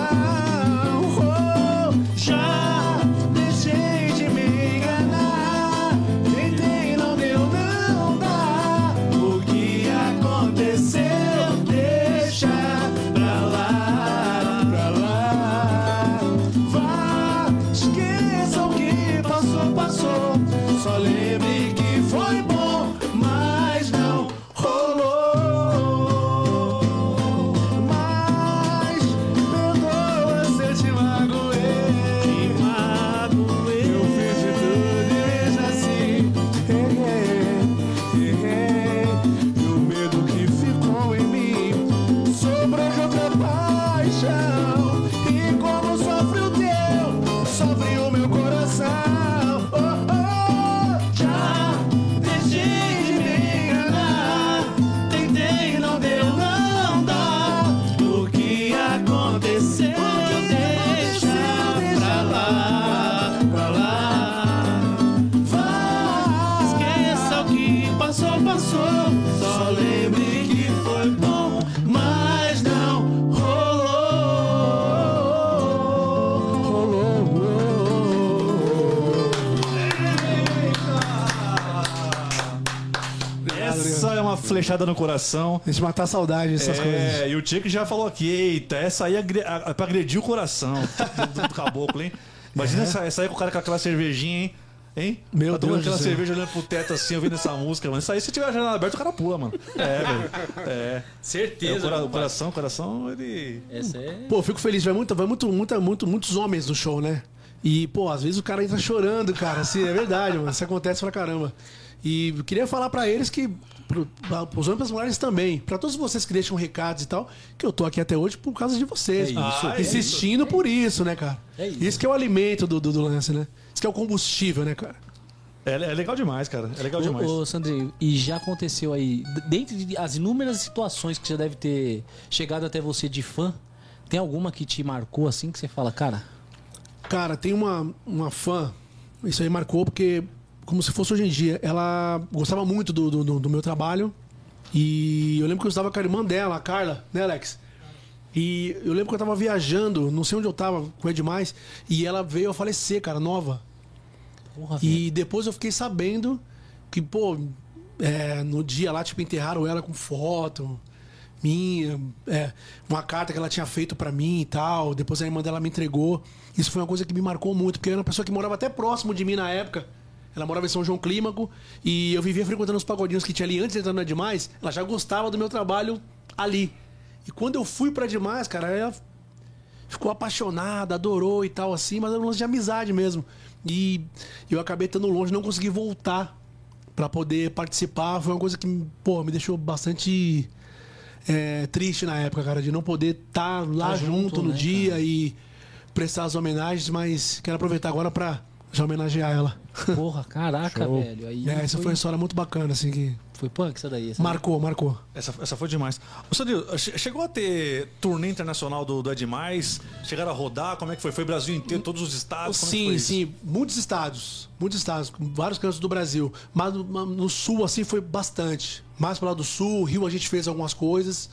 S4: Oh, já deixei de me enganar. Tentei, não deu, não dá. O que aconteceu, deixa pra lá, pra lá. Vá, esqueça o que passou, passou. Só lembre que foi bom, mas não rolou. Mas perdoa se eu te magoei. Te magoei. Eu fiz de tudo e veja assim. Errei, errei. E o medo que ficou em mim sobrou de outra paixão. E como sofre o teu, sofre o meu coração. Oh, oh. Já deixei de me enganar. Tentei, não deu, não dá. O que aconteceu, deixa pra lá, pra lá. Vai, esqueça o que passou, passou. Só lembre que foi bom, mas não rolou.
S2: Essa é uma flechada no coração.
S4: Deixa eu matar a saudade dessas coisas.
S2: É, e o Tchek já falou aqui, eita, essa aí é agre- a- é pra agredir o coração do, do caboclo, hein? Imagina essa, essa aí com o cara com aquela cervejinha, hein? Hein?
S4: Meu
S2: Tá tomando
S4: Deus do
S2: aquela
S4: céu.
S2: cerveja olhando pro teto assim, ouvindo essa música, mano. Isso aí, se tiver a janela aberta, o cara pula, mano. É, velho. É. É,
S1: Certeza.
S2: o, cora- o
S1: compadre.
S2: coração, o coração, ele.
S1: Essa é...
S4: Pô, eu fico feliz, vai, muito, vai muito, muita, muito, muitos homens no show, né? E, pô, às vezes o cara entra chorando, cara. Assim, é verdade, mano. Isso acontece pra caramba. E eu queria falar pra eles que, pro, pra, pros homens e pras mulheres também, pra todos vocês que deixam recados e tal, que eu tô aqui até hoje por causa de vocês.
S1: É isso,
S4: Ah,
S2: é
S4: insistindo por isso, né, cara?
S1: É isso.
S4: que é o alimento do, do, do lance, né? Isso que é o combustível, né, cara?
S2: É, é legal demais, cara. É legal demais.
S1: Ô, ô, Sandrinho, e já aconteceu aí, d- dentro das inúmeras situações que já deve ter chegado até você de fã, tem alguma que te marcou assim, que você fala, cara,
S4: Cara, tem uma, uma fã, isso aí marcou porque, como se fosse hoje em dia, ela gostava muito do, do, do meu trabalho. E eu lembro que eu estava com a irmã dela, a Carla, né, Alex? E eu lembro que eu tava viajando, não sei onde eu tava, com ele demais, e ela veio a falecer, cara, nova.
S1: porra, velho.
S4: E depois eu fiquei sabendo que, pô, é, no dia lá, tipo, enterraram ela com foto minha, é, uma carta que ela tinha feito pra mim e tal. Depois a irmã dela me entregou. Isso foi uma coisa que me marcou muito, porque eu era uma pessoa que morava até próximo de mim na época. Ela morava em São João Clímaco e eu vivia frequentando os pagodinhos que tinha ali antes de entrar na Demais. Ela já gostava do meu trabalho ali. E quando eu fui pra Demais, cara, ela ficou apaixonada, adorou e tal, assim, mas era um lance de amizade mesmo. E eu acabei estando longe, não consegui voltar pra poder participar. Foi uma coisa que, pô, me deixou bastante é, triste na época, cara, de não poder estar lá
S1: Tá
S4: junto,
S1: junto,
S4: no
S1: né,
S4: dia
S1: cara?
S4: e prestar as homenagens, mas quero aproveitar agora pra já homenagear ela.
S1: Porra, caraca,
S4: Show.
S1: velho. Aí
S4: É, essa foi uma história muito bacana, assim, que
S1: Foi punk essa daí. Essa
S4: marcou, marcou.
S2: Essa, essa foi demais. Ô, Sandro, che- chegou a ter turnê internacional do, do É Demais? Chegaram a rodar? Como é que foi? Foi Brasil inteiro, todos os estados? Como é que
S4: Sim,
S2: foi isso?
S4: sim, muitos estados, muitos estados, com vários cantos do Brasil. Mas no, no sul, assim, foi bastante. Mais pro lado do sul, Rio a gente fez algumas coisas.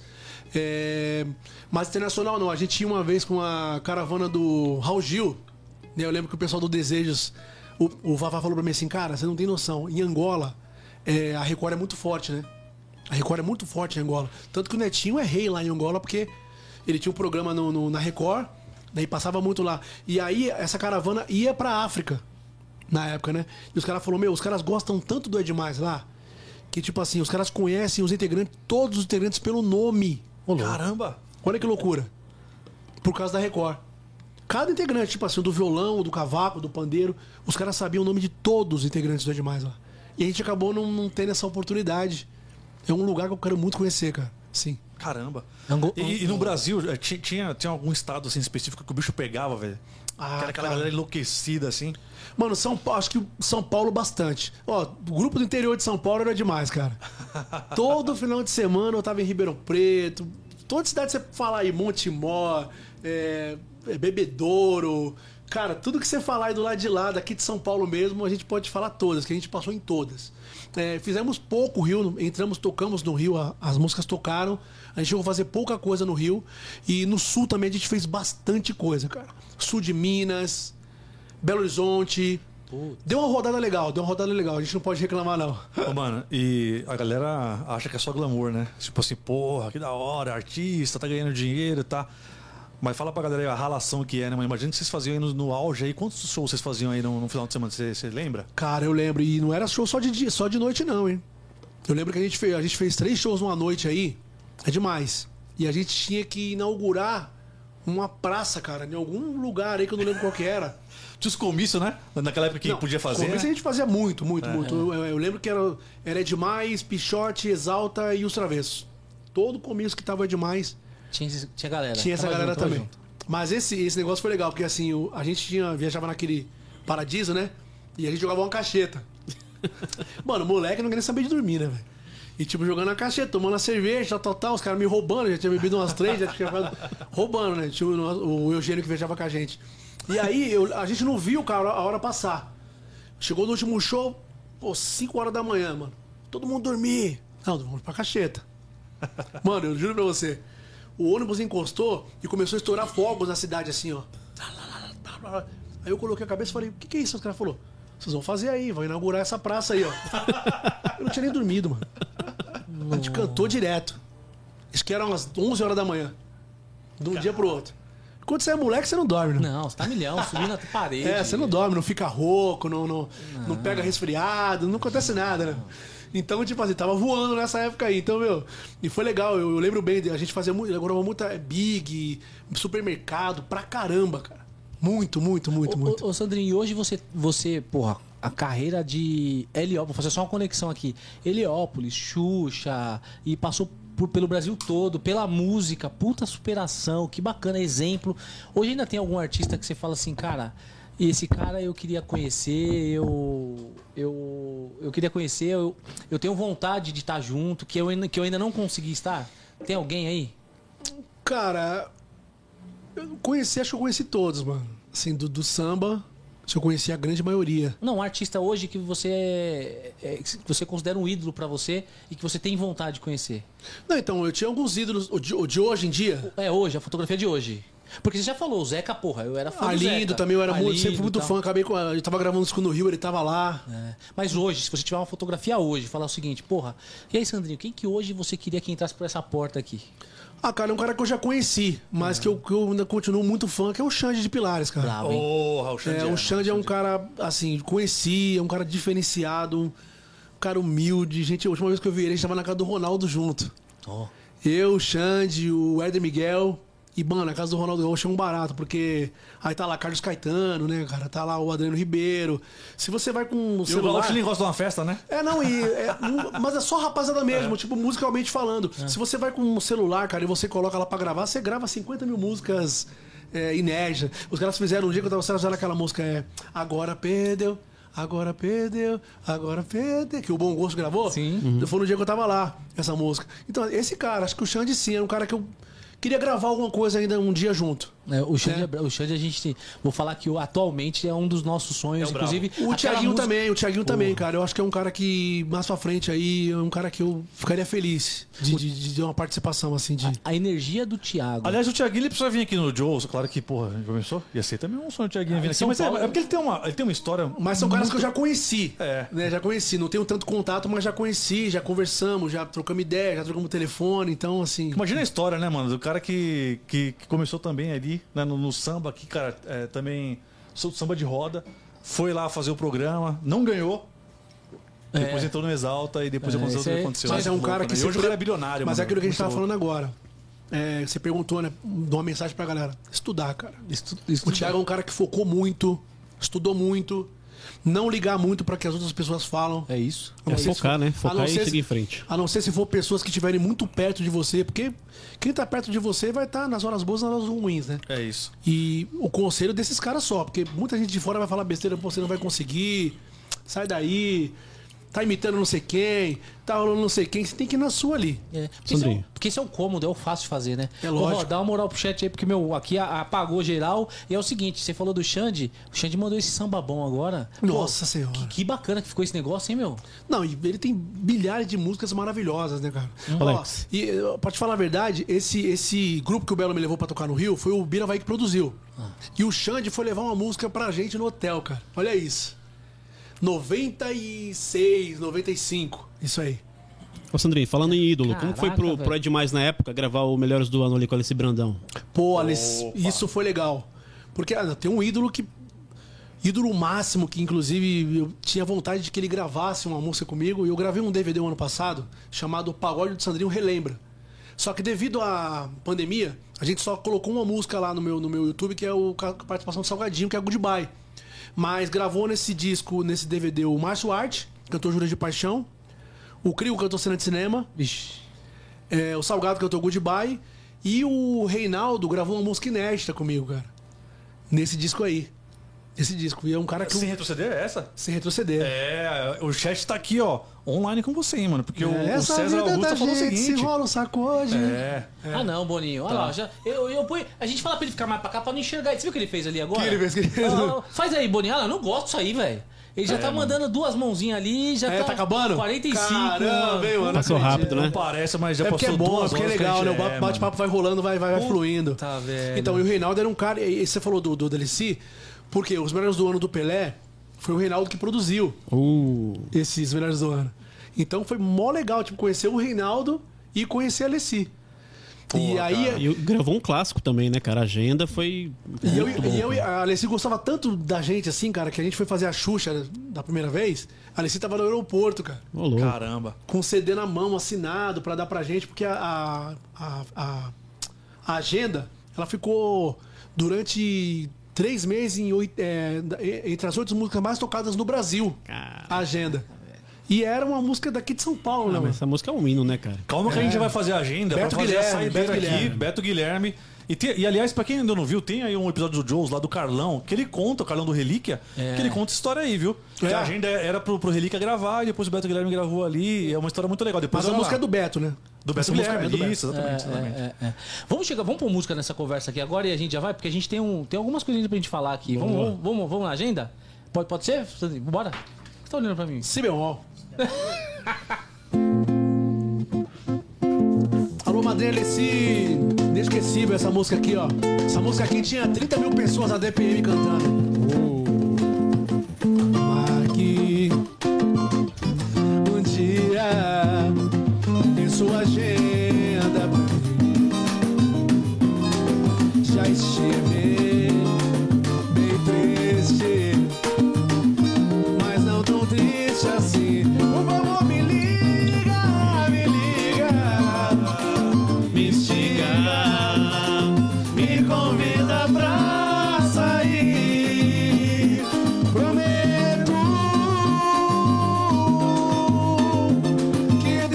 S4: É, mas internacional não, a gente tinha uma vez com a caravana do Raul Gil, né? Eu lembro que o pessoal do Desejos, o, o Vavá falou pra mim assim, cara, você não tem noção, em Angola, é, a Record é muito forte, né? A Record é muito forte em Angola. Tanto que o Netinho é rei lá em Angola, porque ele tinha um programa no, no- na Record, daí passava muito lá. E aí, essa caravana ia pra África, na época, né? E os caras falaram, meu, os caras gostam tanto do É Demais lá, que tipo assim, os caras conhecem os integrantes, todos os integrantes pelo nome.
S2: Caramba!
S4: Olha que loucura. Por causa da Record. Cada integrante, tipo assim, do violão, do cavaco, do pandeiro, os caras sabiam o nome de todos os integrantes do É Demais lá. E a gente acabou não, não tendo essa oportunidade. É um lugar que eu quero muito conhecer, cara. Sim.
S2: Caramba!
S1: Ango-
S2: E, e no Brasil, eh, ti- tinha, tinha algum estado assim, específico que o bicho pegava, velho?
S4: Ah,
S2: que era aquela
S4: cara.
S2: galera enlouquecida, assim.
S4: Mano, São Paulo, acho que São Paulo bastante. Ó, o grupo do interior de São Paulo era demais, cara. Todo final de semana eu tava em Ribeirão Preto. Toda cidade você fala aí, Montemor, é, é, Bebedouro. Cara, tudo que você falar aí do lado de lá, daqui de São Paulo mesmo, a gente pode falar todas, que a gente passou em todas. É, fizemos pouco Rio, entramos, tocamos no Rio, a- as músicas tocaram, a gente chegou a fazer pouca coisa no Rio. E no Sul também a gente fez bastante coisa, cara. Sul de Minas, Belo Horizonte. Deu uma rodada legal, deu uma rodada legal, a gente não pode reclamar, não.
S2: Ô, mano, e a galera acha que é só glamour, né? Tipo assim, porra, que da hora, artista, tá ganhando dinheiro, tá... Mas fala pra galera aí a ralação que é, né? Mas imagina que vocês faziam aí no, no auge aí. Quantos shows vocês faziam aí no, no final de semana? Você, você lembra?
S4: Cara, eu lembro, e não era show só de dia, só de noite não, hein? Eu lembro que a gente fez, a gente fez três shows numa noite aí, é demais. E a gente tinha que inaugurar uma praça, cara, em algum lugar aí que eu não lembro qual que era.
S2: Tinha os comícios, né? Naquela época que
S4: Não,
S2: podia fazer.
S4: começo
S2: Né?
S4: a gente fazia muito, muito, muito. Eu, eu lembro que era, era demais, Pichote, Exalta e os Travessos. Todo começo que tava demais.
S1: Tinha, tinha galera.
S4: Tinha essa
S1: Tava
S4: galera
S1: junto, tava
S4: também.
S1: junto.
S4: Mas esse, esse negócio foi legal, porque assim, o- a gente tinha, viajava naquele Paradiso, né? E a gente jogava uma cacheta. Mano, moleque não queria saber de dormir, né, velho? E tipo, jogando a cacheta, tomando a cerveja, tal, tal, os caras me roubando, já tinha bebido umas três, já tinha ficado roubando, né? Tinha o, o Eugênio que viajava com a gente. E aí, eu- a gente não viu, cara, a hora passar. Chegou no último show, pô, cinco horas da manhã, mano. Todo mundo dormir. Não, vamos pra cacheta. Mano, eu juro pra você. O ônibus encostou e começou a estourar fogos na cidade, assim, ó. Aí eu coloquei a cabeça e falei, o que, que é isso? Os caras falaram, vocês vão fazer aí, vão inaugurar essa praça aí, ó. Eu não tinha nem dormido, mano. A gente cantou direto. Isso que eram umas onze horas da manhã. De um dia pro outro. Quando você é moleque, você não dorme, né?
S1: Não, você tá milhão, subindo na parede.
S4: É, você não dorme, não fica rouco, não, não, não pega resfriado, não acontece nada, né? Então, tipo assim, tava voando nessa época aí. Então, meu, e foi legal. Eu, eu lembro bem, a gente fazia muito, agora muita Big, supermercado, pra caramba, cara. Muito, muito, muito,
S1: Ô,
S4: muito.
S1: ô, ô, Sandrinho, e hoje você, você, porra, a carreira de Heliópolis, vou fazer só uma conexão aqui. Heliópolis, Xuxa, e passou por- pelo Brasil todo, pela música, puta superação, que bacana, exemplo. Hoje ainda tem algum artista que você fala assim, cara, esse cara eu queria conhecer, eu eu, eu queria conhecer, eu, eu tenho vontade de estar junto, que eu, ainda- que eu ainda não consegui estar? Tem alguém aí?
S4: Cara, eu conheci, acho que eu conheci todos, mano. Assim, do, do samba, acho que eu conheci a grande maioria.
S1: Não, um artista hoje que você é, é, que você considera um ídolo pra você e que você tem vontade de conhecer.
S4: Não, então, eu tinha alguns ídolos, o de, o de hoje em dia.
S1: É hoje, a fotografia de hoje. Porque você já falou, o Zeca, porra, eu era fã do Zeca.
S4: Arlindo também, eu era muito,
S1: Arlindo
S4: sempre fui
S1: e
S4: muito
S1: tal.
S4: fã. Acabei com. a- Eu tava gravando disco no Rio, ele tava lá.
S1: É. Mas hoje, se você tiver uma fotografia hoje, falar o seguinte, porra, e aí, Sandrinho, quem que hoje você queria que entrasse por essa porta aqui?
S4: Ah, cara, é um cara que eu já conheci, mas que, eu, que eu ainda continuo muito fã, que é o Xande de Pilares, cara.
S1: Bravo, hein?
S2: Porra, o Xande
S4: É, o Xande é um cara, assim, conheci, é um cara diferenciado, um cara humilde. Gente, a última vez que eu vi ele, a gente tava na casa do Ronaldo junto.
S1: Ó.
S4: Eu, o Xande, o Éder Miguel. E, mano, na casa do Ronaldo eu achei um barato, porque aí tá lá Carlos Caetano, né, cara? Tá lá o Adriano Ribeiro. Se você vai com o
S2: E o
S4: celular...
S2: Galo Chilim gosta de uma festa, né?
S4: É, não, e é, um- mas é só rapaziada mesmo, tipo, musicalmente falando. Se você vai com um celular, cara, e você coloca lá pra gravar, você grava cinquenta mil músicas é, inéditas. Os caras fizeram um dia que eu tava fazendo aquela música, é Agora Perdeu, Agora Perdeu, Agora Perdeu, que o Bom Gosto gravou.
S1: Sim.
S4: Foi no dia que eu tava lá, essa música. Então, esse cara, acho que o Xande sim, era um cara que eu queria gravar alguma coisa ainda um dia junto.
S1: É, o Xande, é. bra- o Xande a gente tem, vou falar que o- atualmente é um dos nossos sonhos,
S2: É um bravo.
S1: inclusive.
S4: O
S1: aquela
S4: Thiaguinho
S1: música-
S4: também, o Thiaguinho também, cara. Eu acho que é um cara que, mais pra frente aí, é um cara que eu ficaria feliz de, de, de ter uma participação, assim, de...
S1: A energia do Thiago.
S2: Aliás, o Thiaguinho ele precisa vir aqui no Joe. Claro que, porra, a gente começou. Ia ser também um sonho do Thiaguinho
S1: Ah,
S2: vir
S1: em
S2: aqui.
S1: São
S2: Mas é,
S1: Paulo-
S2: é porque ele tem uma, ele tem uma história.
S4: Mas são caras que eu
S2: muito-
S4: já conheci.
S2: É.
S4: Né? Já conheci. Não tenho tanto contato, mas já conheci, já conversamos, já trocamos ideia, já trocamos telefone. Então, assim.
S2: Imagina a história, né, mano? Do cara que, que, que começou também ali, né, no, no samba, que, cara, é, também sou do samba de roda, foi lá fazer o programa, não ganhou. Depois entrou no Exalta e depois
S1: É,
S2: aconteceu o
S1: esse
S2: que
S1: aí-
S2: aconteceu.
S4: Mas é um
S2: Muito
S4: cara
S2: louco,
S4: que
S2: né?
S4: se
S2: E hoje o
S4: pre-
S2: cara é bilionário,
S4: Mas
S2: mano.
S4: é aquilo que a gente
S2: Muito
S4: tava
S2: louco.
S4: falando agora. É, você perguntou, né? Dá uma mensagem pra galera. Estudar, cara.
S1: Estu-
S4: O
S1: estu-
S4: Thiago é um cara que focou muito, estudou muito, não ligar muito pra que as outras pessoas falam.
S1: É isso.
S4: A não
S3: É
S4: ser se
S3: focar,
S4: for-
S3: né?
S4: a
S3: Focar
S4: não
S3: e
S4: ser
S3: seguir
S4: se-
S3: em frente.
S4: A não ser se for pessoas que estiverem muito perto de você, porque quem tá perto de você vai estar nas horas boas e nas horas ruins, né?
S2: É isso.
S4: E o conselho desses caras só, porque muita gente de fora vai falar besteira, pô, você não vai conseguir, sai daí. tá imitando não sei quem, tá rolando não sei quem, você tem que ir na sua ali.
S1: É, porque, isso é, um- porque isso é um cômodo, é o fácil de fazer, né?
S4: É
S1: Vou
S4: lógico.
S1: dar uma moral pro chat aí, porque, meu, aqui a- apagou geral. E é o seguinte, você falou do Xande, o Xande mandou esse samba bom agora.
S4: Nossa Senhora.
S1: Que, que bacana que ficou esse negócio, hein, meu?
S4: Não, e ele tem bilhares de músicas maravilhosas, né, cara? Ó,
S3: Alex.
S4: e eh, pra te falar a verdade, esse, esse grupo que o Belo me levou pra tocar no Rio foi o Bira Vai que produziu. E o Xande foi levar uma música pra gente no hotel, cara. Olha isso. noventa e seis, noventa e cinco. Isso aí.
S3: Ô, Sandrinho, falando em ídolo, como que foi
S1: Caraca,
S3: pro,
S1: velho.
S3: pro Ed Mais na época gravar o Melhores do Ano ali com a Alice Brandão?
S4: Pô, Alice, isso foi legal. Porque ah, tem um ídolo que. Ídolo máximo, que inclusive eu tinha vontade de que ele gravasse uma música comigo. E eu gravei um D V D um ano passado, chamado Pagode do Sandrinho Relembra. Só que devido à pandemia, a gente só colocou uma música lá no meu, no meu YouTube, que é o, com a participação do Salgadinho, que é Goodbye. Mas gravou nesse disco, nesse D V D, o Márcio Arte, cantor Júlia de Paixão. O Crio, cantor Cena de Cinema.
S1: Vixe.
S4: É, o Salgado, cantor Goodbye. E o Reinaldo gravou uma música inédita comigo, cara. Nesse disco aí. Nesse disco. E é um cara que...
S2: Sem
S4: eu-
S2: retroceder é essa?
S4: Sem retroceder.
S2: É, o chat tá aqui, ó, online com você, hein, mano. Porque o- o
S4: Essa
S2: César
S4: vida
S2: Augusto
S4: da
S2: falou o
S4: gente
S2: seguinte.
S4: se rola um sacode.
S2: É.
S1: Ah, não, Boninho. Olha lá. Já, eu, eu, ponho- a gente fala pra ele ficar mais pra cá pra não enxergar. Você viu o que ele fez ali agora?
S4: Que ele fez, que ele fez?
S1: Ah, ah, faz aí, Boninho. Ah, eu não gosto disso aí, velho. Ele já tá mandando duas mãozinhas ali, já
S4: É,
S1: tá.
S4: tá acabando?
S1: quarenta e cinco.
S4: Caramba,
S1: mano.
S4: veio, mano.
S3: Passou
S4: acredito.
S3: rápido, né?
S2: Não parece, mas já
S4: É porque é
S2: passou
S4: bom, é
S2: duas
S4: porque é
S2: horas que a
S4: legal, né?
S2: gente-
S4: O
S2: é,
S4: bate-papo vai rolando, vai, vai, vai fluindo.
S1: Tá, velho.
S4: Então, e o Reinaldo era um cara. E você falou do, do D L C, porque os melhores do ano do Pelé foi o Reinaldo que produziu
S3: Uh,
S4: esses melhores do ano. Então foi mó legal, tipo, conhecer o Reinaldo e conhecer a Alessi. E aí.
S3: e gravou um clássico também, né, cara? A agenda foi
S4: E eu,
S3: muito bom.
S4: e eu e a Alessi gostava tanto da gente, assim, cara, que a gente foi fazer a Xuxa da primeira vez. A Alessi tava no aeroporto, cara.
S3: Ô, louco.
S2: Caramba.
S4: Com o C D na mão, assinado, pra dar pra gente, porque a, a, a, a- a agenda, ela ficou durante três meses em oito, é, entre as oito músicas mais tocadas no Brasil.
S3: Cara.
S4: A agenda. E era uma música daqui de São Paulo, né,
S3: Ah,
S4: mano?
S3: mas essa música é um hino, né, cara?
S2: Calma que a gente vai fazer a agenda
S4: Beto
S2: pra fazer
S4: Guilherme,
S2: a saideira
S4: Beto
S2: aqui.
S4: Guilherme.
S2: Beto Guilherme. E, tem- e, aliás, pra quem ainda não viu, tem aí um episódio do Joes lá do Carlão, que ele conta, o Carlão do Relíquia,
S1: É.
S2: que ele conta história aí, viu? Que
S4: É.
S2: a agenda era pro, pro Relíquia gravar, e depois o Beto Guilherme gravou ali. É uma história muito legal. Depois
S4: Mas a
S2: olha
S4: música
S2: lá.
S4: é do Beto, né?
S2: Do Beto
S4: Essa música
S2: Guilherme,
S4: é do Beto.
S2: isso, exatamente. exatamente.
S1: É, é, é. Vamos chegar, vamos pôr música nessa conversa aqui agora e a gente já vai, porque a gente tem, um, tem algumas coisinhas pra gente falar aqui. Vamos, vamos, vamos, vamos na agenda? Pode, pode ser? Sandrinho? Bora. Você tá olhando pra mim?
S4: Si bemol. Alô, madrinha Alessi. Inesquecível essa música aqui, ó. Essa música aqui tinha trinta mil pessoas na D P M cantando. Marque um dia em sua agenda pra mim. Já estive bem triste, mas não tão triste assim. Por favor, me liga, me liga,
S3: Me instiga,
S4: me convida pra sair. Prometo que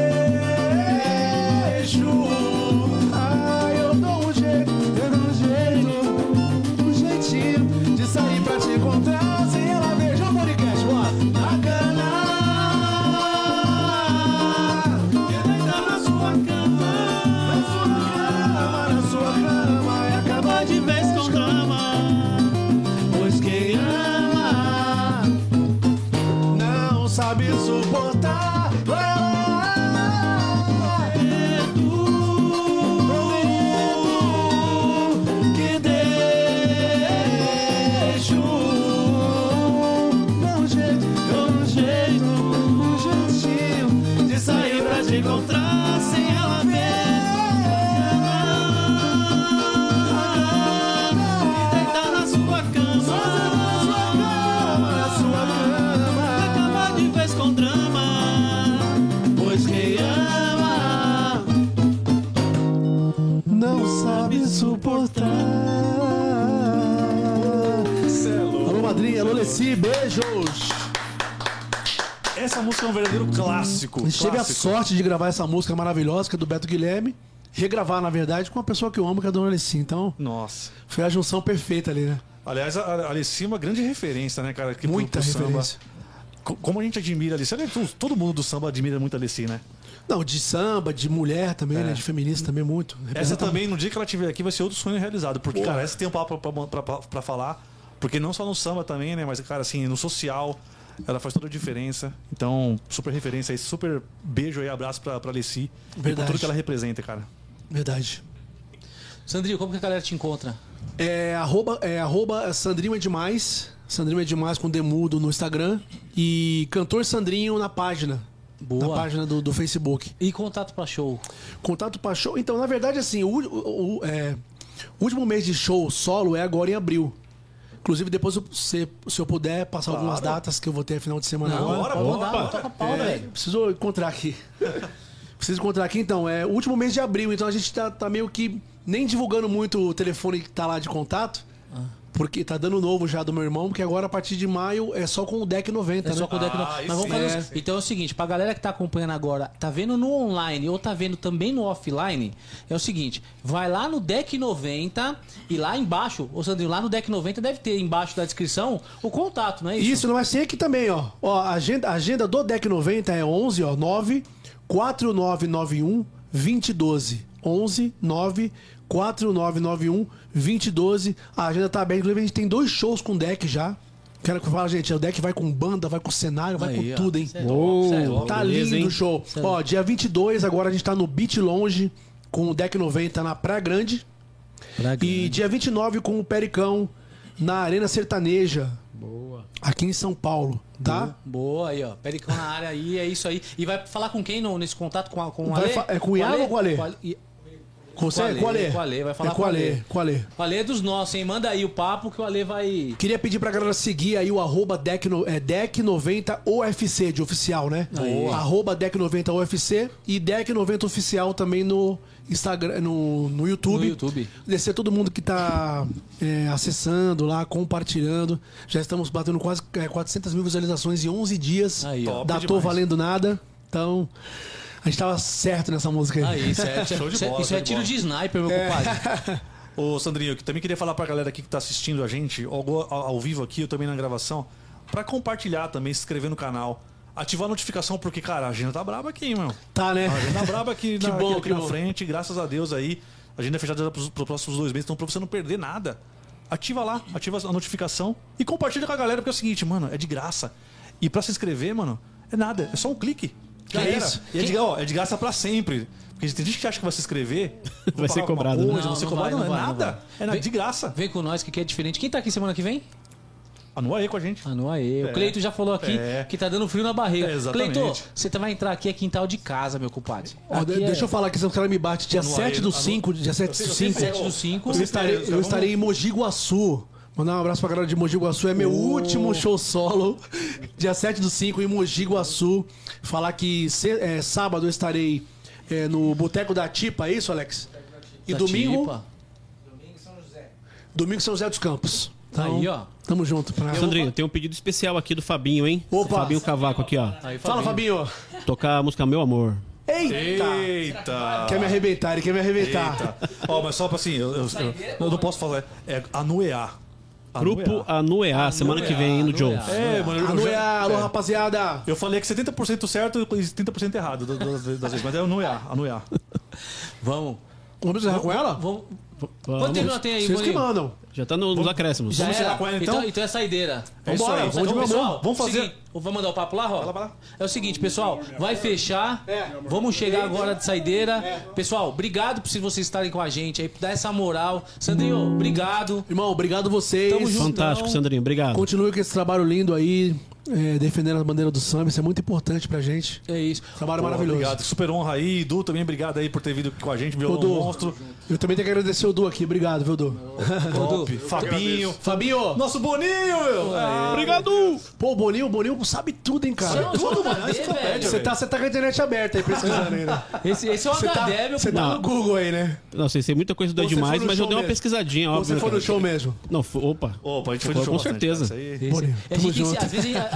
S4: deixo. Ah, eu dou um jeito, eu dou um jeito, um jeitinho de sair pra te encontrar. Sem ela veja o podcast, bora. Bacana. E deitar na sua cama, na sua cama, na sua cama e acabar de vez com drama. Pois quem ama não sabe suportar. Prometo que deixo. Dá um jeito, dá um jeito, um jeitinho de sair pra te encontrar sem ela ver.
S3: e deitar na sua cama,
S4: Na sua cama,
S3: acabar de vez com drama.
S4: pois quem ama não sabe suportar. Alô, madrinha, alô, Alessi, beijos.
S2: Essa música é um verdadeiro clássico.
S4: A gente teve a
S2: clássico.
S4: sorte de gravar essa música maravilhosa, que é do Beto Guilherme. Regravar, na verdade, com uma pessoa que eu amo, que é a Dona Alessi. Então,
S2: Nossa.
S4: foi a junção perfeita ali, né?
S2: Aliás, a a Alessi é uma grande referência, né, cara? Aqui pro-
S4: Muita
S2: pro samba.
S4: referência.
S2: co- como a gente admira a Alice, todo mundo do samba admira muito a Alice, né?
S4: Não, de samba, de mulher também, né? De feminista também muito.
S2: Essa
S4: Representa-
S2: também, no dia que ela estiver aqui, vai ser outro sonho realizado. Porque, cara, essa tem um papo pra, pra, pra, pra falar. Porque não só no samba também, né? Mas, cara, assim, no social, ela faz toda a diferença. Então, super referência aí, super beijo aí, abraço pra, pra Alice. E por
S4: Verdade.
S2: tudo que ela representa, cara.
S4: Verdade.
S1: Sandrinho, como que a galera te encontra?
S4: É arroba, é arroba Sandrinho é demais. Sandrinho é demais com Demudo no Instagram. E Cantor Sandrinho na página.
S1: Boa.
S4: Na página do, do Facebook.
S1: E contato pra show?
S4: Contato pra show. Então, na verdade, assim, o, o- o- é, o último mês de show solo é agora em abril. Inclusive, depois, eu- se, se eu puder, passar
S2: Claro.
S4: algumas datas que eu vou ter final de semana
S1: Não,
S4: agora.
S1: pode
S2: bora.
S1: mandar, não toca pau,
S4: É,
S1: velho.
S4: preciso encontrar aqui. Preciso encontrar aqui, então. É o último mês de abril, então a gente tá, tá meio que nem divulgando muito o telefone que tá lá de contato. Porque tá dando novo já do meu irmão, porque agora a partir de maio é só com o deck noventa,
S1: É
S4: né?
S1: só com o deck
S2: Ah,
S1: no...
S2: aí
S1: Mas vamos
S2: sim.
S1: fazer
S2: É.
S1: o... Então é o seguinte, pra galera que tá acompanhando agora, tá vendo no online ou tá vendo também no offline, é o seguinte, vai lá no deck noventa e lá embaixo, ô Sandrinho, lá no deck noventa deve ter embaixo da descrição o contato, não é isso?
S4: Isso, não mas tem aqui também, ó. Ó, a agenda, a agenda do deck noventa é onze, ó, nove quatro nove nove um dois zero um dois. onze nove quatro nove nove um dois zero um dois. A agenda tá aberta, inclusive a gente tem dois shows com deck já. Quero que eu fale, gente, o deck vai com banda, vai com cenário, vai
S1: Aí,
S4: com
S1: ó.
S4: tudo, hein?
S1: Sério,
S3: Ô,
S1: sério.
S4: Tá
S3: beleza,
S4: lindo
S3: hein?
S4: o show. Ó, dia vinte e dois, agora a gente tá no Beach Lounge com o deck noventa na Praia Grande. E dia vinte e nove com o Pericão na Arena Sertaneja. Boa. Aqui em São Paulo, tá?
S1: Boa aí, ó. Pericão na área aí, é isso aí. E vai falar com quem no, nesse contato? Com, a, com o
S4: Vai
S1: Ale?
S4: fa- é com o Iago ou com o Ale?
S1: Com o Ale- I-
S4: Com você?
S1: Com o Ale,
S4: Com o Ale?
S1: com o Ale, vai falar
S4: é com
S1: com
S4: o
S1: o
S4: Ale.
S1: Ale.
S4: Com o Ale.
S1: O Ale é dos nossos, hein? Manda aí o papo que o Ale vai...
S4: Queria pedir pra galera seguir aí o arroba deck, no, é, deck noventa U F C, de oficial, né?
S1: Aí.
S4: Arroba deck noventa U F C e deck noventa oficial também no Instagram, no, no YouTube.
S1: No YouTube.
S4: Agradecer a todo mundo que tá é, acessando lá, compartilhando. Já estamos batendo quase é, quatrocentas mil visualizações em onze dias.
S1: Aí, ó.
S4: Da
S2: Top
S4: Tô
S2: demais.
S4: Valendo Nada. Então, a gente tava certo nessa música aí.
S1: Aí, isso é,
S2: Show de
S1: isso é-
S2: bola,
S1: isso
S2: show
S1: é
S2: de
S1: tiro
S2: bola.
S1: de sniper, meu compadre.
S2: Ô, Sandrinho, eu também queria falar pra galera aqui que tá assistindo a gente, ao, ao- ao vivo aqui, eu também na gravação, pra compartilhar também, se inscrever no canal, ativar a notificação, porque, cara, a agenda tá braba aqui, meu.
S4: Tá, né?
S2: A agenda tá braba aqui,
S4: Que
S2: na,
S4: bom,
S2: aqui, aqui
S4: que
S2: na
S4: bom.
S2: frente, graças a Deus aí. A agenda é fechada pros, pros próximos dois meses, então pra você não perder nada, ativa lá, ativa a notificação e compartilha com a galera, porque é o seguinte, mano, é de graça. E pra se inscrever, mano, é nada, é só um clique. Já
S4: É
S2: era.
S4: isso.
S2: E é de, ó, é de graça pra sempre. Porque tem gente que acha que vai se inscrever,
S3: Vai ser
S2: pagar alguma
S3: cobrado, né?
S2: coisa,
S1: Não,
S2: vai ser
S1: não
S2: cobrado,
S1: vai,
S2: não,
S1: não
S2: é
S1: vai, não
S2: nada.
S1: vai.
S2: É nada,
S1: Vem-
S2: de graça.
S1: Vem com nós, que aqui é diferente. Quem tá aqui semana que vem?
S2: Anua aí com a gente.
S1: Ah, não, aí. O
S2: É.
S1: Cleito já falou aqui
S2: É.
S1: que tá dando frio na barriga.
S2: É, exatamente.
S1: Cleito, você vai entrar aqui, é quintal de casa, meu compadre.
S4: Ó, de-
S1: Aqui é
S4: Deixa eu falar aqui, senão o cara me bate. Dia
S2: Anu-
S4: sete do
S2: anu-
S4: cinco, dia sete do cinco.
S1: sete do cinco.
S4: Eu estarei, eu estarei em Mogi Guaçu. Mandar um abraço pra galera de Mogi Guaçu. É meu último show solo. Dia sete do cinco em Mogi Guaçu. Falar que se- é, sábado eu estarei é, no Boteco da Tipa, é isso, Alex? E
S1: Da
S4: domingo,
S1: Tipa.
S4: domingo São José dos Campos. Então,
S1: Aí, ó.
S4: Tamo junto. Pra...
S3: Sandrinho, tem um pedido especial aqui do Fabinho, hein?
S4: Opa.
S3: Fabinho Cavaco aqui, ó.
S1: Aí,
S4: Fala, Fabinho.
S3: Tocar a música Meu Amor.
S4: Eita!
S2: Eita!
S4: Quer me arrebentar, ele quer me arrebentar.
S2: Eita. Ó, mas só pra assim, eu, eu, eu- eu não posso falar. É Anuear.
S3: Grupo Anuear, semana que vem, hein, no Joe.
S1: Anuear.
S2: É, mano, eu,
S4: Alô,
S2: já-
S4: é, alô,
S2: é.
S4: rapaziada.
S2: Eu falei que setenta por cento certo e trinta por cento errado das, das- das vezes, mas é Anuear. Anuear.
S1: Vamos.
S4: Vamos encerrar com ela?
S1: Vamos.
S3: Vamos.
S1: Quanto tempo ela tem aí,
S4: Vocês que
S1: Boninho?
S4: mandam.
S3: Já tá no- nos acréscimos.
S1: Já
S2: Vamos
S1: era.
S2: encerrar com ela, então?
S1: então? Então é saideira.
S2: É isso
S4: Vambora,
S2: aí.
S4: vamos de
S2: Então,
S4: meu
S2: pessoal,
S4: amor.
S2: vamos fazer.
S1: Seguinte, vai mandar o papo lá, Ró?
S2: Vai lá, vai lá.
S1: É o seguinte, pessoal, vai fechar.
S4: É.
S1: Vamos chegar agora de saideira. Pessoal, obrigado por vocês estarem com a gente aí, por dar essa moral. Sandrinho, obrigado.
S4: Irmão, obrigado vocês.
S1: Tamo junto.
S3: Fantástico,
S1: Então,
S3: Sandrinho. Obrigado.
S4: Continue com esse trabalho lindo aí, é, defendendo a bandeira do samba. Isso é muito importante pra gente.
S1: É isso.
S4: Trabalho
S2: Pô,
S4: maravilhoso.
S2: Obrigado. Super honra aí. Du, também obrigado aí por ter vindo com a gente. Meu
S4: Ô, Du,
S2: monstro.
S4: eu também tenho que agradecer o Du aqui. Obrigado, viu, Du?
S2: Top. Fabinho.
S4: Fabinho!
S2: Nosso Boninho, meu. Ah,
S3: Obrigado!
S4: Pô, o Boninho, o Boninho sabe tudo, hein, cara?
S1: Não,
S2: tudo,
S1: só
S2: mano.
S1: H D,
S2: Enciclopédia,
S1: velho.
S4: Você tá, você tá com a internet aberta aí pesquisando aí, né?
S1: Esse, esse é o
S4: Você tá,
S1: H D, meu
S4: você tá no Google aí, né?
S3: Não sei, sei muita coisa do
S4: Ou você
S3: demais,
S4: foi no
S3: mas eu
S4: show
S3: dei uma
S4: mesmo?
S3: pesquisadinha,
S4: Ou
S3: óbvio.
S4: você foi
S3: né,
S4: no show
S3: cara?
S4: mesmo?
S3: Não, foi- opa.
S2: Opa, a gente foi
S3: Com
S2: no show
S3: certeza.
S2: bastante, cara. Isso aí.
S1: Esse-
S4: Boninho,
S1: a
S4: tamo
S1: gente,
S4: junto.
S1: às vezes, a,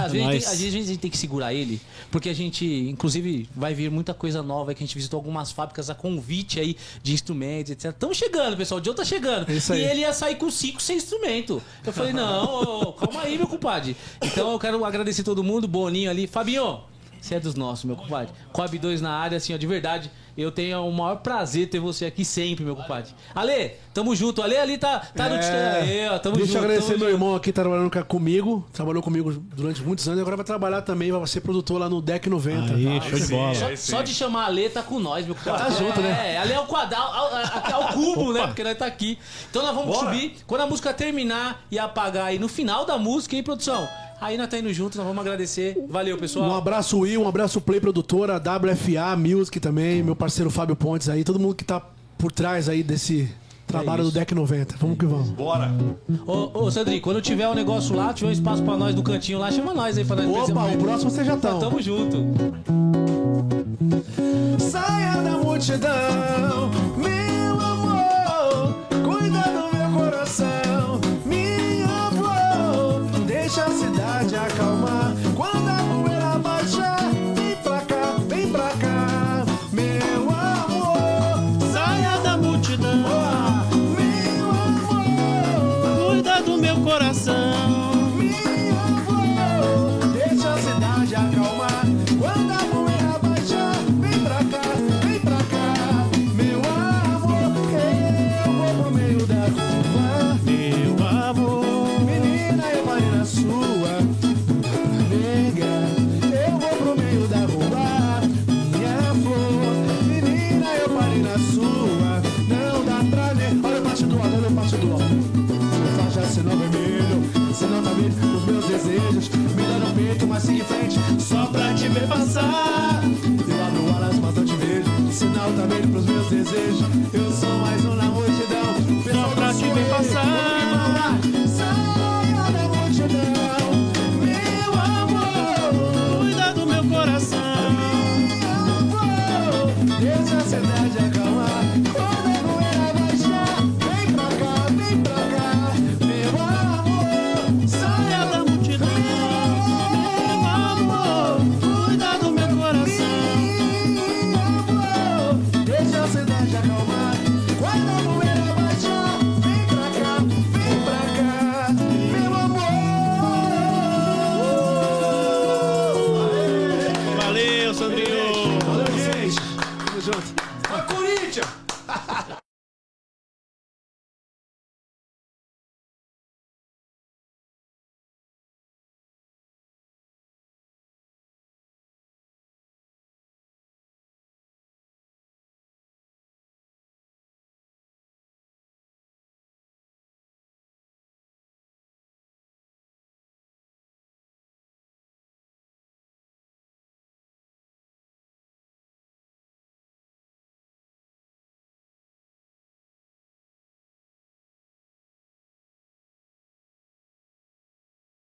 S1: às vezes,
S3: Nós.
S1: tem, às vezes a gente tem que segurar ele, porque a gente, inclusive, vai vir muita coisa nova, que a gente visitou algumas fábricas a convite aí de instrumentos, etcétera. Estão chegando, pessoal, o Joe tá chegando.
S4: É isso aí.
S1: E ele ia sair com cinco sem instrumento. Eu falei, não, ô, calma aí, meu compadre. Então eu quero agradecer todo mundo, Boninho ali. Fabinho, você é dos nossos, meu compadre. Coab dois na área, assim, ó, de verdade. Eu tenho o maior prazer ter você aqui sempre, meu compadre. Ale, tamo junto. Ale ali tá, tá no
S4: É,
S1: aí, ó, tamo
S4: deixa
S1: junto.
S4: eu agradecer
S1: tamo
S4: meu
S1: junto.
S4: irmão aqui trabalhando cá comigo. Trabalhou comigo durante muitos anos e agora vai trabalhar também. Vai ser produtor lá no Deck noventa.
S3: Aí,
S4: Tá?
S3: show de bola.
S1: Só, só de chamar a Ale tá com nós, meu compadre.
S4: Tá junto, né?
S1: É, ali é o quadrado, aqui é o cubo, né? Porque nós tá aqui. Então nós vamos
S2: Bora.
S1: subir. Quando a música terminar e apagar aí no final da música, hein, produção? Aí nós tá indo junto, nós vamos agradecer. Valeu, pessoal.
S4: Um abraço Will, um abraço Play Produtora, W F A Music também, meu parceiro Fábio Pontes aí, todo mundo que tá por trás aí desse trabalho do
S1: isso.
S4: Deck noventa. Vamos que vamos.
S2: Bora.
S1: Ô, ô, Sandrinho, quando tiver um negócio lá, tiver um espaço pra nós no cantinho lá, chama nós aí pra nós conhecer
S4: Opa,
S1: mais.
S4: o próximo vocês já estão.
S1: Tamo junto.
S4: Saia da multidão, meu amor, cuida do meu coração, minha flor, deixa a cidade acalmar, quando a poeira baixar, vem pra cá, vem pra cá, meu amor,
S3: Saia da multidão,
S4: meu amor,
S3: cuida do meu coração.
S4: minha flor, deixa a cidade acalmar, quando a poeira baixar, vem pra cá, vem pra cá, meu amor, eu vou pro meio da rua.
S3: Meu amor,
S4: Menina, eu parei na sua, nega. Eu vou pro meio da rua, minha flor. Menina, eu parei na sua, não dá pra ver. Olha o bastidor, olha o bastidor. Não faixa sinal vermelho, sinal tá verde os meus desejos. Me dá no peito, mas siga em frente, só pra te ver passar. Eu abro alas, mas não te vejo. Sinal tá verde pros meus desejos. Eu sou